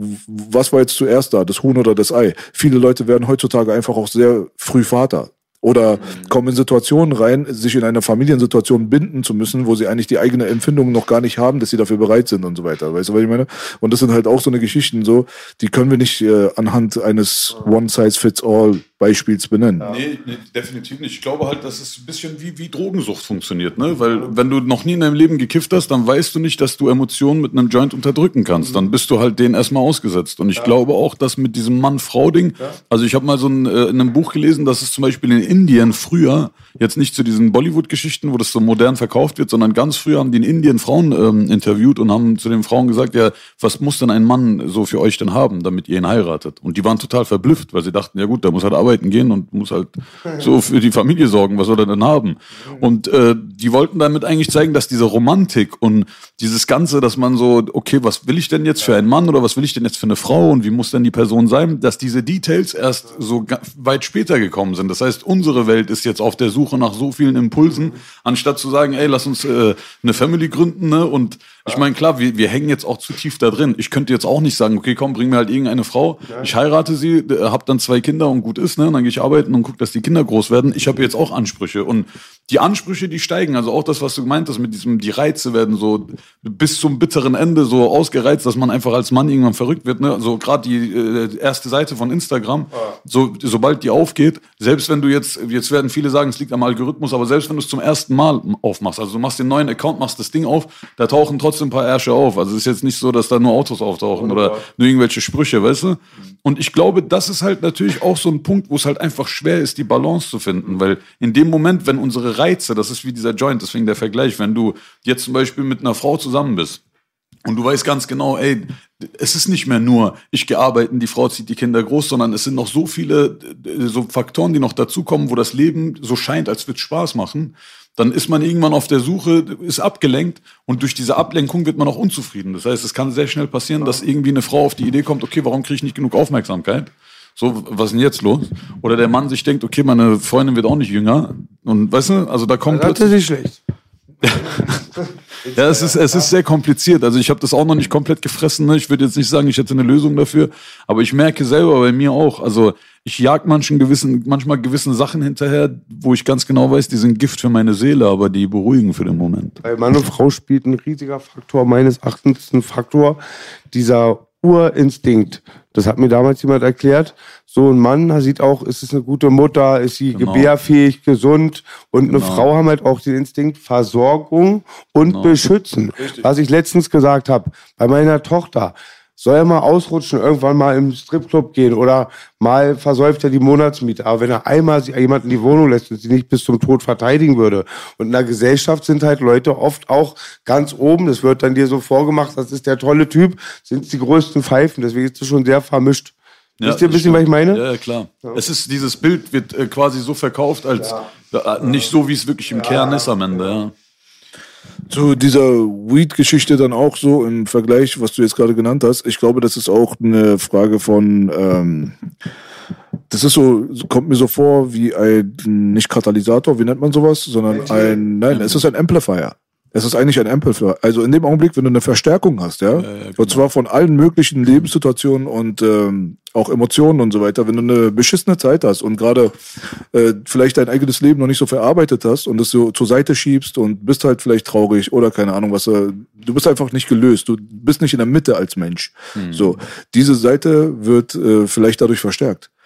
was war jetzt zuerst da, das Huhn oder das Ei? Viele Leute werden heutzutage einfach auch sehr früh Vater. Oder kommen in Situationen rein, sich in einer Familiensituation binden zu müssen, wo sie eigentlich die eigene Empfindung noch gar nicht haben, dass sie dafür bereit sind und so weiter. Weißt du, was ich meine? Und das sind halt auch so eine Geschichten, so, die können wir nicht anhand eines One-Size-Fits-All-Beispiels benennen. Nee, definitiv nicht. Ich glaube halt, dass es ein bisschen wie Drogensucht funktioniert, ne? Weil wenn du noch nie in deinem Leben gekifft hast, dann weißt du nicht, dass du Emotionen mit einem Joint unterdrücken kannst. Dann bist du halt denen erstmal ausgesetzt. Und ich glaube auch, dass mit diesem Mann-Frau-Ding, also ich habe mal so in einem Buch gelesen, dass es zum Beispiel in Indien früher, jetzt nicht zu diesen Bollywood-Geschichten, wo das so modern verkauft wird, sondern ganz früher haben die in Indien Frauen interviewt und haben zu den Frauen gesagt, ja, was muss denn ein Mann so für euch denn haben, damit ihr ihn heiratet? Und die waren total verblüfft, weil sie dachten, ja gut, der muss halt arbeiten gehen und muss halt so für die Familie sorgen, was soll er denn haben? Und die wollten damit eigentlich zeigen, dass diese Romantik und dieses Ganze, dass man so, okay, was will ich denn jetzt für einen Mann oder was will ich denn jetzt für eine Frau und wie muss denn die Person sein, dass diese Details erst so weit später gekommen sind. Das heißt, unsere Welt ist jetzt auf der Suche nach so vielen Impulsen, anstatt zu sagen, ey, lass uns eine Family gründen, ne? Und ich meine, klar, wir hängen jetzt auch zu tief da drin. Ich könnte jetzt auch nicht sagen, okay, komm, bring mir halt irgendeine Frau, ich heirate sie, hab dann 2 Kinder und gut ist, ne? Und dann gehe ich arbeiten und guck, dass die Kinder groß werden. Ich habe jetzt auch Ansprüche und die Ansprüche, die steigen. Also auch das, was du gemeint hast mit diesem, die Reize werden so bis zum bitteren Ende so ausgereizt, dass man einfach als Mann irgendwann verrückt wird, ne? So gerade die erste Seite von Instagram, sobald die aufgeht, selbst wenn du jetzt werden viele sagen, es liegt am Algorithmus, aber selbst wenn du es zum ersten Mal aufmachst, also du machst den neuen Account, machst das Ding auf, da tauchen trotzdem ein paar Ärsche auf. Also es ist jetzt nicht so, dass da nur Autos auftauchen oder nur irgendwelche Sprüche, weißt du? Und ich glaube, das ist halt natürlich auch so ein Punkt, wo es halt einfach schwer ist, die Balance zu finden, weil in dem Moment, wenn unsere Reize, das ist wie dieser Joint, deswegen der Vergleich, wenn du jetzt zum Beispiel mit einer Frau zusammen bist und du weißt ganz genau, ey, es ist nicht mehr nur, ich gehe arbeiten, die Frau zieht die Kinder groß, sondern es sind noch so viele so Faktoren, die noch dazukommen, wo das Leben so scheint, als würde es Spaß machen. Dann ist man irgendwann auf der Suche, ist abgelenkt und durch diese Ablenkung wird man auch unzufrieden. Das heißt, es kann sehr schnell passieren, dass irgendwie eine Frau auf die Idee kommt, okay, warum kriege ich nicht genug Aufmerksamkeit? So, was ist denn jetzt los? Oder der Mann sich denkt, okay, meine Freundin wird auch nicht jünger. Und weißt du, also da kommt plötzlich... Das ist schlecht. Ja, es ist sehr kompliziert. Also ich habe das auch noch nicht komplett gefressen. Ne? Ich würde jetzt nicht sagen, ich hätte eine Lösung dafür. Aber ich merke selber bei mir auch, also ich jag manchmal gewissen Sachen hinterher, wo ich ganz genau weiß, die sind Gift für meine Seele, aber die beruhigen für den Moment. Bei Mann und Frau spielt ein riesiger Faktor, meines Erachtens ein Faktor, dieser Urinstinkt. Das hat mir damals jemand erklärt. So ein Mann sieht auch, ist es eine gute Mutter, ist sie gebärfähig, gesund. Und eine Frau haben halt auch den Instinkt Versorgung und Beschützen. Richtig. Was ich letztens gesagt habe, bei meiner Tochter. Soll er mal ausrutschen, irgendwann mal im Stripclub gehen oder mal versäuft er die Monatsmiete. Aber wenn er einmal jemanden in die Wohnung lässt und sie nicht bis zum Tod verteidigen würde. Und in der Gesellschaft sind halt Leute oft auch ganz oben, das wird dann dir so vorgemacht, das ist der tolle Typ, sind die größten Pfeifen. Deswegen ist es schon sehr vermischt. Ja, wisst ihr ein bisschen, was ich meine? Ja, klar. Ja. Es ist, dieses Bild wird quasi so verkauft, als nicht so, wie es wirklich im Kern ist am Ende, ja. Zu dieser Weed-Geschichte dann auch so im Vergleich, was du jetzt gerade genannt hast. Ich glaube, das ist auch eine Frage von, das ist so, kommt mir so vor wie ein, nicht Katalysator, wie nennt man sowas, sondern es ist ein Amplifier. Es ist eigentlich ein Amplifier. Also in dem Augenblick, wenn du eine Verstärkung hast, genau. Und zwar von allen möglichen Lebenssituationen und auch Emotionen und so weiter. Wenn du eine beschissene Zeit hast und gerade vielleicht dein eigenes Leben noch nicht so verarbeitet hast und es so zur Seite schiebst und bist halt vielleicht traurig oder keine Ahnung was, du bist einfach nicht gelöst. Du bist nicht in der Mitte als Mensch. So, diese Seite wird vielleicht dadurch verstärkt.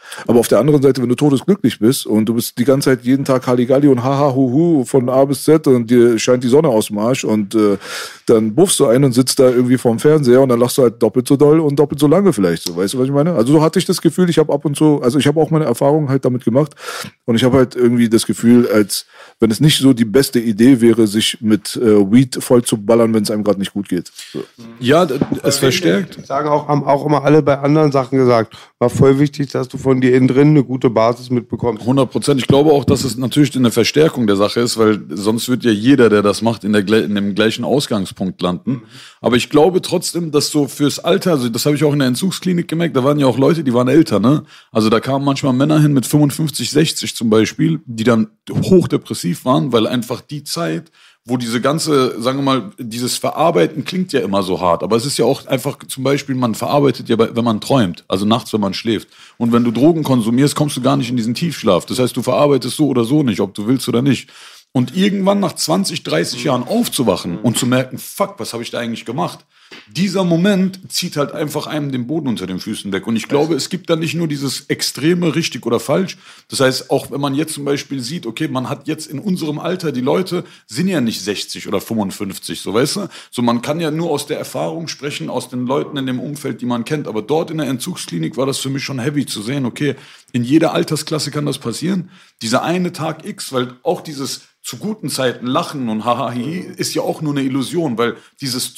Aber auf der anderen Seite, wenn du todesglücklich bist und du bist die ganze Zeit jeden Tag Halligalli und haha huhu von A bis Z und dir scheint die Sonne aus dem Arsch und dann buffst du ein und sitzt da irgendwie vorm Fernseher und dann lachst du halt doppelt so doll und doppelt so lange vielleicht, so, weißt du, was ich meine? Also so hatte ich das Gefühl, ich habe ab und zu, also ich habe auch meine Erfahrungen halt damit gemacht und ich habe halt irgendwie das Gefühl, als wenn es nicht so die beste Idee wäre, sich mit Weed voll zu ballern, wenn es einem gerade nicht gut geht. So. Ja, es verstärkt. Sagen haben auch immer alle bei anderen Sachen gesagt, war voll wichtig, dass du von dir innen drin eine gute Basis mitbekommst. 100%. Ich glaube auch, dass es natürlich eine Verstärkung der Sache ist, weil sonst wird ja jeder, der das macht, in dem gleichen Ausgangspunkt landen. Aber ich glaube trotzdem, dass so fürs Alter, also das habe ich auch in der Entzugsklinik gemerkt, da waren ja auch Leute, die waren älter, ne? Also da kamen manchmal Männer hin mit 55, 60 zum Beispiel, die dann hochdepressiv waren, weil einfach die Zeit, wo diese ganze, sagen wir mal, dieses Verarbeiten klingt ja immer so hart, aber es ist ja auch einfach zum Beispiel, man verarbeitet ja, wenn man träumt, also nachts, wenn man schläft. Und wenn du Drogen konsumierst, kommst du gar nicht in diesen Tiefschlaf. Das heißt, du verarbeitest so oder so nicht, ob du willst oder nicht. Und irgendwann nach 20, 30 Jahren aufzuwachen und zu merken, fuck, was habe ich da eigentlich gemacht? Dieser Moment zieht halt einfach einem den Boden unter den Füßen weg. Und ich glaube, es gibt da nicht nur dieses extreme richtig oder falsch. Das heißt, auch wenn man jetzt zum Beispiel sieht, okay, man hat jetzt in unserem Alter, die Leute sind ja nicht 60 oder 55, so weißt du? So, man kann ja nur aus der Erfahrung sprechen, aus den Leuten in dem Umfeld, die man kennt. Aber dort in der Entzugsklinik war das für mich schon heavy zu sehen, okay, in jeder Altersklasse kann das passieren. Dieser eine Tag X, weil auch dieses zu guten Zeiten lachen und hahahi ist ja auch nur eine Illusion, weil dieses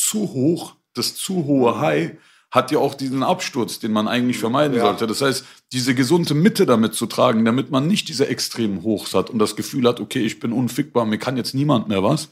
das zu hohe High hat ja auch diesen Absturz, den man eigentlich vermeiden sollte. Das heißt, diese gesunde Mitte damit zu tragen, damit man nicht diese extremen Hochs hat und das Gefühl hat, okay, ich bin unfickbar, mir kann jetzt niemand mehr was.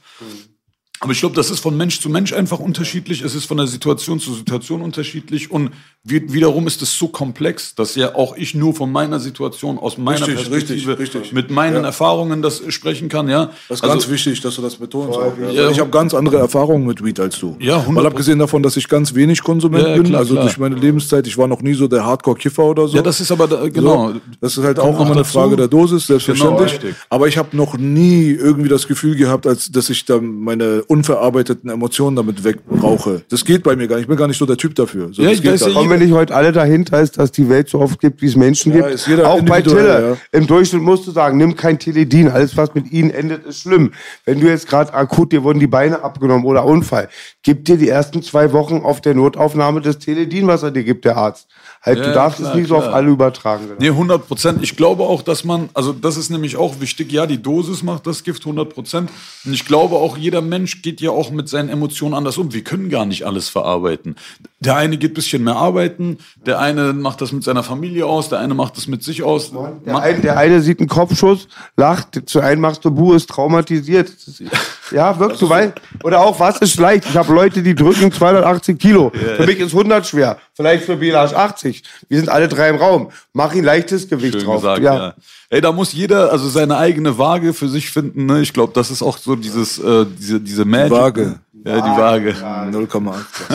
Aber ich glaube, das ist von Mensch zu Mensch einfach unterschiedlich. Es ist von der Situation zu Situation unterschiedlich. Und wiederum ist es so komplex, dass ja auch ich nur von meiner Situation, aus meiner Perspektive, mit meinen Erfahrungen das sprechen kann. Ja? Das ist ganz wichtig, dass du das betonst. Ja. Ich habe ganz andere Erfahrungen mit Weed als du. Ja, 100%. Mal abgesehen davon, dass ich ganz wenig Konsument bin. Klar, also durch meine Lebenszeit, ich war noch nie so der Hardcore-Kiffer oder so. Ja, das ist aber, genau. So, das ist halt auch immer eine Frage der Dosis, selbstverständlich. Genau, aber ich habe noch nie irgendwie das Gefühl gehabt, als dass ich da meine unverarbeiteten Emotionen damit wegrauche. Das geht bei mir gar nicht. Ich bin gar nicht so der Typ dafür. So, kommen wir nicht heute alle dahinter, ist, dass die Welt so oft gibt, wie es Menschen gibt. Auch bei Tille. Ja. Im Durchschnitt musst du sagen, nimm kein Teledin. Alles, was mit ihnen endet, ist schlimm. Wenn du jetzt gerade akut, dir wurden die Beine abgenommen oder Unfall, gib dir die ersten 2 Wochen auf der Notaufnahme das Teledin, was er dir gibt, der Arzt. Halt, du darfst es nicht so auf alle übertragen. Nee, 100%. Ich glaube auch, dass man, also das ist nämlich auch wichtig, ja, die Dosis macht das Gift 100%. Und ich glaube auch, jeder Mensch geht ja auch mit seinen Emotionen anders um. Wir können gar nicht alles verarbeiten. Der eine geht ein bisschen mehr arbeiten, der eine macht das mit seiner Familie aus, der eine macht das mit sich aus. Der eine sieht einen Kopfschuss, lacht, zu einem machst du Buh, ist traumatisiert. Ja, wirklich, so weit. Oder auch, was ist leicht? Ich habe Leute, die drücken 280 Kilo. Für mich ist 100 schwer. Vielleicht für Belasch 80. Wir sind alle 3 im Raum. Mach ihn leichtes Gewicht Schön drauf. Gesagt, ja. Ey, da muss jeder also seine eigene Waage für sich finden. Ne? Ich glaube, das ist auch so diese Magic. Die Waage. Ja, die Waage. Ja, 0,8.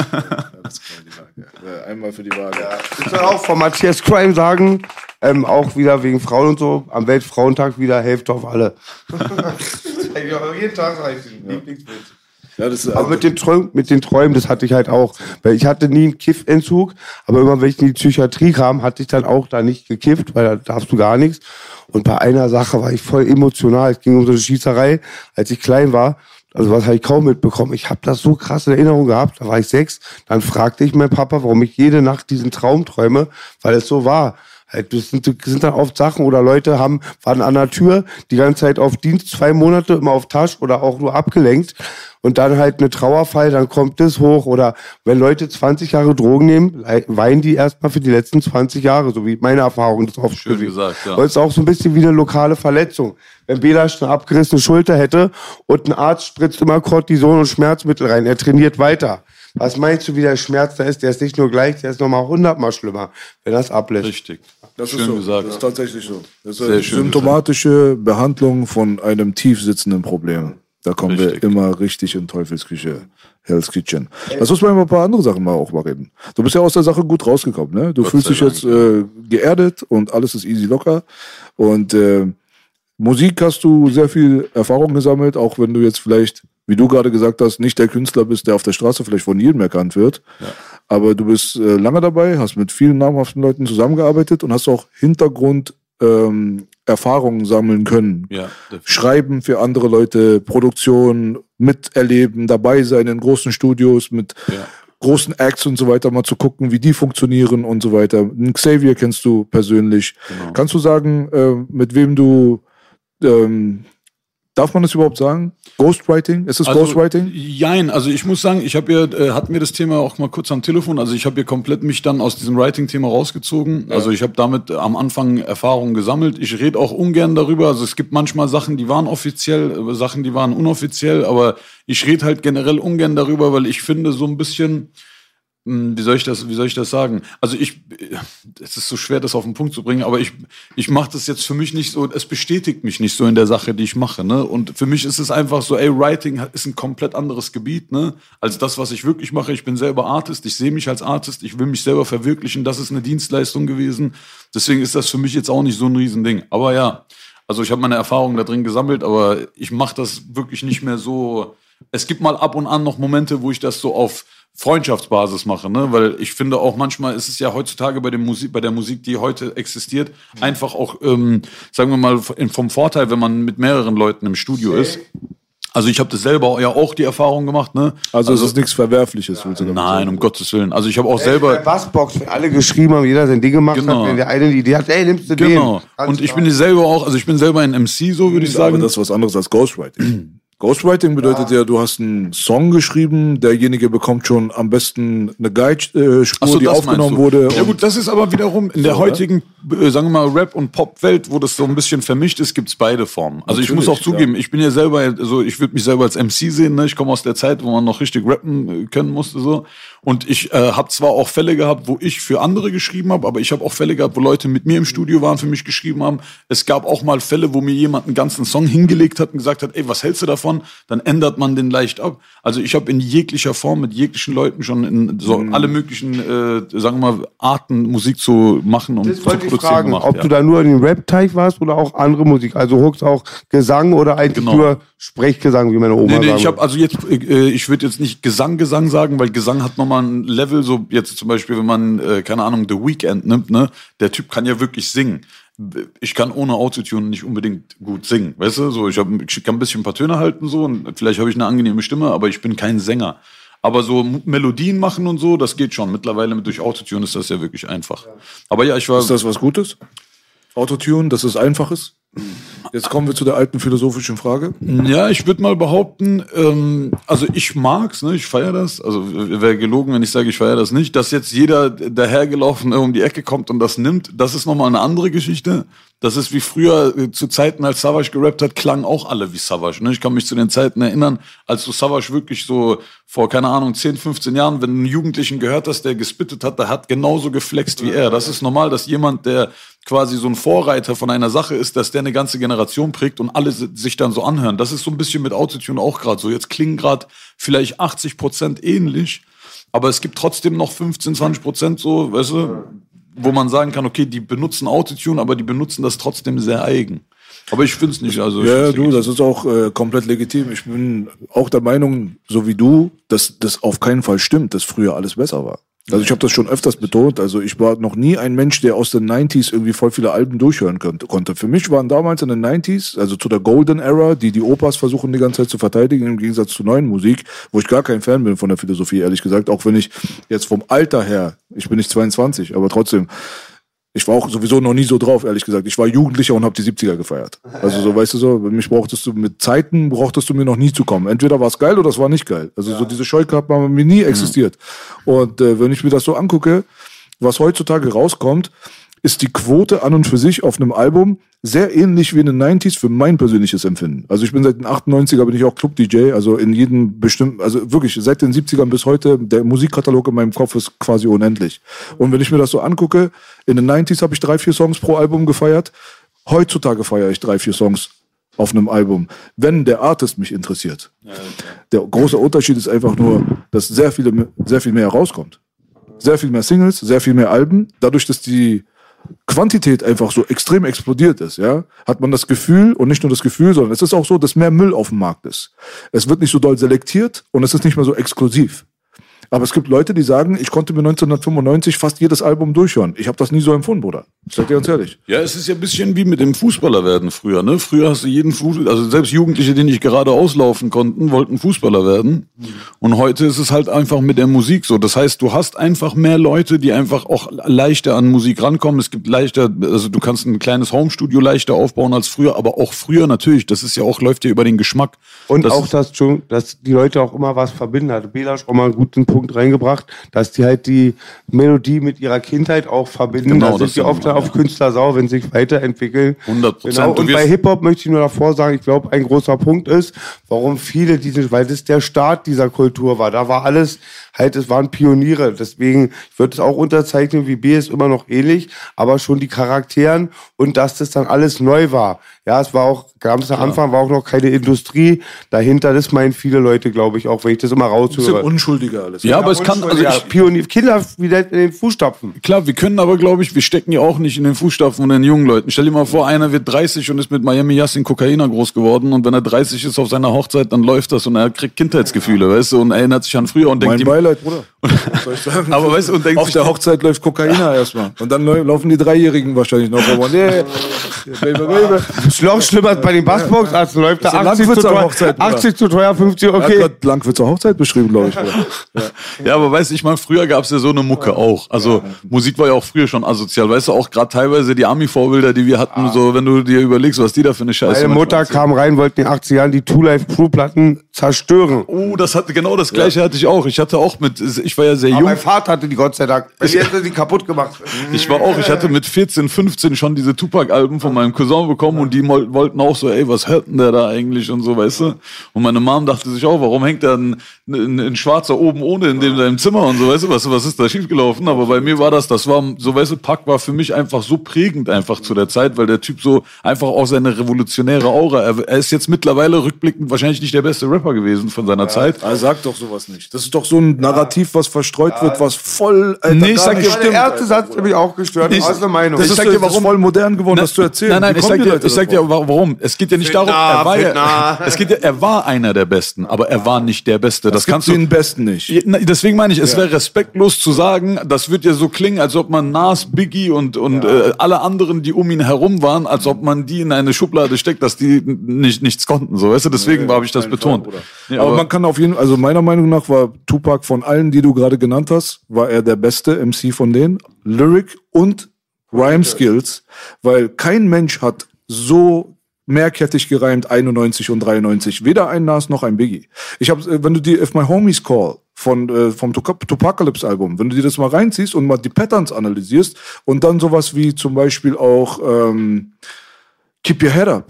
Einmal für die Waage. Ja. Ich soll auch von Matthias Crime sagen, auch wieder wegen Frauen und so, am Weltfrauentag wieder Hälfte auf alle. Jeden Tag sage ich den Lieblingsbild. Ja, aber mit den Träumen, das hatte ich halt auch. Weil ich hatte nie einen Kifferentzug, aber immer wenn ich in die Psychiatrie kam, hatte ich dann auch da nicht gekifft, weil da darfst du gar nichts. Und bei einer Sache war ich voll emotional. Es ging um so eine Schießerei, als ich klein war. Also was habe ich kaum mitbekommen. Ich habe das so krass in Erinnerung gehabt. Da war ich 6. Dann fragte ich meinen Papa, warum ich jede Nacht diesen Traum träume, weil es so war. Das sind dann oft Sachen oder Leute waren an der Tür die ganze Zeit auf Dienst, 2 Monate immer auf Tasch oder auch nur abgelenkt und dann halt eine Trauerfall, dann kommt das hoch oder wenn Leute 20 Jahre Drogen nehmen, weinen die erstmal für die letzten 20 Jahre, so wie meine Erfahrung das oft schön gesagt, ja. Und es ist auch so ein bisschen wie eine lokale Verletzung. Wenn Belasch eine abgerissene Schulter hätte und ein Arzt spritzt immer Cortison und Schmerzmittel rein, er trainiert weiter. Was meinst du, wie der Schmerz da ist? Der ist nicht nur gleich, der ist nochmal 100-mal schlimmer, wenn das ablässt. Richtig. Das schön ist so. Gesagt. Das ist tatsächlich so. Das ist eine symptomatische Behandlung von einem tief sitzenden Problem. Da kommen wir immer richtig in Teufelsküche, Hell's Kitchen. Lass uns mal über ein paar andere Sachen auch mal reden. Du bist ja aus der Sache gut rausgekommen, ne? Du fühlst dich jetzt geerdet und alles ist easy locker. Und Musik hast du sehr viel Erfahrung gesammelt, auch wenn du jetzt vielleicht, wie du gerade gesagt hast, nicht der Künstler bist, der auf der Straße vielleicht von jedem erkannt wird. Ja. Aber du bist lange dabei, hast mit vielen namhaften Leuten zusammengearbeitet und hast auch Hintergrund Erfahrungen sammeln können. Ja, Schreiben für andere Leute, Produktion, miterleben, dabei sein in großen Studios mit großen Acts und so weiter, mal zu gucken, wie die funktionieren und so weiter. Xavier kennst du persönlich. Genau. Kannst du sagen, mit wem du darf man das überhaupt sagen? Ghostwriting? Ist es Ghostwriting? Jein, also ich muss sagen, ich habe ja, hatten wir das Thema auch mal kurz am Telefon, also ich habe hier komplett mich dann aus diesem Writing-Thema rausgezogen. Ja. Also ich habe damit am Anfang Erfahrungen gesammelt. Ich rede auch ungern darüber, also es gibt manchmal Sachen, die waren offiziell, Sachen, die waren unoffiziell, aber ich rede halt generell ungern darüber, weil ich finde so ein bisschen... Wie soll ich das sagen? Also es ist so schwer, das auf den Punkt zu bringen, aber ich mache das jetzt für mich nicht so, es bestätigt mich nicht so in der Sache, die ich mache, ne? Und für mich ist es einfach so, Writing ist ein komplett anderes Gebiet, ne? Als das, was ich wirklich mache. Ich bin selber Artist, ich sehe mich als Artist, ich will mich selber verwirklichen, das ist eine Dienstleistung gewesen. Deswegen ist das für mich jetzt auch nicht so ein Riesending. Aber ja, also ich habe meine Erfahrungen da drin gesammelt, aber ich mache das wirklich nicht mehr so. Es gibt mal ab und an noch Momente, wo ich das so auf Freundschaftsbasis mache, ne? Weil ich finde auch manchmal ist es ja heutzutage bei der Musik, die heute existiert, einfach auch, sagen wir mal, vom Vorteil, wenn man mit mehreren Leuten im Studio ist. Also ich habe das selber ja auch die Erfahrung gemacht, ne? Also es ist nichts Verwerfliches, willst du damit sagen? Nein, um Gottes Willen. Also ich habe auch selber... Bassbox, wenn alle geschrieben haben, jeder sein Ding gemacht hat, wenn der eine die Idee hat, nimmst du den. Genau. Und ich bin selber auch, also ich bin selber ein MC, so würde ich sagen. Aber das ist was anderes als Ghostwriting. Ghostwriting bedeutet ja, du hast einen Song geschrieben, derjenige bekommt schon am besten eine Guide-Spur, die aufgenommen wurde. Ja gut, das ist aber wiederum in der heutigen, sagen wir mal, Rap- und Pop-Welt, wo das so ein bisschen vermischt ist, gibt's beide Formen. Also natürlich, ich muss auch zugeben, ich bin ja selber, also ich würde mich selber als MC sehen, ne? Ich komme aus der Zeit, wo man noch richtig rappen können musste, so. Und ich habe zwar auch Fälle gehabt, wo ich für andere geschrieben habe, aber ich habe auch Fälle gehabt, wo Leute mit mir im Studio waren, für mich geschrieben haben. Es gab auch mal Fälle, wo mir jemand einen ganzen Song hingelegt hat und gesagt hat, ey, was hältst du davon? Dann ändert man den leicht ab. Also ich habe in jeglicher Form mit jeglichen Leuten schon in so alle möglichen, sagen wir mal, Arten Musik zu machen und zu produzieren gemacht. Ob du da nur in den Rap-Teig warst oder auch andere Musik, also Hooks auch Gesang oder eigentlich nur Sprechgesang, wie meine Oma sagt. Ich habe also jetzt, ich würde jetzt nicht Gesang sagen, weil Gesang hat nochmal ein Level, so jetzt zum Beispiel, wenn man, keine Ahnung, The Weeknd nimmt, ne, der Typ kann ja wirklich singen. Ich kann ohne Autotune nicht unbedingt gut singen, weißt du, so ich kann ein bisschen ein paar Töne halten so und vielleicht habe ich eine angenehme Stimme, aber ich bin kein Sänger. Aber so Melodien machen und so, das geht schon. Mittlerweile durch Autotune ist das ja wirklich einfach. Aber ja, Ist das was Gutes? Autotune, dass es einfach ist? Jetzt kommen wir zu der alten philosophischen Frage. Ja, ich würde mal behaupten, also ich mag's, ne, ich feiere das. Also wäre gelogen, wenn ich sage, ich feiere das nicht. Dass jetzt jeder dahergelaufen um die Ecke kommt und das nimmt, das ist nochmal eine andere Geschichte. Das ist wie früher zu Zeiten, als Savage gerappt hat, klangen auch alle wie Savage. Ne? Ich kann mich zu den Zeiten erinnern, als du Savage wirklich so vor, keine Ahnung, 10, 15 Jahren, wenn du einen Jugendlichen gehört hast, der gespittet hat, der hat genauso geflext wie er. Das ist normal, dass jemand, der quasi so ein Vorreiter von einer Sache ist, dass der eine ganze Generation prägt und alle sich dann so anhören. Das ist so ein bisschen mit Autotune auch gerade so. Jetzt klingen gerade vielleicht 80% ähnlich, aber es gibt trotzdem noch 15, 20% so, weißt du, wo man sagen kann, okay, die benutzen Autotune, aber die benutzen das trotzdem sehr eigen. Aber ich finde es nicht. Also ja, das ist auch komplett legitim. Ich bin auch der Meinung, so wie du, dass das auf keinen Fall stimmt, dass früher alles besser war. Also ich habe das schon öfters betont. Also ich war noch nie ein Mensch, der aus den 90s irgendwie voll viele Alben durchhören konnte. Für mich waren damals in den 90s, also zu der Golden Era, die Opas versuchen die ganze Zeit zu verteidigen, im Gegensatz zur neuen Musik, wo ich gar kein Fan bin von der Philosophie, ehrlich gesagt. Auch wenn ich jetzt vom Alter her, ich bin nicht 22, aber trotzdem, ich war auch sowieso noch nie so drauf, ehrlich gesagt. Ich war Jugendlicher und habe die 70er gefeiert. Also so, weißt du so, mit Zeiten brauchtest du mir noch nie zu kommen. Entweder war es geil oder es war nicht geil. Also so diese Scheuklappen haben mir nie existiert. Und wenn ich mir das so angucke, was heutzutage rauskommt, ist die Quote an und für sich auf einem Album sehr ähnlich wie in den 90s für mein persönliches Empfinden. Also ich bin seit den 98er bin ich auch Club-DJ, also in jedem bestimmten, also wirklich seit den 70ern bis heute, der Musikkatalog in meinem Kopf ist quasi unendlich. Und wenn ich mir das so angucke, in den 90s habe ich 3-4 Songs pro Album gefeiert, heutzutage feiere ich 3-4 Songs auf einem Album, wenn der Artist mich interessiert. Ja, okay. Der große Unterschied ist einfach nur, dass sehr viel mehr rauskommt. Sehr viel mehr Singles, sehr viel mehr Alben, dadurch, dass die Quantität einfach so extrem explodiert ist, ja, hat man das Gefühl, und nicht nur das Gefühl, sondern es ist auch so, dass mehr Müll auf dem Markt ist. Es wird nicht so doll selektiert und es ist nicht mehr so exklusiv. Aber es gibt Leute, die sagen, ich konnte mir 1995 fast jedes Album durchhören. Ich habe das nie so empfunden, Bruder. Seid ihr ganz ehrlich? Ja, es ist ja ein bisschen wie mit dem Fußballer werden früher, ne? Früher hast du also selbst Jugendliche, die nicht gerade auslaufen konnten, wollten Fußballer werden. Und heute ist es halt einfach mit der Musik so. Das heißt, du hast einfach mehr Leute, die einfach auch leichter an Musik rankommen. Es gibt leichter, also du kannst ein kleines Homestudio leichter aufbauen als früher, aber auch früher natürlich, das ist ja auch, läuft ja über den Geschmack. Und auch, dass die Leute auch immer was verbinden. Hat Belasch auch mal einen guten Punkt reingebracht, dass die halt die Melodie mit ihrer Kindheit auch verbinden. Genau, da sind die oft auf Künstler sauer, wenn sie sich weiterentwickeln. 100%. Genau. Und bei Hip-Hop möchte ich nur davor sagen, ich glaube, ein großer Punkt ist, warum viele weil das der Start dieser Kultur war. Da war alles halt, es waren Pioniere. Deswegen, ich würde es auch unterzeichnen, wie B ist immer noch ähnlich, aber schon die Charakteren und dass das dann alles neu war. Ja, es war auch, ganz am Anfang war auch noch keine Industrie dahinter. Das meinen viele Leute, glaube ich, auch, wenn ich das immer raushöre. Das sind Unschuldige alles. Ja, aber es kann, also Pionier, Kinder wieder in den Fußstapfen. Klar, wir können aber, glaube ich, wir stecken ja auch nicht in den Fußstapfen von den jungen Leuten. Stell dir mal vor, einer wird 30 und ist mit Miami Yassin Kokainer groß geworden und wenn er 30 ist auf seiner Hochzeit, dann läuft das und er kriegt Kindheitsgefühle, weißt du, und erinnert sich an früher und denkt... Mein Beileid, Bruder. Was soll ich sagen? Aber weißt du, und denkt auf der Hochzeit läuft Kokainer erstmal. Und dann laufen die Dreijährigen wahrscheinlich noch rum. Und Das ist noch schlimmer als bei den Bassbox-Ärzten. Läuft da 80 zu teuer, 50, okay. Er hat gerade Langwitzer Hochzeit beschrieben, glaube ich. Ja, aber weißt du, ich meine, früher gab es ja so eine Mucke auch. Also Musik war ja auch früher schon asozial. Weißt du, auch gerade teilweise die Ami-Vorbilder, die wir hatten, so, wenn du dir überlegst, was die da für eine Scheiße Meine Mutter kam rein, wollte in den 80er Jahren die Two Life Crew-Platten zerstören. Oh, genau das Gleiche hatte ich auch. Ich hatte auch ich war ja sehr jung. Mein Vater hatte die Gott sei Dank. Die hätte die kaputt gemacht. Ich hatte mit 14, 15 schon diese Tupac-Alben von meinem Cousin bekommen und die wollten auch so, ey, was hört denn der da eigentlich und so, weißt du? Und meine Mom dachte sich auch, warum hängt da ein Schwarzer oben ohne in seinem Zimmer und so, weißt du, was ist da schiefgelaufen? Aber bei mir war das war, so, weißt du, Pac war für mich einfach so prägend einfach zu der Zeit, weil der Typ so einfach auch seine revolutionäre Aura, er ist jetzt mittlerweile rückblickend wahrscheinlich nicht der beste Rapper gewesen von seiner Zeit. Sag doch sowas nicht. Das ist doch so ein Narrativ, was verstreut wird, was voll... Nee, ich sag dir, der erste Satz hat mich auch gestört. Das ist eine Meinung. Das ist voll modern geworden, das zu erzählen. Nein, ich sag dir, warum. Es geht ja nicht darum, er war einer der Besten, aber er war nicht der Beste. Das kannst du den Besten nicht. Deswegen meine ich, es wäre respektlos zu sagen, das wird ja so klingen, als ob man Nas, Biggie und alle anderen, die um ihn herum waren, als ob man die in eine Schublade steckt, dass die nichts konnten. So, weißt du, deswegen habe ich das betont. Aber man kann auf jeden Fall, also meiner Meinung nach war Tupac von allen, die du gerade genannt hast, war er der beste MC von denen. Lyric und Rhyme Skills, weil kein Mensch hat so mehrkettig gereimt 91 und 93. Weder ein Nas noch ein Biggie. Wenn du die If My Homies Call vom Tupacalypse-Album, wenn du dir das mal reinziehst und mal die Patterns analysierst und dann sowas wie zum Beispiel auch Keep Your Head Up,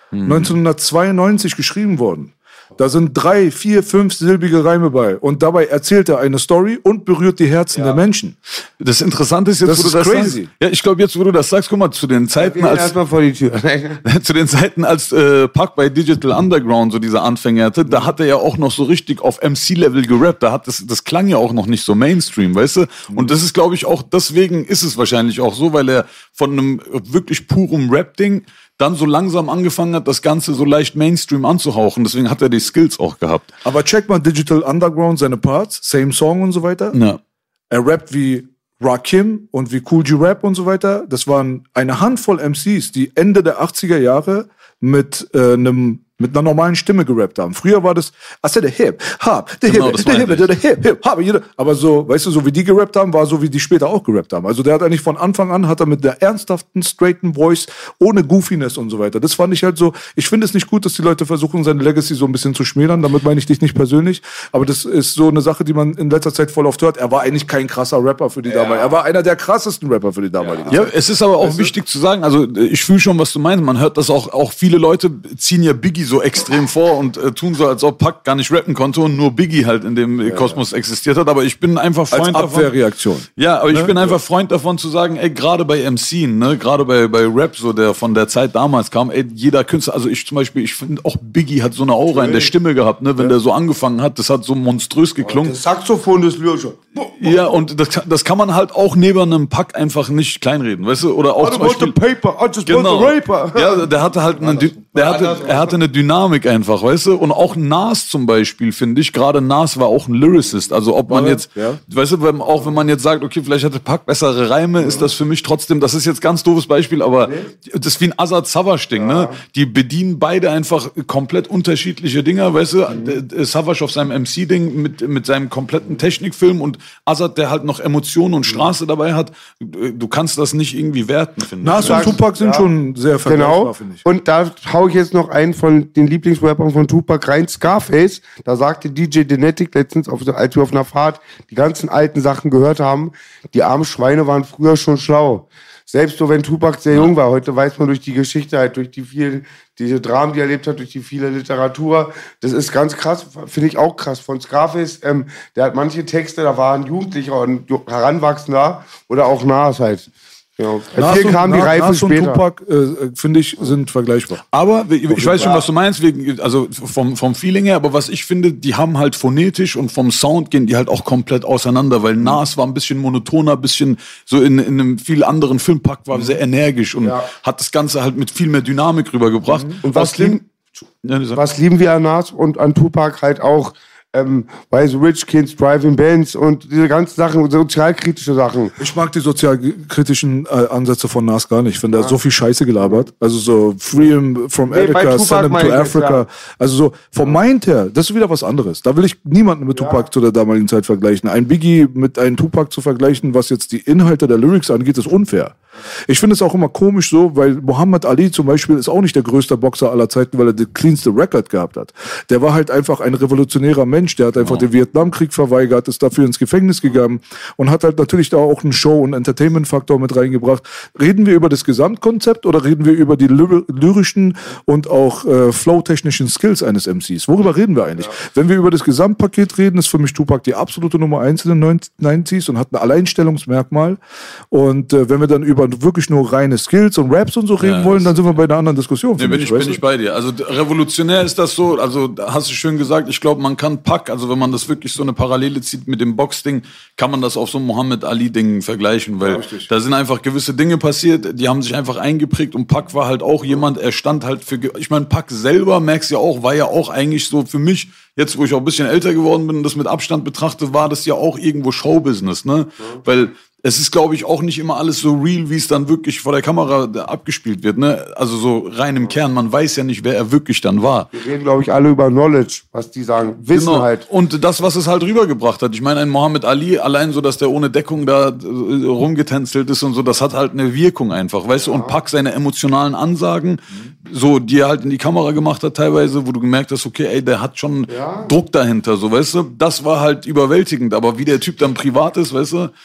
1992 geschrieben worden. Da sind 3, 4, 5 silbige Reime bei. Und dabei erzählt er eine Story und berührt die Herzen der Menschen. Das Interessante ist jetzt, wo du das crazy. Sagst. Ja, ich glaube jetzt, wo du das sagst, guck mal, zu den Zeiten erstmal vor die Tür. Zu den Zeiten, als Pac bei Digital Underground so diese Anfänge hatte, da hat er ja auch noch so richtig auf MC-Level gerappt. Das klang ja auch noch nicht so Mainstream, weißt du? Und das ist, glaube ich, auch, deswegen ist es wahrscheinlich auch so, weil er von einem wirklich purem Rap-Ding dann so langsam angefangen hat, das Ganze so leicht Mainstream anzuhauchen. Deswegen hat er die Skills auch gehabt. Aber check mal Digital Underground, seine Parts, Same Song und so weiter. Ja. Er rappt wie Rakim und wie Kool G Rap und so weiter. Das waren eine Handvoll MCs, die Ende der 80er Jahre mit einer normalen Stimme gerappt haben. Früher war das, I said the hip, hop, the hip, hop. Aber so, weißt du, so wie die gerappt haben, war so, wie die später auch gerappt haben. Also der hat eigentlich von Anfang an, hat er mit der ernsthaften, straighten Voice, ohne Goofiness und so weiter. Das fand ich halt so, ich finde es nicht gut, dass die Leute versuchen, seine Legacy so ein bisschen zu schmälern. Damit meine ich dich nicht persönlich. Aber das ist so eine Sache, die man in letzter Zeit voll oft hört. Er war eigentlich kein krasser Rapper für die damalige. Er war einer der krassesten Rapper für die damalige Zeit. Ja, es ist aber auch wichtig zu sagen, also ich fühle schon, was du meinst. Man hört das auch viele Leute ziehen ja Biggie so extrem vor und tun so, als ob Pac gar nicht rappen konnte und nur Biggie halt in dem Kosmos existiert hat. Aber ich bin einfach Freund davon. Als Abwehrreaktion. Ja, aber ich bin einfach Freund davon zu sagen, ey, gerade bei MC, ne, gerade bei Rap, so der von der Zeit damals kam, ey, jeder Künstler, also ich zum Beispiel, ich finde auch Biggie hat so eine Aura in der Stimme gehabt, ne, wenn der so angefangen hat, das hat so monströs geklungen. Das Saxophon des Lyrische. Ja, und das kann man halt auch neben einem Pac einfach nicht kleinreden, weißt du, oder auch zum Beispiel. Paper, I just want the Raper. Ja, der hatte halt Er hatte eine Dynamik einfach, weißt du? Und auch Nas zum Beispiel, finde ich. Gerade Nas war auch ein Lyricist. Also ob man jetzt, weißt du, auch wenn man jetzt sagt, okay, vielleicht hatte Pac bessere Reime, ist das für mich trotzdem, das ist jetzt ganz doofes Beispiel, aber das ist wie ein Azad Savage-Ding, ne? Die bedienen beide einfach komplett unterschiedliche Dinger, weißt du? Savage auf seinem MC-Ding mit seinem kompletten Technikfilm und Azad, der halt noch Emotionen und Straße dabei hat. Du kannst das nicht irgendwie werten, finde ich. Nas und Tupac sind schon sehr vergleichbar, finde ich. Und da hau ich jetzt noch einen von den Lieblingsrappern von Tupac rein, Scarface. Da sagte DJ Denetic letztens, als wir auf einer Fahrt die ganzen alten Sachen gehört haben, die armen Schweine waren früher schon schlau. Selbst so, wenn Tupac sehr jung war. Heute weiß man durch die Geschichte halt, durch diese Dramen, die er erlebt hat, durch die viele Literatur. Das ist ganz krass, finde ich auch krass. Von Scarface, der hat manche Texte, da war ein Jugendlicher und Heranwachsender oder auch Nas halt. Ja. Hier kam die Reife Nas später. Und Tupac, finde ich, sind vergleichbar. Aber ich weiß schon, was du meinst, also vom Feeling her, aber was ich finde, die haben halt phonetisch und vom Sound gehen die halt auch komplett auseinander, weil Nas war ein bisschen monotoner, ein bisschen so in einem viel anderen Film. Pac war sehr energisch und hat das Ganze halt mit viel mehr Dynamik rübergebracht. Und was lieben wir an Nas und an Tupac halt auch? Weil so Rich Kids, Driving Bands und diese ganzen Sachen, sozialkritische Sachen. Ich mag die sozialkritischen Ansätze von Nas gar nicht. Ich finde, er hat so viel Scheiße gelabert. Also so Free him from Attica, send him to Africa. Also so vom Mind her, das ist wieder was anderes. Da will ich niemanden mit Tupac zu der damaligen Zeit vergleichen. Ein Biggie mit einem Tupac zu vergleichen, was jetzt die Inhalte der Lyrics angeht, ist unfair. Ich finde es auch immer komisch so, weil Muhammad Ali zum Beispiel ist auch nicht der größte Boxer aller Zeiten, weil er den cleanste Record gehabt hat. Der war halt einfach ein revolutionärer Mensch, der hat einfach den Vietnamkrieg verweigert, ist dafür ins Gefängnis gegangen und hat halt natürlich da auch einen Show- und Entertainment-Faktor mit reingebracht. Reden wir über das Gesamtkonzept oder reden wir über die lyrischen und auch flow-technischen Skills eines MCs? Worüber reden wir eigentlich? Wenn wir über das Gesamtpaket reden, ist für mich Tupac die absolute Nummer 1 in den 90s und hat ein Alleinstellungsmerkmal. Und wenn wir dann über wirklich nur reine Skills und Raps und so reden wollen, dann sind wir bei einer anderen Diskussion. Nee, bin ich bei dir. Also revolutionär ist das so, also hast du schön gesagt, ich glaube, man kann Pac, also wenn man das wirklich so eine Parallele zieht mit dem Boxding, kann man das auf so ein Muhammad Ali-Ding vergleichen, weil da sind einfach gewisse Dinge passiert, die haben sich einfach eingeprägt und Pac war halt auch jemand, er stand halt für, ich meine, Pac selber, merkst du ja auch, war ja auch eigentlich so für mich, jetzt wo ich auch ein bisschen älter geworden bin und das mit Abstand betrachte, war das ja auch irgendwo Showbusiness, ne? Weil es ist, glaube ich, auch nicht immer alles so real, wie es dann wirklich vor der Kamera abgespielt wird, ne? Also so rein im Kern, man weiß ja nicht, wer er wirklich dann war. Wir reden, glaube ich, alle über Knowledge, was die sagen, Wissen halt. Und das, was es halt rübergebracht hat. Ich meine, ein Muhammad Ali, allein so, dass der ohne Deckung da rumgetänzelt ist und so, das hat halt eine Wirkung einfach, weißt du? Und Pac seine emotionalen Ansagen, so, die er halt in die Kamera gemacht hat teilweise, wo du gemerkt hast, okay, ey, der hat schon Druck dahinter, so, weißt du? Das war halt überwältigend, aber wie der Typ dann privat ist, weißt du?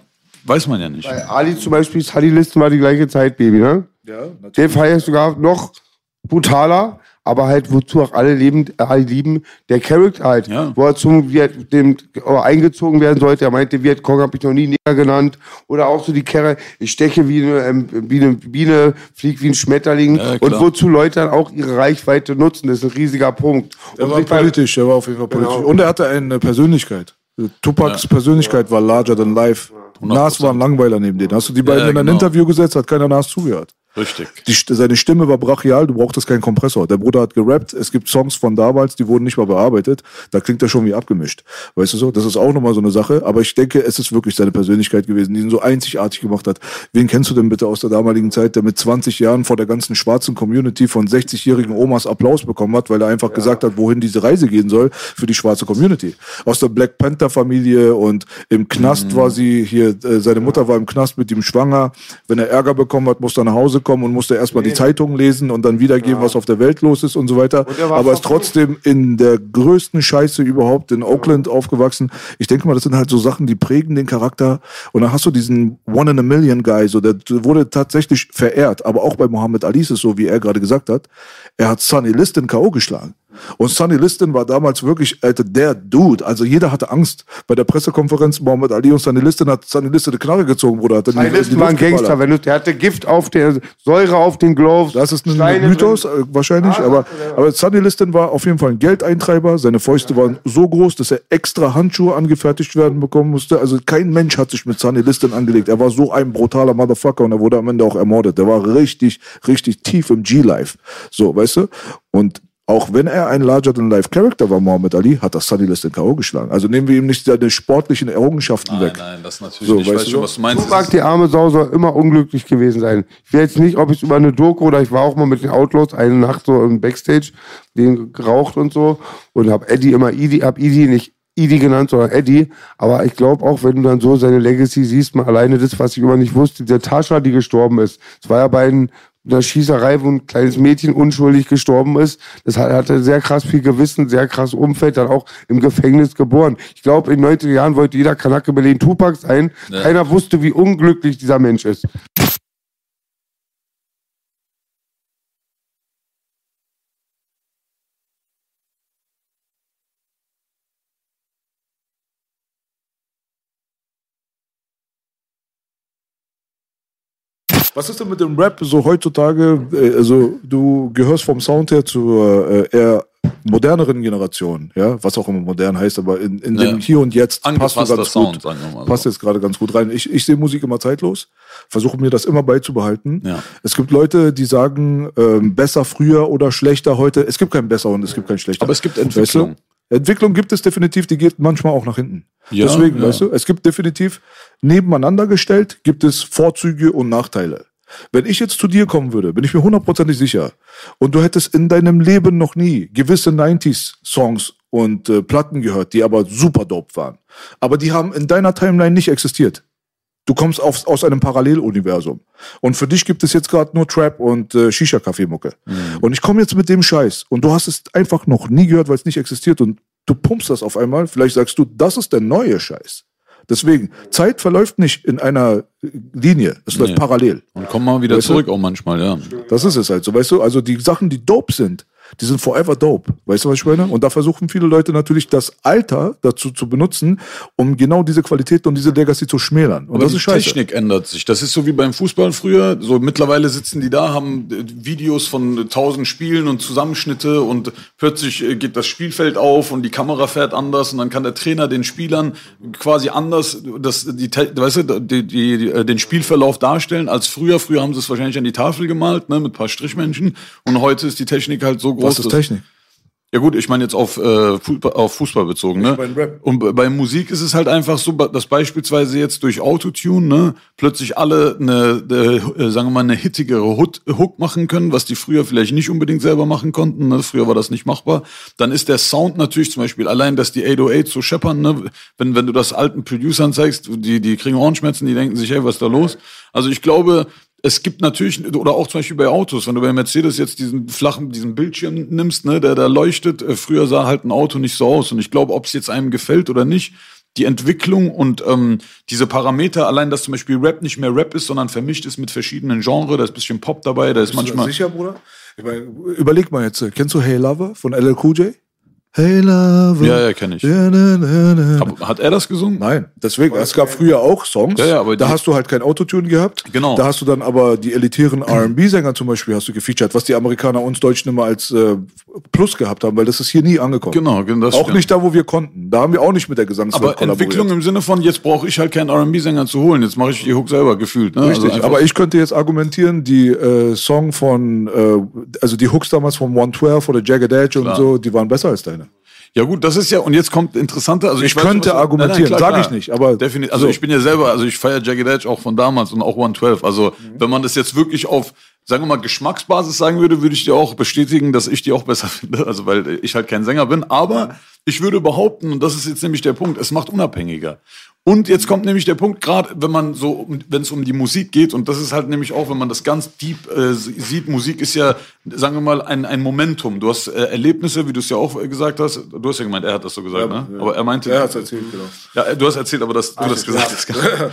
Weiß man ja nicht. Bei Ali zum Beispiel, Sunny-Listen war die gleiche Zeit, Baby, ne? Ja, natürlich. Den feiere ich sogar noch brutaler, aber halt, wozu auch alle lieben, der Charakter halt, wo er eingezogen werden sollte. Er meinte, Vietcong habe ich noch nie Neger genannt. Oder auch so die Kerre, ich steche wie eine Biene, fliege wie ein Schmetterling. Ja, und wozu Leute dann auch ihre Reichweite nutzen, das ist ein riesiger Punkt. Er war politisch, er war auf jeden Fall politisch. Genau. Und er hatte eine Persönlichkeit. Tupacs Persönlichkeit war larger than life. 100%. Nas war ein Langweiler neben denen. Hast du die beiden in ein Interview gesetzt, hat keiner Nas zugehört. Richtig. Seine Stimme war brachial, du brauchtest keinen Kompressor. Der Bruder hat gerappt, es gibt Songs von damals, die wurden nicht mal bearbeitet. Da klingt er schon wie abgemischt. Weißt du so? Das ist auch nochmal so eine Sache. Aber ich denke, es ist wirklich seine Persönlichkeit gewesen, die ihn so einzigartig gemacht hat. Wen kennst du denn bitte aus der damaligen Zeit, der mit 20 Jahren vor der ganzen schwarzen Community von 60-jährigen Omas Applaus bekommen hat, weil er einfach gesagt hat, wohin diese Reise gehen soll für die schwarze Community. Aus der Black Panther Familie und im Knast war sie hier, seine Mutter war im Knast mit ihm schwanger. Wenn er Ärger bekommen hat, musste er nach Hause kommen und musste erstmal die Zeitung lesen und dann wiedergeben, was auf der Welt los ist und so weiter. Aber ist trotzdem in der größten Scheiße überhaupt in Oakland aufgewachsen. Ich denke mal, das sind halt so Sachen, die prägen den Charakter. Und dann hast du diesen One-in-a-Million-Guy, so, der wurde tatsächlich verehrt. Aber auch bei Muhammad Ali ist es so, wie er gerade gesagt hat, er hat Sunny Liston K.O. geschlagen. Und Sonny Liston war damals wirklich, Alter, der Dude. Also jeder hatte Angst. Bei der Pressekonferenz Muhammad Ali und Sonny Liston hat Sonny Liston eine Knarre gezogen, Bruder. Sonny Liston war ein Gangster. Der hatte Gift auf der Säure auf den Gloves. Das ist ein Mythos wahrscheinlich. Aber Sonny Liston war auf jeden Fall ein Geldeintreiber. Seine Fäuste waren so groß, dass er extra Handschuhe angefertigt werden bekommen musste. Also kein Mensch hat sich mit Sonny Liston angelegt. Er war so ein brutaler Motherfucker und er wurde am Ende auch ermordet. Der war richtig, richtig tief im G-Life. So, weißt du? Und auch wenn er ein Larger-than-Life-Character war, Muhammad Ali, hat das Sonny Liston K.O. geschlagen. Also nehmen wir ihm nicht seine sportlichen Errungenschaften weg. Nein, das natürlich nicht. Ich weiß schon, was du meinst. Tupac, die arme Sau, soll immer unglücklich gewesen sein. Ich weiß jetzt nicht, ob es über eine Doku oder ich war auch mal mit den Outlaws eine Nacht so im Backstage, den geraucht und so und hab Eddie nicht Eddie genannt, sondern Eddie. Aber ich glaube auch, wenn du dann so seine Legacy siehst, mal alleine das, was ich immer nicht wusste, der Tascha, die gestorben ist. Es war ja bei einer Schießerei, wo ein kleines Mädchen unschuldig gestorben ist. Das hatte sehr krass viel Gewissen, sehr krass Umfeld, dann auch im Gefängnis geboren. Ich glaube, in 90er Jahren wollte jeder Kanake Berlin Tupac sein. Ja. Keiner wusste, wie unglücklich dieser Mensch ist. Was ist denn mit dem Rap so heutzutage? Also du gehörst vom Sound her zur eher moderneren Generation, ja, was auch immer modern heißt, aber in dem Hier und Jetzt passt du ganz Sound, gut. Passt jetzt gerade ganz gut rein. Ich sehe Musik immer zeitlos, versuche mir das immer beizubehalten. Ja. Es gibt Leute, die sagen, besser früher oder schlechter heute. Es gibt kein besser und es gibt kein schlechter. Aber es gibt Entwicklung. Weißt du? Entwicklung gibt es definitiv, die geht manchmal auch nach hinten. Ja, deswegen, weißt du, es gibt definitiv nebeneinander gestellt, gibt es Vorzüge und Nachteile. Wenn ich jetzt zu dir kommen würde, bin ich mir 100% sicher, und du hättest in deinem Leben noch nie gewisse 90s-Songs und Platten gehört, die aber super dope waren, aber die haben in deiner Timeline nicht existiert. Du kommst aus einem Paralleluniversum. Und für dich gibt es jetzt gerade nur Trap und Shisha-Kaffeemucke. Und ich komme jetzt mit dem Scheiß und du hast es einfach noch nie gehört, weil es nicht existiert, und du pumpst das auf einmal. Vielleicht sagst du, das ist der neue Scheiß. Deswegen, Zeit verläuft nicht in einer Linie. Es läuft parallel. Und komm mal wieder zurück auch manchmal, ja. Das ist es halt so, weißt du? Also die Sachen, die dope sind, die sind forever dope. Weißt du, was ich meine? Und da versuchen viele Leute natürlich das Alter dazu zu benutzen, um genau diese Qualität und diese Legacy zu schmälern. Und aber das ist scheiße. Die Technik ändert sich. Das ist so wie beim Fußball früher. So mittlerweile sitzen die da, haben Videos von 1000 Spielen und Zusammenschnitte, und plötzlich geht das Spielfeld auf und die Kamera fährt anders, und dann kann der Trainer den Spielern quasi anders den Spielverlauf darstellen als früher. Früher haben sie es wahrscheinlich an die Tafel gemalt, ne, mit ein paar Strichmännchen, und heute ist die Technik halt so groß. Was ist Technik? Ja gut, ich meine jetzt auf Fußball bezogen, ne? Und bei Musik ist es halt einfach so, dass beispielsweise jetzt durch Autotune, ne, plötzlich alle sagen wir mal, eine hittigere Hook machen können, was die früher vielleicht nicht unbedingt selber machen konnten, ne? Früher war das nicht machbar. Dann ist der Sound natürlich zum Beispiel allein, dass die 808 so scheppern, ne? Wenn du das alten Producern zeigst, die kriegen Ohrenschmerzen, die denken sich, hey, was ist da los? Also ich glaube, es gibt natürlich, oder auch zum Beispiel bei Autos, wenn du bei Mercedes jetzt diesen Bildschirm nimmst, ne, der da leuchtet, früher sah halt ein Auto nicht so aus. Und ich glaube, ob es jetzt einem gefällt oder nicht, die Entwicklung und diese Parameter, allein, dass zum Beispiel Rap nicht mehr Rap ist, sondern vermischt ist mit verschiedenen Genres, da ist ein bisschen Pop dabei, da ist manchmal... Bist du sicher, Bruder? Ich meine, überleg mal jetzt, kennst du Hey Lover von LL Cool J? Hey Lover. Ja, kenne ich. Hat er das gesungen? Nein, deswegen, es gab früher auch Songs, aber da hast du halt kein Autotune gehabt. Genau. Da hast du dann aber die elitären R&B-Sänger zum Beispiel hast du gefeatured, was die Amerikaner uns Deutschen immer als Plus gehabt haben, weil das ist hier nie angekommen. Genau, das auch nicht da, wo wir konnten. Da haben wir auch nicht mit der Gesangswelt kollaboriert. Aber Entwicklung im Sinne von, jetzt brauche ich halt keinen R&B-Sänger zu holen, jetzt mache ich die Hook selber gefühlt. Ne? Richtig, also aber ich könnte jetzt argumentieren, die Song von, also die Hooks damals von 112 oder Jagged Edge und so, die waren besser als deine. Ja gut, das ist ja, und jetzt kommt interessante, also ich könnte argumentieren, sage ich nicht, aber definitiv, also ich bin ja selber, also ich feiere Jagged Edge auch von damals und auch 112, also wenn man das jetzt wirklich auf, sagen wir mal, Geschmacksbasis sagen würde, würde ich dir auch bestätigen, dass ich die auch besser finde, also weil ich halt kein Sänger bin, aber ich würde behaupten, und das ist jetzt nämlich der Punkt, es macht unabhängiger. Und jetzt kommt nämlich der Punkt, gerade wenn es um die Musik geht, und das ist halt nämlich auch, wenn man das ganz deep sieht, Musik ist ja, sagen wir mal, ein Momentum. Du hast Erlebnisse, wie du es ja auch gesagt hast. Du hast ja gemeint, er hat das so gesagt, ne? Ja. Aber er meinte... Er hat es erzählt, genau. Ja, du hast erzählt, aber dass du das gesagt hast.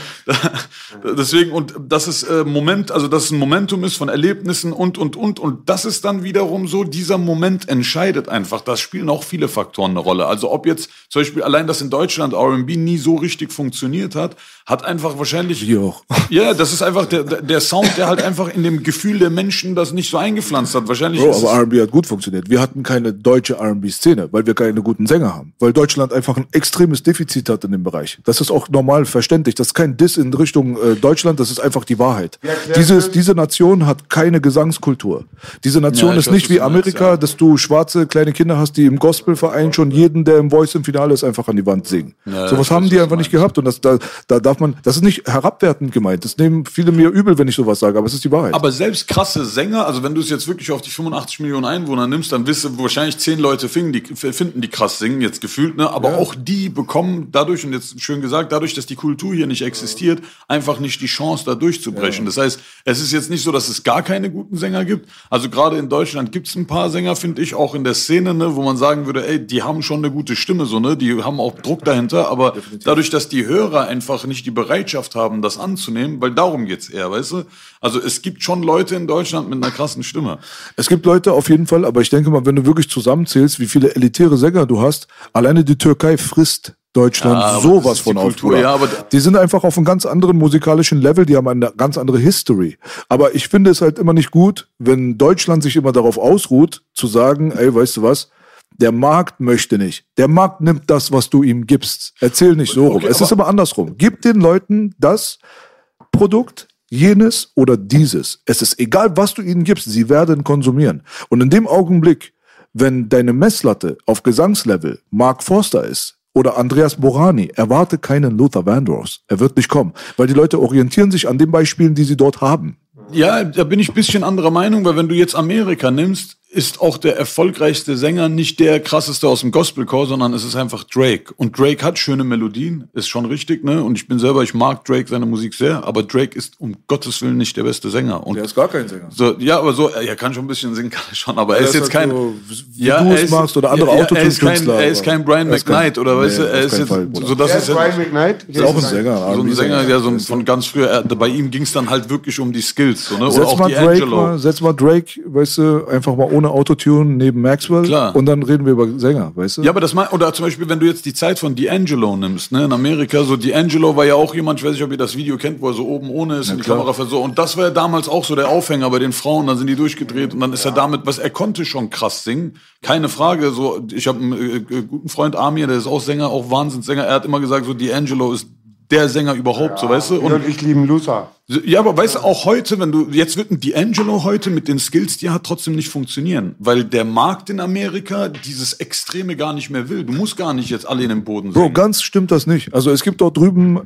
Deswegen, und das ist dass es ein Momentum ist von Erlebnissen und das ist dann wiederum so, dieser Moment entscheidet einfach. Da spielen auch viele Faktoren eine Rolle. Also ob jetzt zum Beispiel allein, dass in Deutschland R&B nie so richtig funktioniert hat einfach wahrscheinlich... Wie auch. Ja, das ist einfach der Sound, der halt einfach in dem Gefühl der Menschen das nicht so eingepflanzt hat. Wahrscheinlich aber R&B hat gut funktioniert. Wir hatten keine deutsche R&B-Szene, weil wir keine guten Sänger haben. Weil Deutschland einfach ein extremes Defizit hat in dem Bereich. Das ist auch normal verständlich. Das ist kein Diss in Richtung Deutschland, das ist einfach die Wahrheit. Ja, diese Nation hat keine Gesangskultur. Diese Nation ist nicht wie Amerika, dass du schwarze kleine Kinder hast, die im Gospelverein schon jeden, der im Voice im Finale ist, einfach an die Wand singen. Ja, sowas haben die einfach nicht gehabt. Und da darf man, das ist nicht herabwertend gemeint. Das nehmen viele mir übel, wenn ich sowas sage, aber es ist die Wahrheit. Aber selbst krasse Sänger, also wenn du es jetzt wirklich auf die 85 Millionen Einwohner nimmst, dann wirst du wahrscheinlich 10 Leute finden, die krass singen, jetzt gefühlt, ne? Aber auch die bekommen dadurch, und jetzt schön gesagt, dadurch, dass die Kultur hier nicht existiert, einfach nicht die Chance, da durchzubrechen. Das heißt, es ist jetzt nicht so, dass es gar keine guten Sänger gibt. Also gerade in Deutschland gibt es ein paar Sänger, finde ich, auch in der Szene, ne, wo man sagen würde, ey, die haben schon eine gute Stimme, so, ne? Die haben auch Druck dahinter, aber dadurch, dass die Hörer einfach nicht die Bereitschaft haben, das anzunehmen, weil darum geht's eher, weißt du? Also es gibt schon Leute in Deutschland mit einer krassen Stimme. Es gibt Leute auf jeden Fall, aber ich denke mal, wenn du wirklich zusammenzählst, wie viele elitäre Sänger du hast, alleine die Türkei frisst Deutschland sowas von auf. Die sind einfach auf einem ganz anderen musikalischen Level, die haben eine ganz andere History. Aber ich finde es halt immer nicht gut, wenn Deutschland sich immer darauf ausruht, zu sagen, ey, weißt du was, der Markt möchte nicht. Der Markt nimmt das, was du ihm gibst. Erzähl nicht so rum. Es ist immer andersrum. Gib den Leuten das Produkt, jenes oder dieses. Es ist egal, was du ihnen gibst. Sie werden konsumieren. Und in dem Augenblick, wenn deine Messlatte auf Gesangslevel Mark Forster ist oder Andreas Borani, erwarte keinen Luther Vandross. Er wird nicht kommen. Weil die Leute orientieren sich an den Beispielen, die sie dort haben. Ja, da bin ich ein bisschen anderer Meinung, weil wenn du jetzt Amerika nimmst, ist auch der erfolgreichste Sänger nicht der krasseste aus dem Gospelchor, sondern es ist einfach Drake. Und Drake hat schöne Melodien, ist schon richtig, ne? Und ich mag Drake, seine Musik sehr, aber Drake ist um Gottes Willen nicht der beste Sänger. Und der ist gar kein Sänger. So, ja, aber so, er kann schon ein bisschen singen, kann er schon, aber er ist jetzt kein... So, wie du es machst oder andere Autotune-Künstler. Er ist kein Brian McKnight, oder weißt du, er ist jetzt... So, das ist Brian McKnight? Ist auch ein Sänger. So ein Sänger, ja, so von ganz früher. Bei ihm ging es dann halt wirklich um die Skills, so, ne? Oder auch die Angelo. Setz mal Drake, weißt du, einfach mal ohne Autotune neben Maxwell. Klar. Und dann reden wir über Sänger, weißt du? Ja, aber oder zum Beispiel, wenn du jetzt die Zeit von D'Angelo nimmst, ne, in Amerika, so D'Angelo war ja auch jemand, ich weiß nicht, ob ihr das Video kennt, wo er so oben ohne ist und die Kamera so, und das war ja damals auch so der Aufhänger bei den Frauen, dann sind die durchgedreht und dann ist er damit, er konnte schon krass singen, keine Frage, so, ich habe einen guten Freund, Amir, der ist auch Sänger, auch Wahnsinnssänger, er hat immer gesagt, so, D'Angelo ist der Sänger überhaupt, so, weißt du? Und ich liebe Luther. Ja, aber weißt du, auch heute, jetzt wird ein D'Angelo heute mit den Skills, die hat trotzdem nicht funktionieren, weil der Markt in Amerika dieses Extreme gar nicht mehr will. Du musst gar nicht jetzt alle in den Boden singen. Bro, ganz stimmt das nicht. Also es gibt dort drüben,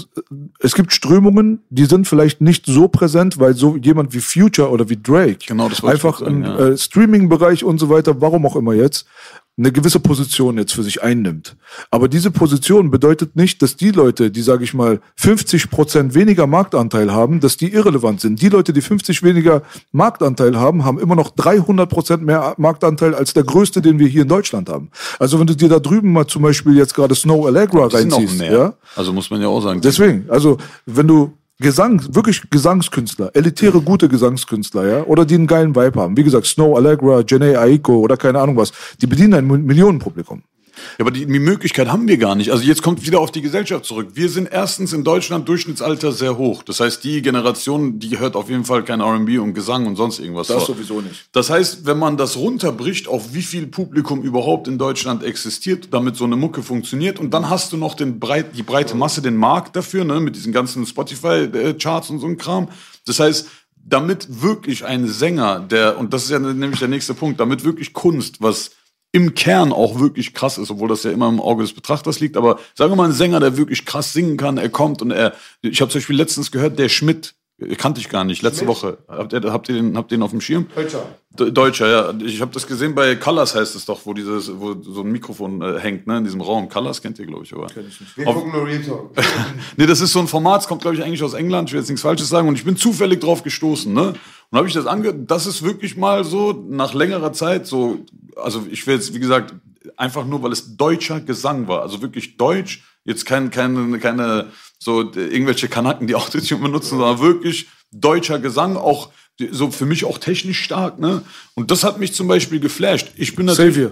es gibt Strömungen, die sind vielleicht nicht so präsent, weil so jemand wie Future oder wie Drake das einfach im Streaming-Bereich und so weiter, warum auch immer jetzt, eine gewisse Position jetzt für sich einnimmt. Aber diese Position bedeutet nicht, dass die Leute, die, sage ich mal, 50% weniger Marktanteil haben, dass die irrelevant sind. Die Leute, die 50 weniger Marktanteil haben, haben immer noch 300% mehr Marktanteil als der größte, den wir hier in Deutschland haben. Also wenn du dir da drüben mal zum Beispiel jetzt gerade Snow Allegra reinziehst. Ja? Also muss man ja auch sagen. Deswegen, also wenn du wirklich Gesangskünstler, elitäre, gute Gesangskünstler, ja, oder die einen geilen Vibe haben. Wie gesagt, Snow Allegra, Jhené Aiko oder keine Ahnung was. Die bedienen ein Millionenpublikum. Ja, aber die Möglichkeit haben wir gar nicht. Also jetzt kommt wieder auf die Gesellschaft zurück. Wir sind erstens in Deutschland Durchschnittsalter sehr hoch. Das heißt, die Generation, die hört auf jeden Fall kein R&B und Gesang und sonst irgendwas. Das sowieso nicht. Das heißt, wenn man das runterbricht, auf wie viel Publikum überhaupt in Deutschland existiert, damit so eine Mucke funktioniert, und dann hast du noch die breite Masse, den Markt dafür, ne, mit diesen ganzen Spotify-Charts und so ein Kram. Das heißt, damit wirklich ein Sänger, und das ist ja nämlich der nächste Punkt, damit wirklich Kunst, was im Kern auch wirklich krass ist, obwohl das ja immer im Auge des Betrachters liegt, aber sagen wir mal, ein Sänger, der wirklich krass singen kann, er kommt und ich habe zum Beispiel letztens gehört, der Schmidt, Kannte ich gar nicht. Letzte Woche. Habt ihr den auf dem Schirm? Deutscher, ja. Ich habe das gesehen bei Colors, heißt es doch, wo so ein Mikrofon hängt, ne, in diesem Raum. Colors kennt ihr, glaube ich, aber. Kenn ich nicht. Wir gucken nur Real Talk. Nee, das ist so ein Format, das kommt, glaube ich, eigentlich aus England. Ich will jetzt nichts Falsches sagen. Und ich bin zufällig drauf gestoßen, ne? Und habe ich das ist wirklich mal so nach längerer Zeit so, also ich will jetzt, wie gesagt, einfach nur, weil es deutscher Gesang war. Also wirklich deutsch. Jetzt keine so irgendwelche Kanaken, die Autotune benutzen, sondern wirklich deutscher Gesang, auch so für mich auch technisch stark, ne? Und das hat mich zum Beispiel geflasht. Ich bin natürlich Savior.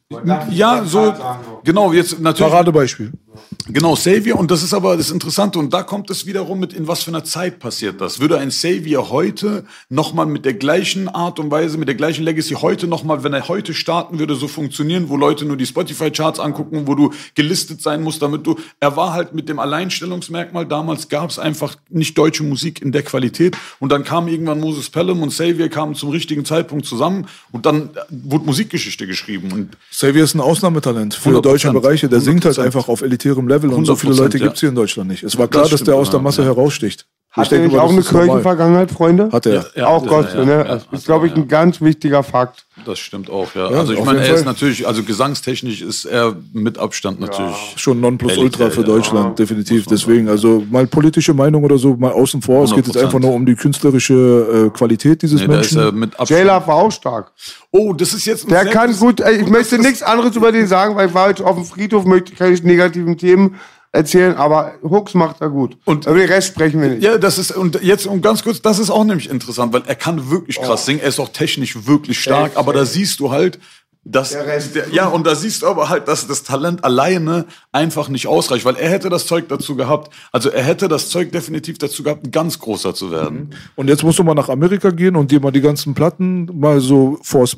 Ja, so genau, jetzt natürlich Paradebeispiel. Genau, Savior, und das ist aber das Interessante, und da kommt es wiederum mit, in was für einer Zeit passiert das. Würde ein Savior heute nochmal mit der gleichen Art und Weise, mit der gleichen Legacy heute nochmal, wenn er heute starten würde, so funktionieren, wo Leute nur die Spotify-Charts angucken, wo du gelistet sein musst, er war halt mit dem Alleinstellungsmerkmal, damals gab es einfach nicht deutsche Musik in der Qualität, und dann kam irgendwann Moses Pelham und Savior kamen zum richtigen Zeitpunkt zusammen, und dann wurde Musikgeschichte geschrieben. Und Savior ist ein Ausnahmetalent für deutsche Bereiche, der singt halt einfach auf elitärem Level, und so viele Leute gibt es hier in Deutschland nicht. Es war klar, dass der aus der Masse heraussticht. Hat er nicht auch eine Kirchenvergangenheit, Freunde? Hat er. Ja, auch Gospel, ne? Das ist, glaube ich, ein ganz wichtiger Fakt. Das stimmt auch, ja. Also ich meine, er ist natürlich, also gesangstechnisch ist er mit Abstand natürlich schon Nonplusultra für Deutschland, definitiv. Deswegen, also mal politische Meinung oder so, mal außen vor. 100%. Es geht jetzt einfach nur um die künstlerische Qualität dieses Menschen. J-Love war auch stark. Oh, das ist jetzt... Der kann gut, ich möchte nichts anderes über den sagen, weil ich war heute auf dem Friedhof, möchte keine negativen Themen erzählen, aber Hooks macht er gut. Und über den Rest sprechen wir nicht. Ja, das ist, und jetzt, um ganz kurz, das ist auch nämlich interessant, weil er kann wirklich krass singen, er ist auch technisch wirklich stark, aber da siehst du halt, dass, und da siehst du aber halt, dass das Talent alleine einfach nicht ausreicht, weil er hätte das Zeug dazu gehabt, also er hätte das Zeug definitiv dazu gehabt, ein ganz großer zu werden. Und jetzt musst du mal nach Amerika gehen und dir mal die ganzen Platten mal so vors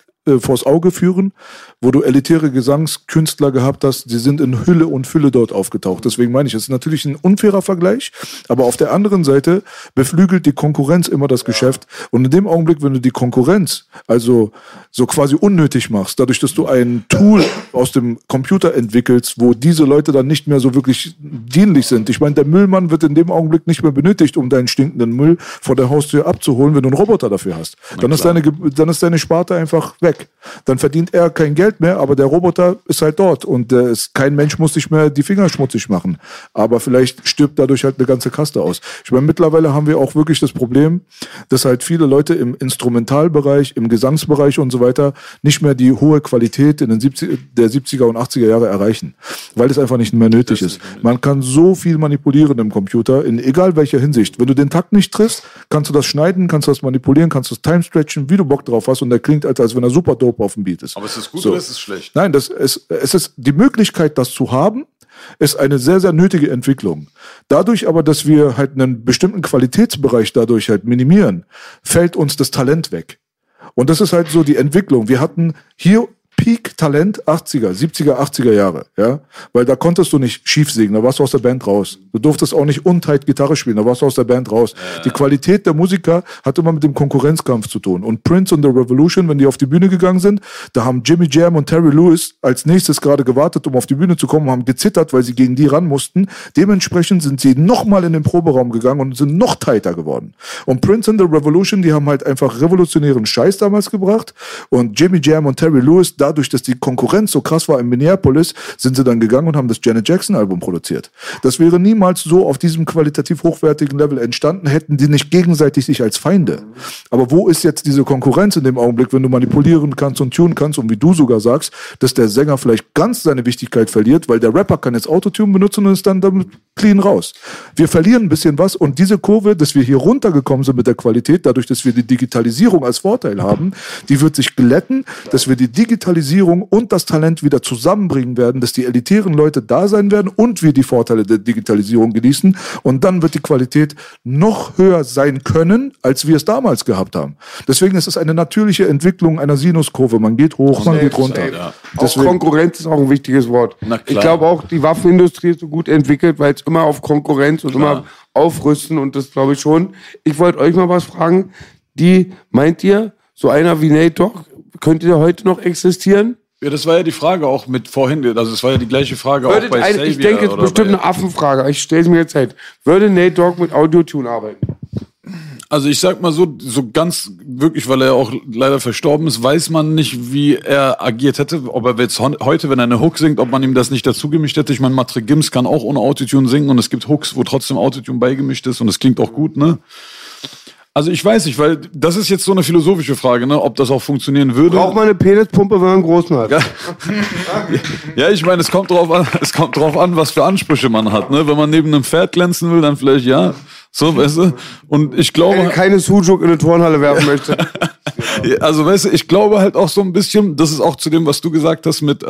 Auge führen, wo du elitäre Gesangskünstler gehabt hast, die sind in Hülle und Fülle dort aufgetaucht. Deswegen meine ich, es ist natürlich ein unfairer Vergleich, aber auf der anderen Seite beflügelt die Konkurrenz immer das Geschäft. Und in dem Augenblick, wenn du die Konkurrenz also so quasi unnötig machst, dadurch, dass du ein Tool aus dem Computer entwickelst, wo diese Leute dann nicht mehr so wirklich dienlich sind. Ich meine, der Müllmann wird in dem Augenblick nicht mehr benötigt, um deinen stinkenden Müll vor der Haustür abzuholen, wenn du einen Roboter dafür hast. Dann ist deine Sparte einfach weg. Dann verdient er kein Geld mehr, aber der Roboter ist halt dort und kein Mensch muss sich mehr die Finger schmutzig machen. Aber vielleicht stirbt dadurch halt eine ganze Kaste aus. Ich meine, mittlerweile haben wir auch wirklich das Problem, dass halt viele Leute im Instrumentalbereich, im Gesangsbereich und so weiter nicht mehr die hohe Qualität in den 70er und 80er Jahre erreichen, weil es einfach nicht mehr nötig ist. Man kann so viel manipulieren im Computer, in egal welcher Hinsicht. Wenn du den Takt nicht triffst, kannst du das schneiden, kannst du das manipulieren, kannst du das timestretchen, wie du Bock drauf hast, und der klingt, als wenn er super dope auf dem Beat ist. Aber ist es gut oder ist es schlecht? Nein, es ist die Möglichkeit, das zu haben, ist eine sehr, sehr nötige Entwicklung. Dadurch aber, dass wir halt einen bestimmten Qualitätsbereich dadurch halt minimieren, fällt uns das Talent weg. Und das ist halt so die Entwicklung. Wir hatten hier Peak-Talent 80er, 70er, 80er Jahre, ja, weil da konntest du nicht schief singen, da warst du aus der Band raus. Du durftest auch nicht untight Gitarre spielen, da warst du aus der Band raus. Die Qualität der Musiker hat immer mit dem Konkurrenzkampf zu tun. Und Prince und The Revolution, wenn die auf die Bühne gegangen sind, da haben Jimmy Jam und Terry Lewis als nächstes gerade gewartet, um auf die Bühne zu kommen, haben gezittert, weil sie gegen die ran mussten. Dementsprechend sind sie nochmal in den Proberaum gegangen und sind noch tighter geworden. Und Prince und The Revolution, die haben halt einfach revolutionären Scheiß damals gebracht, und Jimmy Jam und Terry Lewis, dadurch, dass die Konkurrenz so krass war in Minneapolis, sind sie dann gegangen und haben das Janet Jackson Album produziert. Das wäre niemals so auf diesem qualitativ hochwertigen Level entstanden, hätten die nicht gegenseitig sich als Feinde. Aber wo ist jetzt diese Konkurrenz in dem Augenblick, wenn du manipulieren kannst und tunen kannst, und wie du sogar sagst, dass der Sänger vielleicht ganz seine Wichtigkeit verliert, weil der Rapper kann jetzt Autotune benutzen und ist dann damit clean raus. Wir verlieren ein bisschen was, und diese Kurve, dass wir hier runtergekommen sind mit der Qualität, dadurch, dass wir die Digitalisierung als Vorteil haben, die wird sich glätten, dass wir die Digitalisierung und das Talent wieder zusammenbringen werden, dass die elitären Leute da sein werden und wir die Vorteile der Digitalisierung genießen, und dann wird die Qualität noch höher sein können, als wir es damals gehabt haben. Deswegen ist es eine natürliche Entwicklung einer Sinuskurve. Man geht hoch, man geht runter. Ja. Auch Konkurrenz ist auch ein wichtiges Wort. Ich glaube auch, die Waffenindustrie ist so gut entwickelt, weil es immer auf Konkurrenz und immer aufrüsten, und das glaube ich schon. Ich wollte euch mal was fragen. Meint ihr, so einer wie Nate Dogg, könnte der heute noch existieren? Ja, das war ja die Frage auch mit vorhin, also es war ja die gleiche Frage auch bei Savior. Ich denke, jetzt bestimmt eine Affenfrage, ich stelle es mir jetzt halt. Würde Nate Dogg mit Audio-Tune arbeiten? Also ich sag mal so ganz wirklich, weil er auch leider verstorben ist, weiß man nicht, wie er agiert hätte, ob er jetzt heute, wenn er eine Hook singt, ob man ihm das nicht dazu gemischt hätte. Ich meine, Matre Gims kann auch ohne Autotune singen und es gibt Hooks, wo trotzdem Autotune beigemischt ist und es klingt auch gut, ne? Also ich weiß nicht, weil das ist jetzt so eine philosophische Frage, ne, ob das auch funktionieren würde. Braucht man eine Penispumpe, wenn man einen großen hat? Ja, ich meine, es kommt drauf an, was für Ansprüche man hat, ne? Wenn man neben einem Pferd glänzen will, dann vielleicht ja. So, weißt du? Und ich glaube. Wenn keine Sujuk in eine Turnhalle werfen möchte. Also, weißt du, ich glaube halt auch so ein bisschen, das ist auch zu dem, was du gesagt hast mit,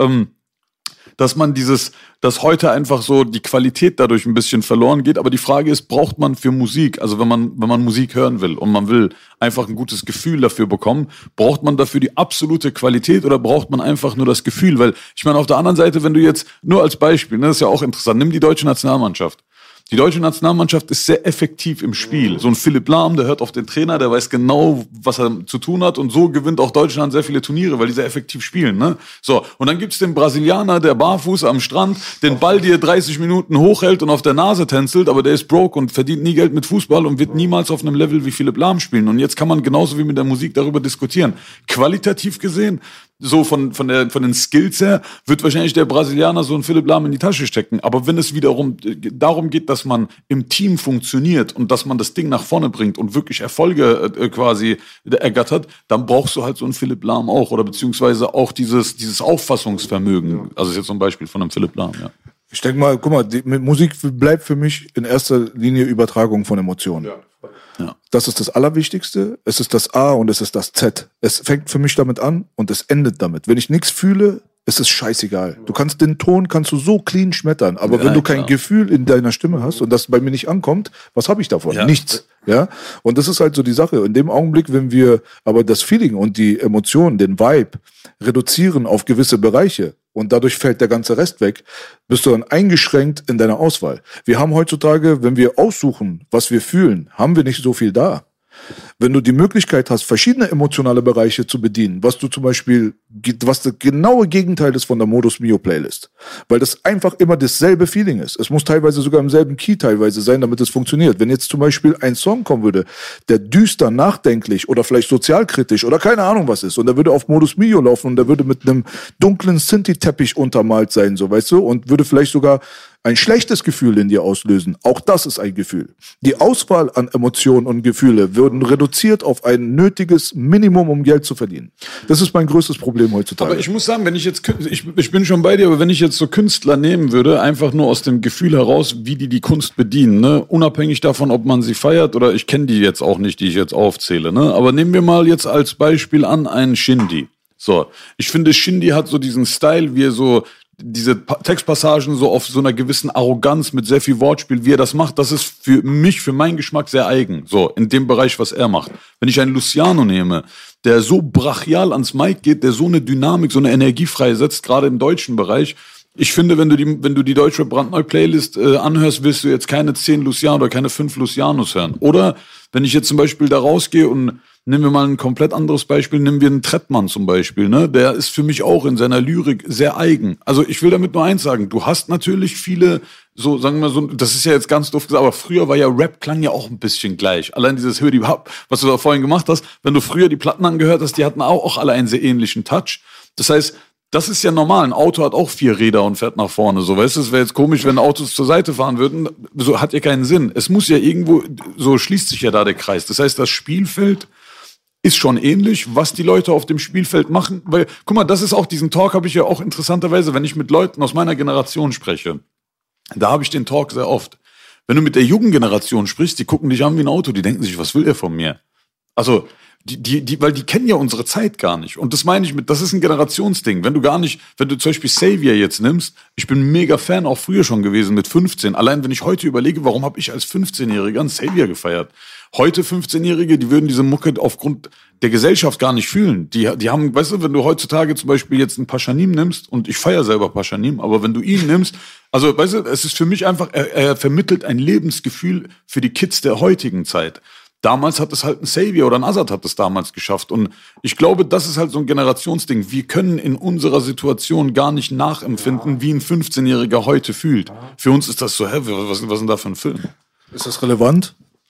dass man dass heute einfach so die Qualität dadurch ein bisschen verloren geht. Aber die Frage ist, braucht man für Musik, also wenn man Musik hören will und man will einfach ein gutes Gefühl dafür bekommen, braucht man dafür die absolute Qualität oder braucht man einfach nur das Gefühl? Weil, ich meine, auf der anderen Seite, wenn du jetzt, nur als Beispiel, ne, das ist ja auch interessant, nimm die deutsche Nationalmannschaft. Die deutsche Nationalmannschaft ist sehr effektiv im Spiel. So ein Philipp Lahm, der hört auf den Trainer, der weiß genau, was er zu tun hat und so gewinnt auch Deutschland sehr viele Turniere, weil die sehr effektiv spielen, ne? So, und dann gibt's den Brasilianer, der barfuß am Strand den Ball dir 30 Minuten hochhält und auf der Nase tänzelt, aber der ist broke und verdient nie Geld mit Fußball und wird niemals auf einem Level wie Philipp Lahm spielen. Und jetzt kann man genauso wie mit der Musik darüber diskutieren. Qualitativ gesehen, so von den Skills her, wird wahrscheinlich der Brasilianer so einen Philipp Lahm in die Tasche stecken. Aber wenn es wiederum darum geht, dass man im Team funktioniert und dass man das Ding nach vorne bringt und wirklich Erfolge quasi ergattert, dann brauchst du halt so einen Philipp Lahm auch oder beziehungsweise auch dieses Auffassungsvermögen. Also ist jetzt so ein Beispiel von einem Philipp Lahm, ja. Ich denke mal, guck mal, mit Musik bleibt für mich in erster Linie Übertragung von Emotionen. Ja. Das ist das Allerwichtigste. Es ist das A und es ist das Z. Es fängt für mich damit an und es endet damit. Wenn ich nichts fühle, ist es scheißegal. Du kannst den Ton so clean schmettern, aber wenn du kein Gefühl in deiner Stimme hast und das bei mir nicht ankommt, was habe ich davon? Ja. Nichts. Ja? Und das ist halt so die Sache. In dem Augenblick, wenn wir aber das Feeling und die Emotionen, den Vibe reduzieren auf gewisse Bereiche und dadurch fällt der ganze Rest weg, bist du dann eingeschränkt in deiner Auswahl. Wir haben heutzutage, wenn wir aussuchen, was wir fühlen, haben wir nicht so viel da. Wenn du die Möglichkeit hast, verschiedene emotionale Bereiche zu bedienen, was du zum Beispiel, was das genaue Gegenteil ist von der Modus Mio Playlist, weil das einfach immer dasselbe Feeling ist. Es muss teilweise sogar im selben Key teilweise sein, damit es funktioniert. Wenn jetzt zum Beispiel ein Song kommen würde, der düster, nachdenklich oder vielleicht sozialkritisch oder keine Ahnung was ist und der würde auf Modus Mio laufen und der würde mit einem dunklen Synthi-Teppich untermalt sein, so weißt du, und würde vielleicht sogar ein schlechtes Gefühl in dir auslösen. Auch das ist ein Gefühl. Die Auswahl an Emotionen und Gefühle würden reduziert auf ein nötiges Minimum, um Geld zu verdienen. Das ist mein größtes Problem heutzutage. Aber ich muss sagen, wenn ich jetzt, ich bin schon bei dir, aber wenn ich jetzt so Künstler nehmen würde, einfach nur aus dem Gefühl heraus, wie die Kunst bedienen, ne, unabhängig davon, ob man sie feiert oder ich kenne die jetzt auch nicht, die ich jetzt aufzähle, ne, aber nehmen wir mal jetzt als Beispiel an einen Shindy. So, ich finde, Shindy hat so diesen Style, wie er so diese Textpassagen so auf so einer gewissen Arroganz mit sehr viel Wortspiel, wie er das macht, das ist für mich, für meinen Geschmack sehr eigen. So, in dem Bereich, was er macht. Wenn ich einen Luciano nehme, der so brachial ans Mic geht, der so eine Dynamik, so eine Energie freisetzt, gerade im deutschen Bereich. Ich finde, wenn du die deutsche Brandneu-Playlist anhörst, wirst du jetzt keine 10 Luciano oder keine 5 Lucianos hören. Oder wenn ich jetzt zum Beispiel da rausgehe und nehmen wir mal ein komplett anderes Beispiel, nehmen wir einen Trettmann zum Beispiel, ne? Der ist für mich auch in seiner Lyrik sehr eigen. Also ich will damit nur eins sagen, du hast natürlich viele, so sagen wir so, das ist ja jetzt ganz doof gesagt, aber früher war ja Rap, klang ja auch ein bisschen gleich. Allein dieses Hör die Hab, was du da vorhin gemacht hast, wenn du früher die Platten angehört hast, die hatten auch alle einen sehr ähnlichen Touch. Das heißt, das ist ja normal. Ein Auto hat auch 4 Räder und fährt nach vorne. So, weißt du, es wäre jetzt komisch, wenn Autos zur Seite fahren würden. So hat ja keinen Sinn. Es muss ja irgendwo, so schließt sich ja da der Kreis. Das heißt, das Spielfeld ist schon ähnlich, was die Leute auf dem Spielfeld machen. Weil, guck mal, das ist auch, diesen Talk habe ich ja auch interessanterweise, wenn ich mit Leuten aus meiner Generation spreche. Da habe ich den Talk sehr oft. Wenn du mit der jungen Generation sprichst, die gucken dich an wie ein Auto, die denken sich, was will er von mir? Also, weil die kennen ja unsere Zeit gar nicht. Und das meine ich das ist ein Generationsding. Wenn du zum Beispiel Xavier jetzt nimmst, ich bin mega Fan auch früher schon gewesen mit 15. Allein wenn ich heute überlege, warum habe ich als 15-Jähriger einen Xavier gefeiert? Heute 15-Jährige, die würden diese Mucke aufgrund der Gesellschaft gar nicht fühlen. Die haben, weißt du, wenn du heutzutage zum Beispiel jetzt einen Paschanim nimmst, und ich feiere selber Paschanim, aber wenn du ihn nimmst, also weißt du, es ist für mich einfach, er vermittelt ein Lebensgefühl für die Kids der heutigen Zeit. Damals hat es halt ein Xavier oder ein Azad hat es damals geschafft. Und ich glaube, das ist halt so ein Generationsding. Wir können in unserer Situation gar nicht nachempfinden, wie ein 15-Jähriger heute fühlt. Für uns ist das so, was ist denn da für ein Film? Ist das relevant?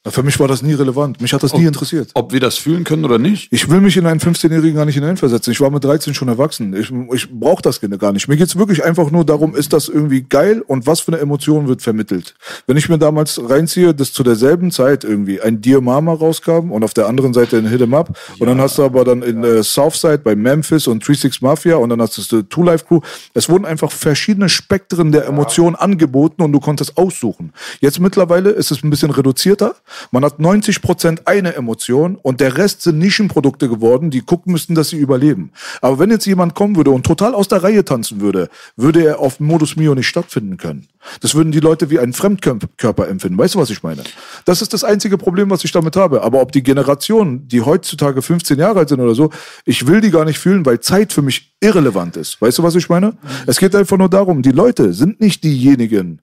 Für mich war das nie relevant. Mich hat das nie interessiert. Ob wir das fühlen können oder nicht? Ich will mich in einen 15-Jährigen gar nicht hineinversetzen. Ich war mit 13 schon erwachsen. Ich brauche das gar nicht. Mir geht's wirklich einfach nur darum, ist das irgendwie geil und was für eine Emotion wird vermittelt. Wenn ich mir damals reinziehe, dass zu derselben Zeit irgendwie ein Dear Mama rauskam und auf der anderen Seite ein Hit 'em Up und dann hast du aber dann in Southside bei Memphis und 3-6 Mafia und dann hast du Two Life Crew. Es wurden einfach verschiedene Spektren der Emotionen angeboten und du konntest aussuchen. Jetzt mittlerweile ist es ein bisschen reduzierter. Man hat 90% eine Emotion und der Rest sind Nischenprodukte geworden, die gucken müssten, dass sie überleben. Aber wenn jetzt jemand kommen würde und total aus der Reihe tanzen würde, würde er auf Modus Mio nicht stattfinden können. Das würden die Leute wie einen Fremdkörper empfinden. Weißt du, was ich meine? Das ist das einzige Problem, was ich damit habe. Aber ob die Generationen, die heutzutage 15 Jahre alt sind oder so, ich will die gar nicht fühlen, weil Zeit für mich irrelevant ist. Weißt du, was ich meine? Es geht einfach nur darum, die Leute sind nicht diejenigen,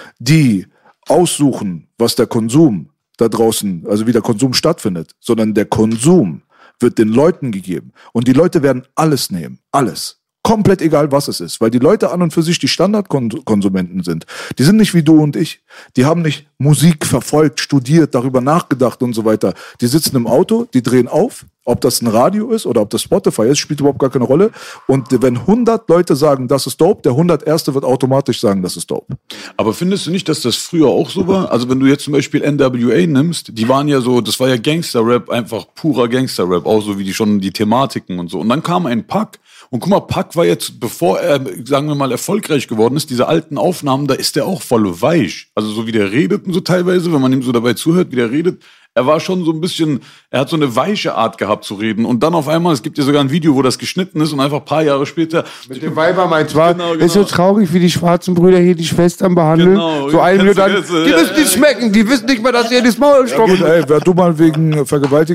die aussuchen, was der Konsum da draußen, also wie der Konsum stattfindet, sondern der Konsum wird den Leuten gegeben. Und die Leute werden alles nehmen. Alles. Komplett egal, was es ist. Weil die Leute an und für sich die Standardkonsumenten sind. Die sind nicht wie du und ich. Die haben nicht Musik verfolgt, studiert, darüber nachgedacht und so weiter. Die sitzen im Auto, die drehen auf. Ob das ein Radio ist oder ob das Spotify ist, spielt überhaupt gar keine Rolle. Und wenn 100 Leute sagen, das ist dope, der 101. wird automatisch sagen, das ist dope. Aber findest du nicht, dass das früher auch so war? Also wenn du jetzt zum Beispiel NWA nimmst, die waren ja so, das war ja Gangster-Rap, einfach purer Gangster-Rap, auch so wie die Thematiken und so. Und dann kam ein Pac. Und guck mal, Pac war jetzt, bevor er, sagen wir mal, erfolgreich geworden ist, diese alten Aufnahmen, da ist der auch voll weich. Also so wie der redet und so teilweise, wenn man ihm so dabei zuhört, wie der redet, er war schon so ein bisschen, er hat so eine weiche Art gehabt zu reden. Und dann auf einmal, es gibt ja sogar ein Video, wo das geschnitten ist und einfach ein paar Jahre später. Mit dem Weiber meinst du, genau. Ist so traurig, wie die schwarzen Brüder hier die Schwestern behandeln. Genau. So einen dann, die müssen nicht schmecken, die wissen nicht mal, dass ihr das Maul stoppen. Ja, ey, wer du mal wegen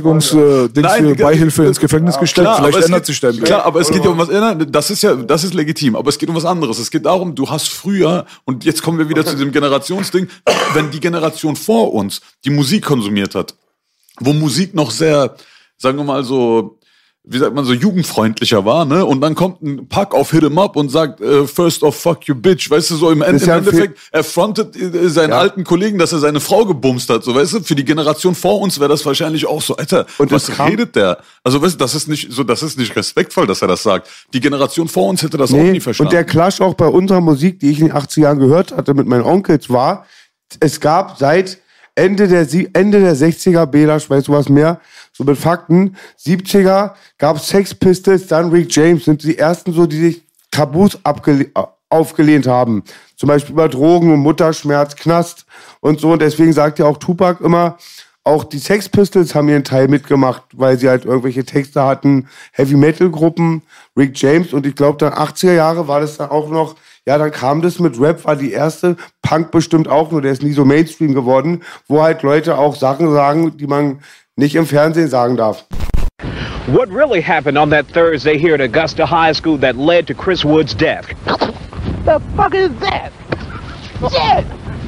Beihilfe ins Gefängnis gestellt, klar, vielleicht ändert sich dein Bild. Klar, aber es geht ja um was, das ist legitim, aber es geht um was anderes. Es geht darum, du hast früher, und jetzt kommen wir wieder zu diesem Generationsding, wenn die Generation vor uns die Musik konsumiert hat, wo Musik noch sehr, sagen wir mal so, wie sagt man, so jugendfreundlicher war, ne? Und dann kommt ein Pac auf Hit 'em Up und sagt, first off, fuck you bitch, weißt du, so im Endeffekt, er frontet seinen alten Kollegen, dass er seine Frau gebumst hat, so, weißt du, für die Generation vor uns wäre das wahrscheinlich auch so, Alter, und was redet der? Also, weißt du, das ist nicht respektvoll, dass er das sagt. Die Generation vor uns hätte das auch nie verstanden. Und der Clash auch bei unserer Musik, die ich in den 80er Jahren gehört hatte mit meinen Onkels, war, es gab seit Ende der 60er, Belasch, weißt du was mehr, so mit Fakten, 70er gab es Sex Pistols, dann Rick James, sind die ersten so, die sich Tabus aufgelehnt haben. Zum Beispiel über Drogen und Mutterschmerz, Knast und so. Und deswegen sagt ja auch Tupac immer, auch die Sex Pistols haben ihren Teil mitgemacht, weil sie halt irgendwelche Texte hatten, Heavy-Metal-Gruppen, Rick James. Und ich glaube, dann 80er Jahre war das dann auch noch, ja, dann kam das mit Rap, war die erste, Punk bestimmt auch, nur der ist nie so Mainstream geworden, wo halt Leute auch Sachen sagen, die man nicht im Fernsehen sagen darf. What really happened on that Thursday here at Augusta High School that led to Chris Wood's death? The fuck is that? Shit!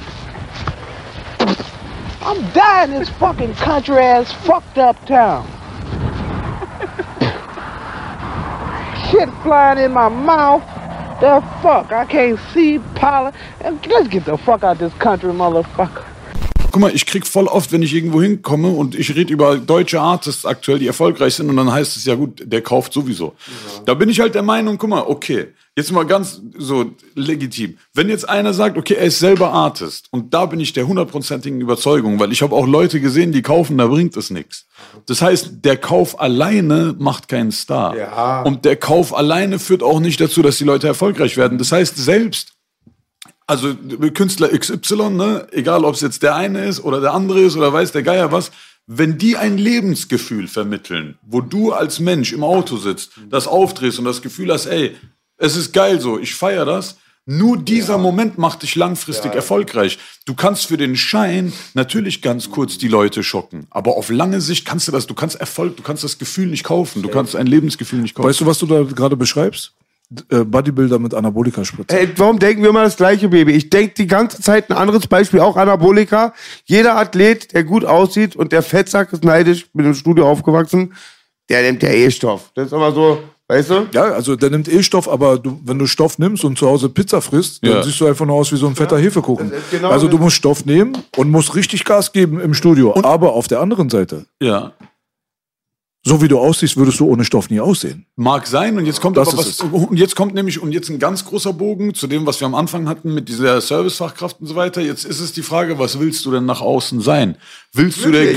I'm dying in this fucking country-ass fucked up town. Shit flying in my mouth. The fuck? I can't see pollen. Let's get the fuck out of this country, motherfucker. Guck mal, ich krieg voll oft, wenn ich irgendwo hinkomme und ich rede über deutsche Artists aktuell, die erfolgreich sind und dann heißt es ja gut, der kauft sowieso. Ja. Da bin ich halt der Meinung, guck mal, okay, jetzt mal ganz so legitim. Wenn jetzt einer sagt, okay, er ist selber Artist und da bin ich der 100%igen Überzeugung, weil ich habe auch Leute gesehen, die kaufen, da bringt es nichts. Das heißt, der Kauf alleine macht keinen Star. Ja. Und der Kauf alleine führt auch nicht dazu, dass die Leute erfolgreich werden. Das heißt, selbst also Künstler XY, ne, egal ob es jetzt der eine ist oder der andere ist oder weiß der Geier was, wenn die ein Lebensgefühl vermitteln, wo du als Mensch im Auto sitzt, das aufdrehst und das Gefühl hast, ey, es ist geil so, ich feiere das, nur dieser Moment macht dich langfristig erfolgreich. Du kannst für den Schein natürlich ganz kurz die Leute schocken, aber auf lange Sicht kannst du das, du kannst Erfolg, du kannst das Gefühl nicht kaufen, du kannst ein Lebensgefühl nicht kaufen. Weißt du, was du da gerade beschreibst? Bodybuilder mit Anabolika-Spritze. Hey, warum denken wir immer das gleiche, Baby? Ich denke die ganze Zeit ein anderes Beispiel, auch Anabolika. Jeder Athlet, der gut aussieht und der Fettsack ist neidisch, bin im Studio aufgewachsen, der nimmt ja E-Stoff. Das ist immer so, Weißt du? Ja, also der nimmt Stoff, aber wenn du Stoff nimmst und zu Hause Pizza frisst, dann siehst du einfach nur aus wie so ein fetter Hefekuchen. Genau, also du musst Stoff nehmen und musst richtig Gas geben im Studio. Aber auf der anderen Seite, so wie du aussiehst, würdest du ohne Stoff nie aussehen. Mag sein, und jetzt kommt aber was. Und jetzt kommt nämlich, und jetzt ein ganz großer Bogen zu dem, was wir am Anfang hatten mit dieser Servicefachkraft und so weiter. Jetzt ist es die Frage, was willst du denn nach außen sein? Willst du der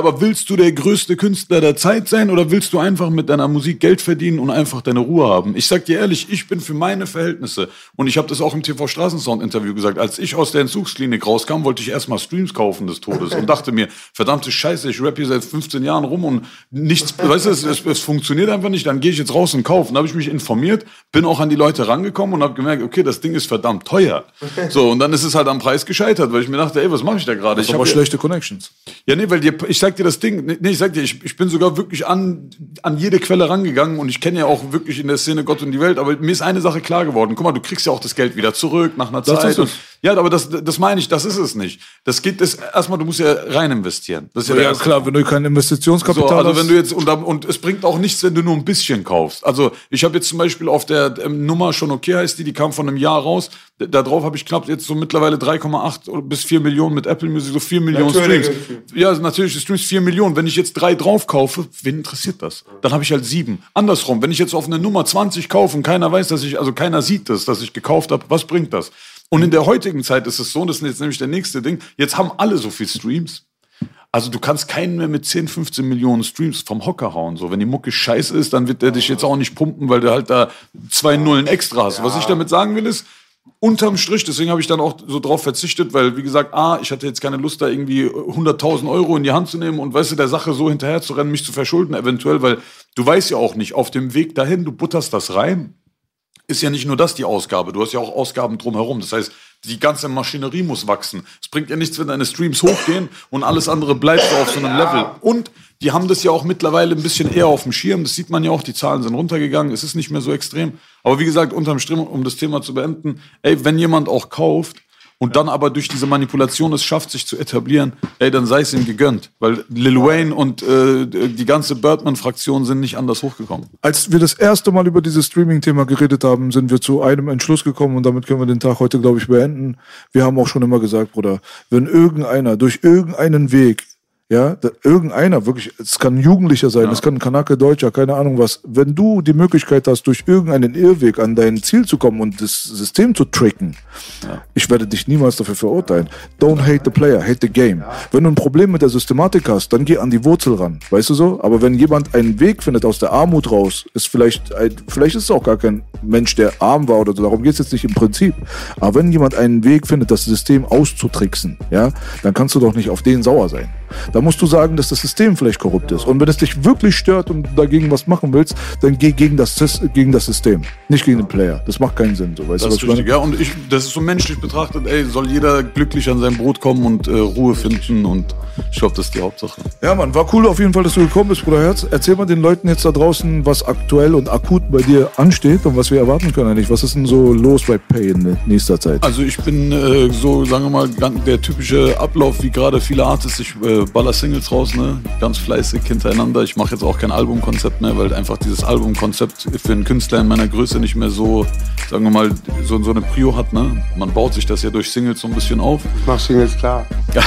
größte Künstler der Zeit sein, oder willst du einfach mit deiner Musik Geld verdienen und einfach deine Ruhe haben? Ich sag dir ehrlich, ich bin für meine Verhältnisse, und ich habe das auch im TV Straßensound-Interview gesagt, als ich aus der Entzugsklinik rauskam, wollte ich erstmal Streams kaufen des Todes und dachte mir, verdammte Scheiße, ich rappe hier seit 15 Jahren rum und nichts, weißt du, es funktioniert einfach nicht, dann gehe ich jetzt raus und kaufe. Dann habe ich mich informiert, bin auch an die Leute rangekommen und habe gemerkt, okay, das Ding ist verdammt teuer. So, und dann ist es halt am Preis gescheitert, weil ich mir dachte, ey, was mache ich da gerade? Ich habe schlechte Connections. Ja, nee, weil ich sag dir das Ding, ich sag dir, ich bin sogar wirklich an jede Quelle rangegangen, und ich kenne ja auch wirklich in der Szene Gott und die Welt, aber mir ist eine Sache klar geworden. Guck mal, du kriegst ja auch das Geld wieder zurück nach einer Zeit. Ja, aber das meine ich, das ist es nicht. Das geht erstmal, du musst ja rein investieren. Das ist ja klar, wenn du kein Investitionskapital hast. Also wenn du jetzt, und es bringt auch nichts, wenn du nur ein bisschen kaufst. Also ich habe jetzt zum Beispiel auf der Nummer schon okay heißt die kam von einem Jahr raus. Da drauf habe ich knapp jetzt so mittlerweile 3,8 bis 4 Millionen mit Apple Music, so 4 Millionen Streams. Ja, natürlich Streams 4 Millionen. Wenn ich jetzt 3 drauf kaufe, wen interessiert das? Dann habe ich halt 7. Andersrum, wenn ich jetzt auf eine Nummer 20 kaufe und keiner weiß, keiner sieht das, dass ich gekauft habe, was bringt das? Und in der heutigen Zeit ist es so, das ist jetzt nämlich der nächste Ding, jetzt haben alle so viel Streams. Also du kannst keinen mehr mit 10, 15 Millionen Streams vom Hocker hauen. So, wenn die Mucke scheiße ist, dann wird der dich jetzt auch nicht pumpen, weil du halt da 2 Nullen extra hast. Ja. Was ich damit sagen will ist, unterm Strich, deswegen habe ich dann auch so drauf verzichtet, weil, wie gesagt, ich hatte jetzt keine Lust, da irgendwie 100.000 Euro in die Hand zu nehmen und, weißt du, der Sache so hinterher zu rennen, mich zu verschulden eventuell, weil du weißt ja auch nicht, auf dem Weg dahin, du butterst das rein, ist ja nicht nur das die Ausgabe, du hast ja auch Ausgaben drumherum. Das heißt, die ganze Maschinerie muss wachsen. Es bringt ja nichts, wenn deine Streams hochgehen und alles andere bleibt so auf so einem Level. Und die haben das ja auch mittlerweile ein bisschen eher auf dem Schirm. Das sieht man ja auch, die Zahlen sind runtergegangen. Es ist nicht mehr so extrem. Aber wie gesagt, unterm Strich, um das Thema zu beenden, wenn jemand auch kauft und dann aber durch diese Manipulation es schafft, sich zu etablieren, dann sei es ihm gegönnt. Weil Lil Wayne und die ganze Birdman-Fraktion sind nicht anders hochgekommen. Als wir das erste Mal über dieses Streaming-Thema geredet haben, sind wir zu einem Entschluss gekommen, und damit können wir den Tag heute, glaube ich, beenden. Wir haben auch schon immer gesagt, Bruder, wenn irgendeiner durch irgendeinen Weg, irgendeiner, wirklich, es kann ein Jugendlicher sein, es kann ein Kanake, Deutscher, keine Ahnung was. Wenn du die Möglichkeit hast, durch irgendeinen Irrweg an dein Ziel zu kommen und das System zu tricken, ich werde dich niemals dafür verurteilen. Don't hate the player, hate the game. Wenn du ein Problem mit der Systematik hast, dann geh an die Wurzel ran, weißt du so? Aber wenn jemand einen Weg findet aus der Armut raus, ist vielleicht ist es auch gar kein Mensch, der arm war oder so, darum geht es jetzt nicht im Prinzip. Aber wenn jemand einen Weg findet, das System auszutricksen, dann kannst du doch nicht auf den sauer sein. Da musst du sagen, dass das System vielleicht korrupt ist. Und wenn es dich wirklich stört und du dagegen was machen willst, dann geh gegen das System, nicht gegen den Player. Das macht keinen Sinn. So, weißt das ist richtig, ja. Und das ist so menschlich betrachtet, soll jeder glücklich an sein Brot kommen und Ruhe finden, und ich glaube, das ist die Hauptsache. Ja, Mann, war cool auf jeden Fall, dass du gekommen bist, Bruder Herz. Erzähl mal den Leuten jetzt da draußen, was aktuell und akut bei dir ansteht und was wir erwarten können eigentlich. Was ist denn so los bei Pay in nächster Zeit? Also ich bin so, sagen wir mal, der typische Ablauf, wie gerade viele Artists. Ich baller Singles raus, ne? Ganz fleißig hintereinander. Ich mache jetzt auch kein Albumkonzept mehr, weil einfach dieses Albumkonzept für einen Künstler in meiner Größe nicht mehr so, sagen wir mal, so eine Prio hat, ne? Man baut sich das ja durch Singles so ein bisschen auf. Ich mach Singles klar.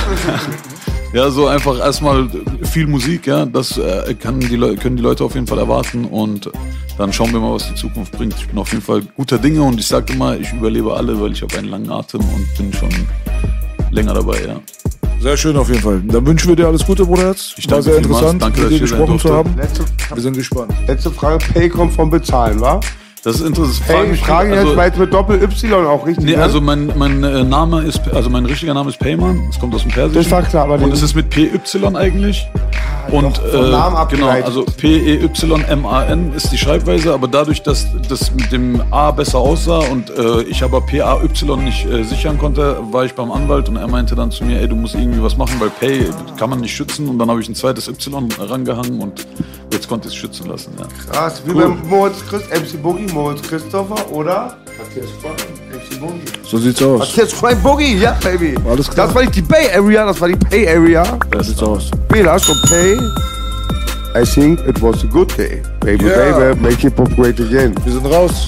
Ja, so einfach erstmal viel Musik, ja, das können die Leute auf jeden Fall erwarten, und dann schauen wir mal, was die Zukunft bringt. Ich bin auf jeden Fall guter Dinge, und ich sage immer, ich überlebe alle, weil ich habe einen langen Atem und bin schon länger dabei, ja. Sehr schön auf jeden Fall. Dann wünschen wir dir alles Gute, Bruderherz. Ich danke sehr interessant, danke, mit dir gesprochen zu haben. Wir sind gespannt. Letzte Frage, Pay kommt vom Bezahlen, wa? Das ist interessant. Ich frage jetzt, weil mit Doppel-Y auch richtig. Nee, also mein Name ist, also mein richtiger Name ist Payman. Das kommt aus dem Persischen. Das war klar, aber und es ist mit PY eigentlich. Und vom Namen genau, also PEYMAN ist die Schreibweise, aber dadurch, dass das mit dem A besser aussah und ich aber PAY nicht sichern konnte, war ich beim Anwalt, und er meinte dann zu mir, du musst irgendwie was machen, weil Pay kann man nicht schützen, und dann habe ich ein zweites Y rangehangen und jetzt konnte ich es schützen lassen. Ja. Krass, wie beim Moritz MC Boogie, Moritz Christopher oder Matthias Freund, MC Boogie. So sieht's aus. Matthias Freund Boogie, ja, Baby. Alles klar. Das war nicht die Bay Area, das war die Pay Area. So sieht's aus. Belasch und Pay. I think it was a good day. Baby, Yeah. baby, make hip hop great again. Wir sind raus.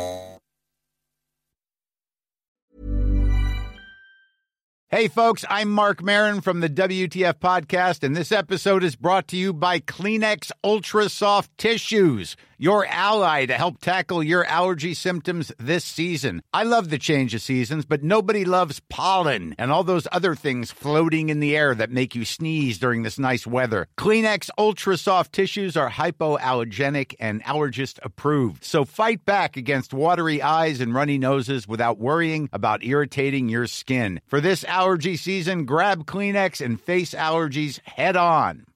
Hey, folks, I'm Mark Maron from the WTF Podcast, and this episode is brought to you by Kleenex Ultra Soft Tissues, your ally to help tackle your allergy symptoms this season. I love the change of seasons, but nobody loves pollen and all those other things floating in the air that make you sneeze during this nice weather. Kleenex Ultra Soft Tissues are hypoallergenic and allergist approved, so fight back against watery eyes and runny noses without worrying about irritating your skin. For this allergy season, grab Kleenex and face allergies head on.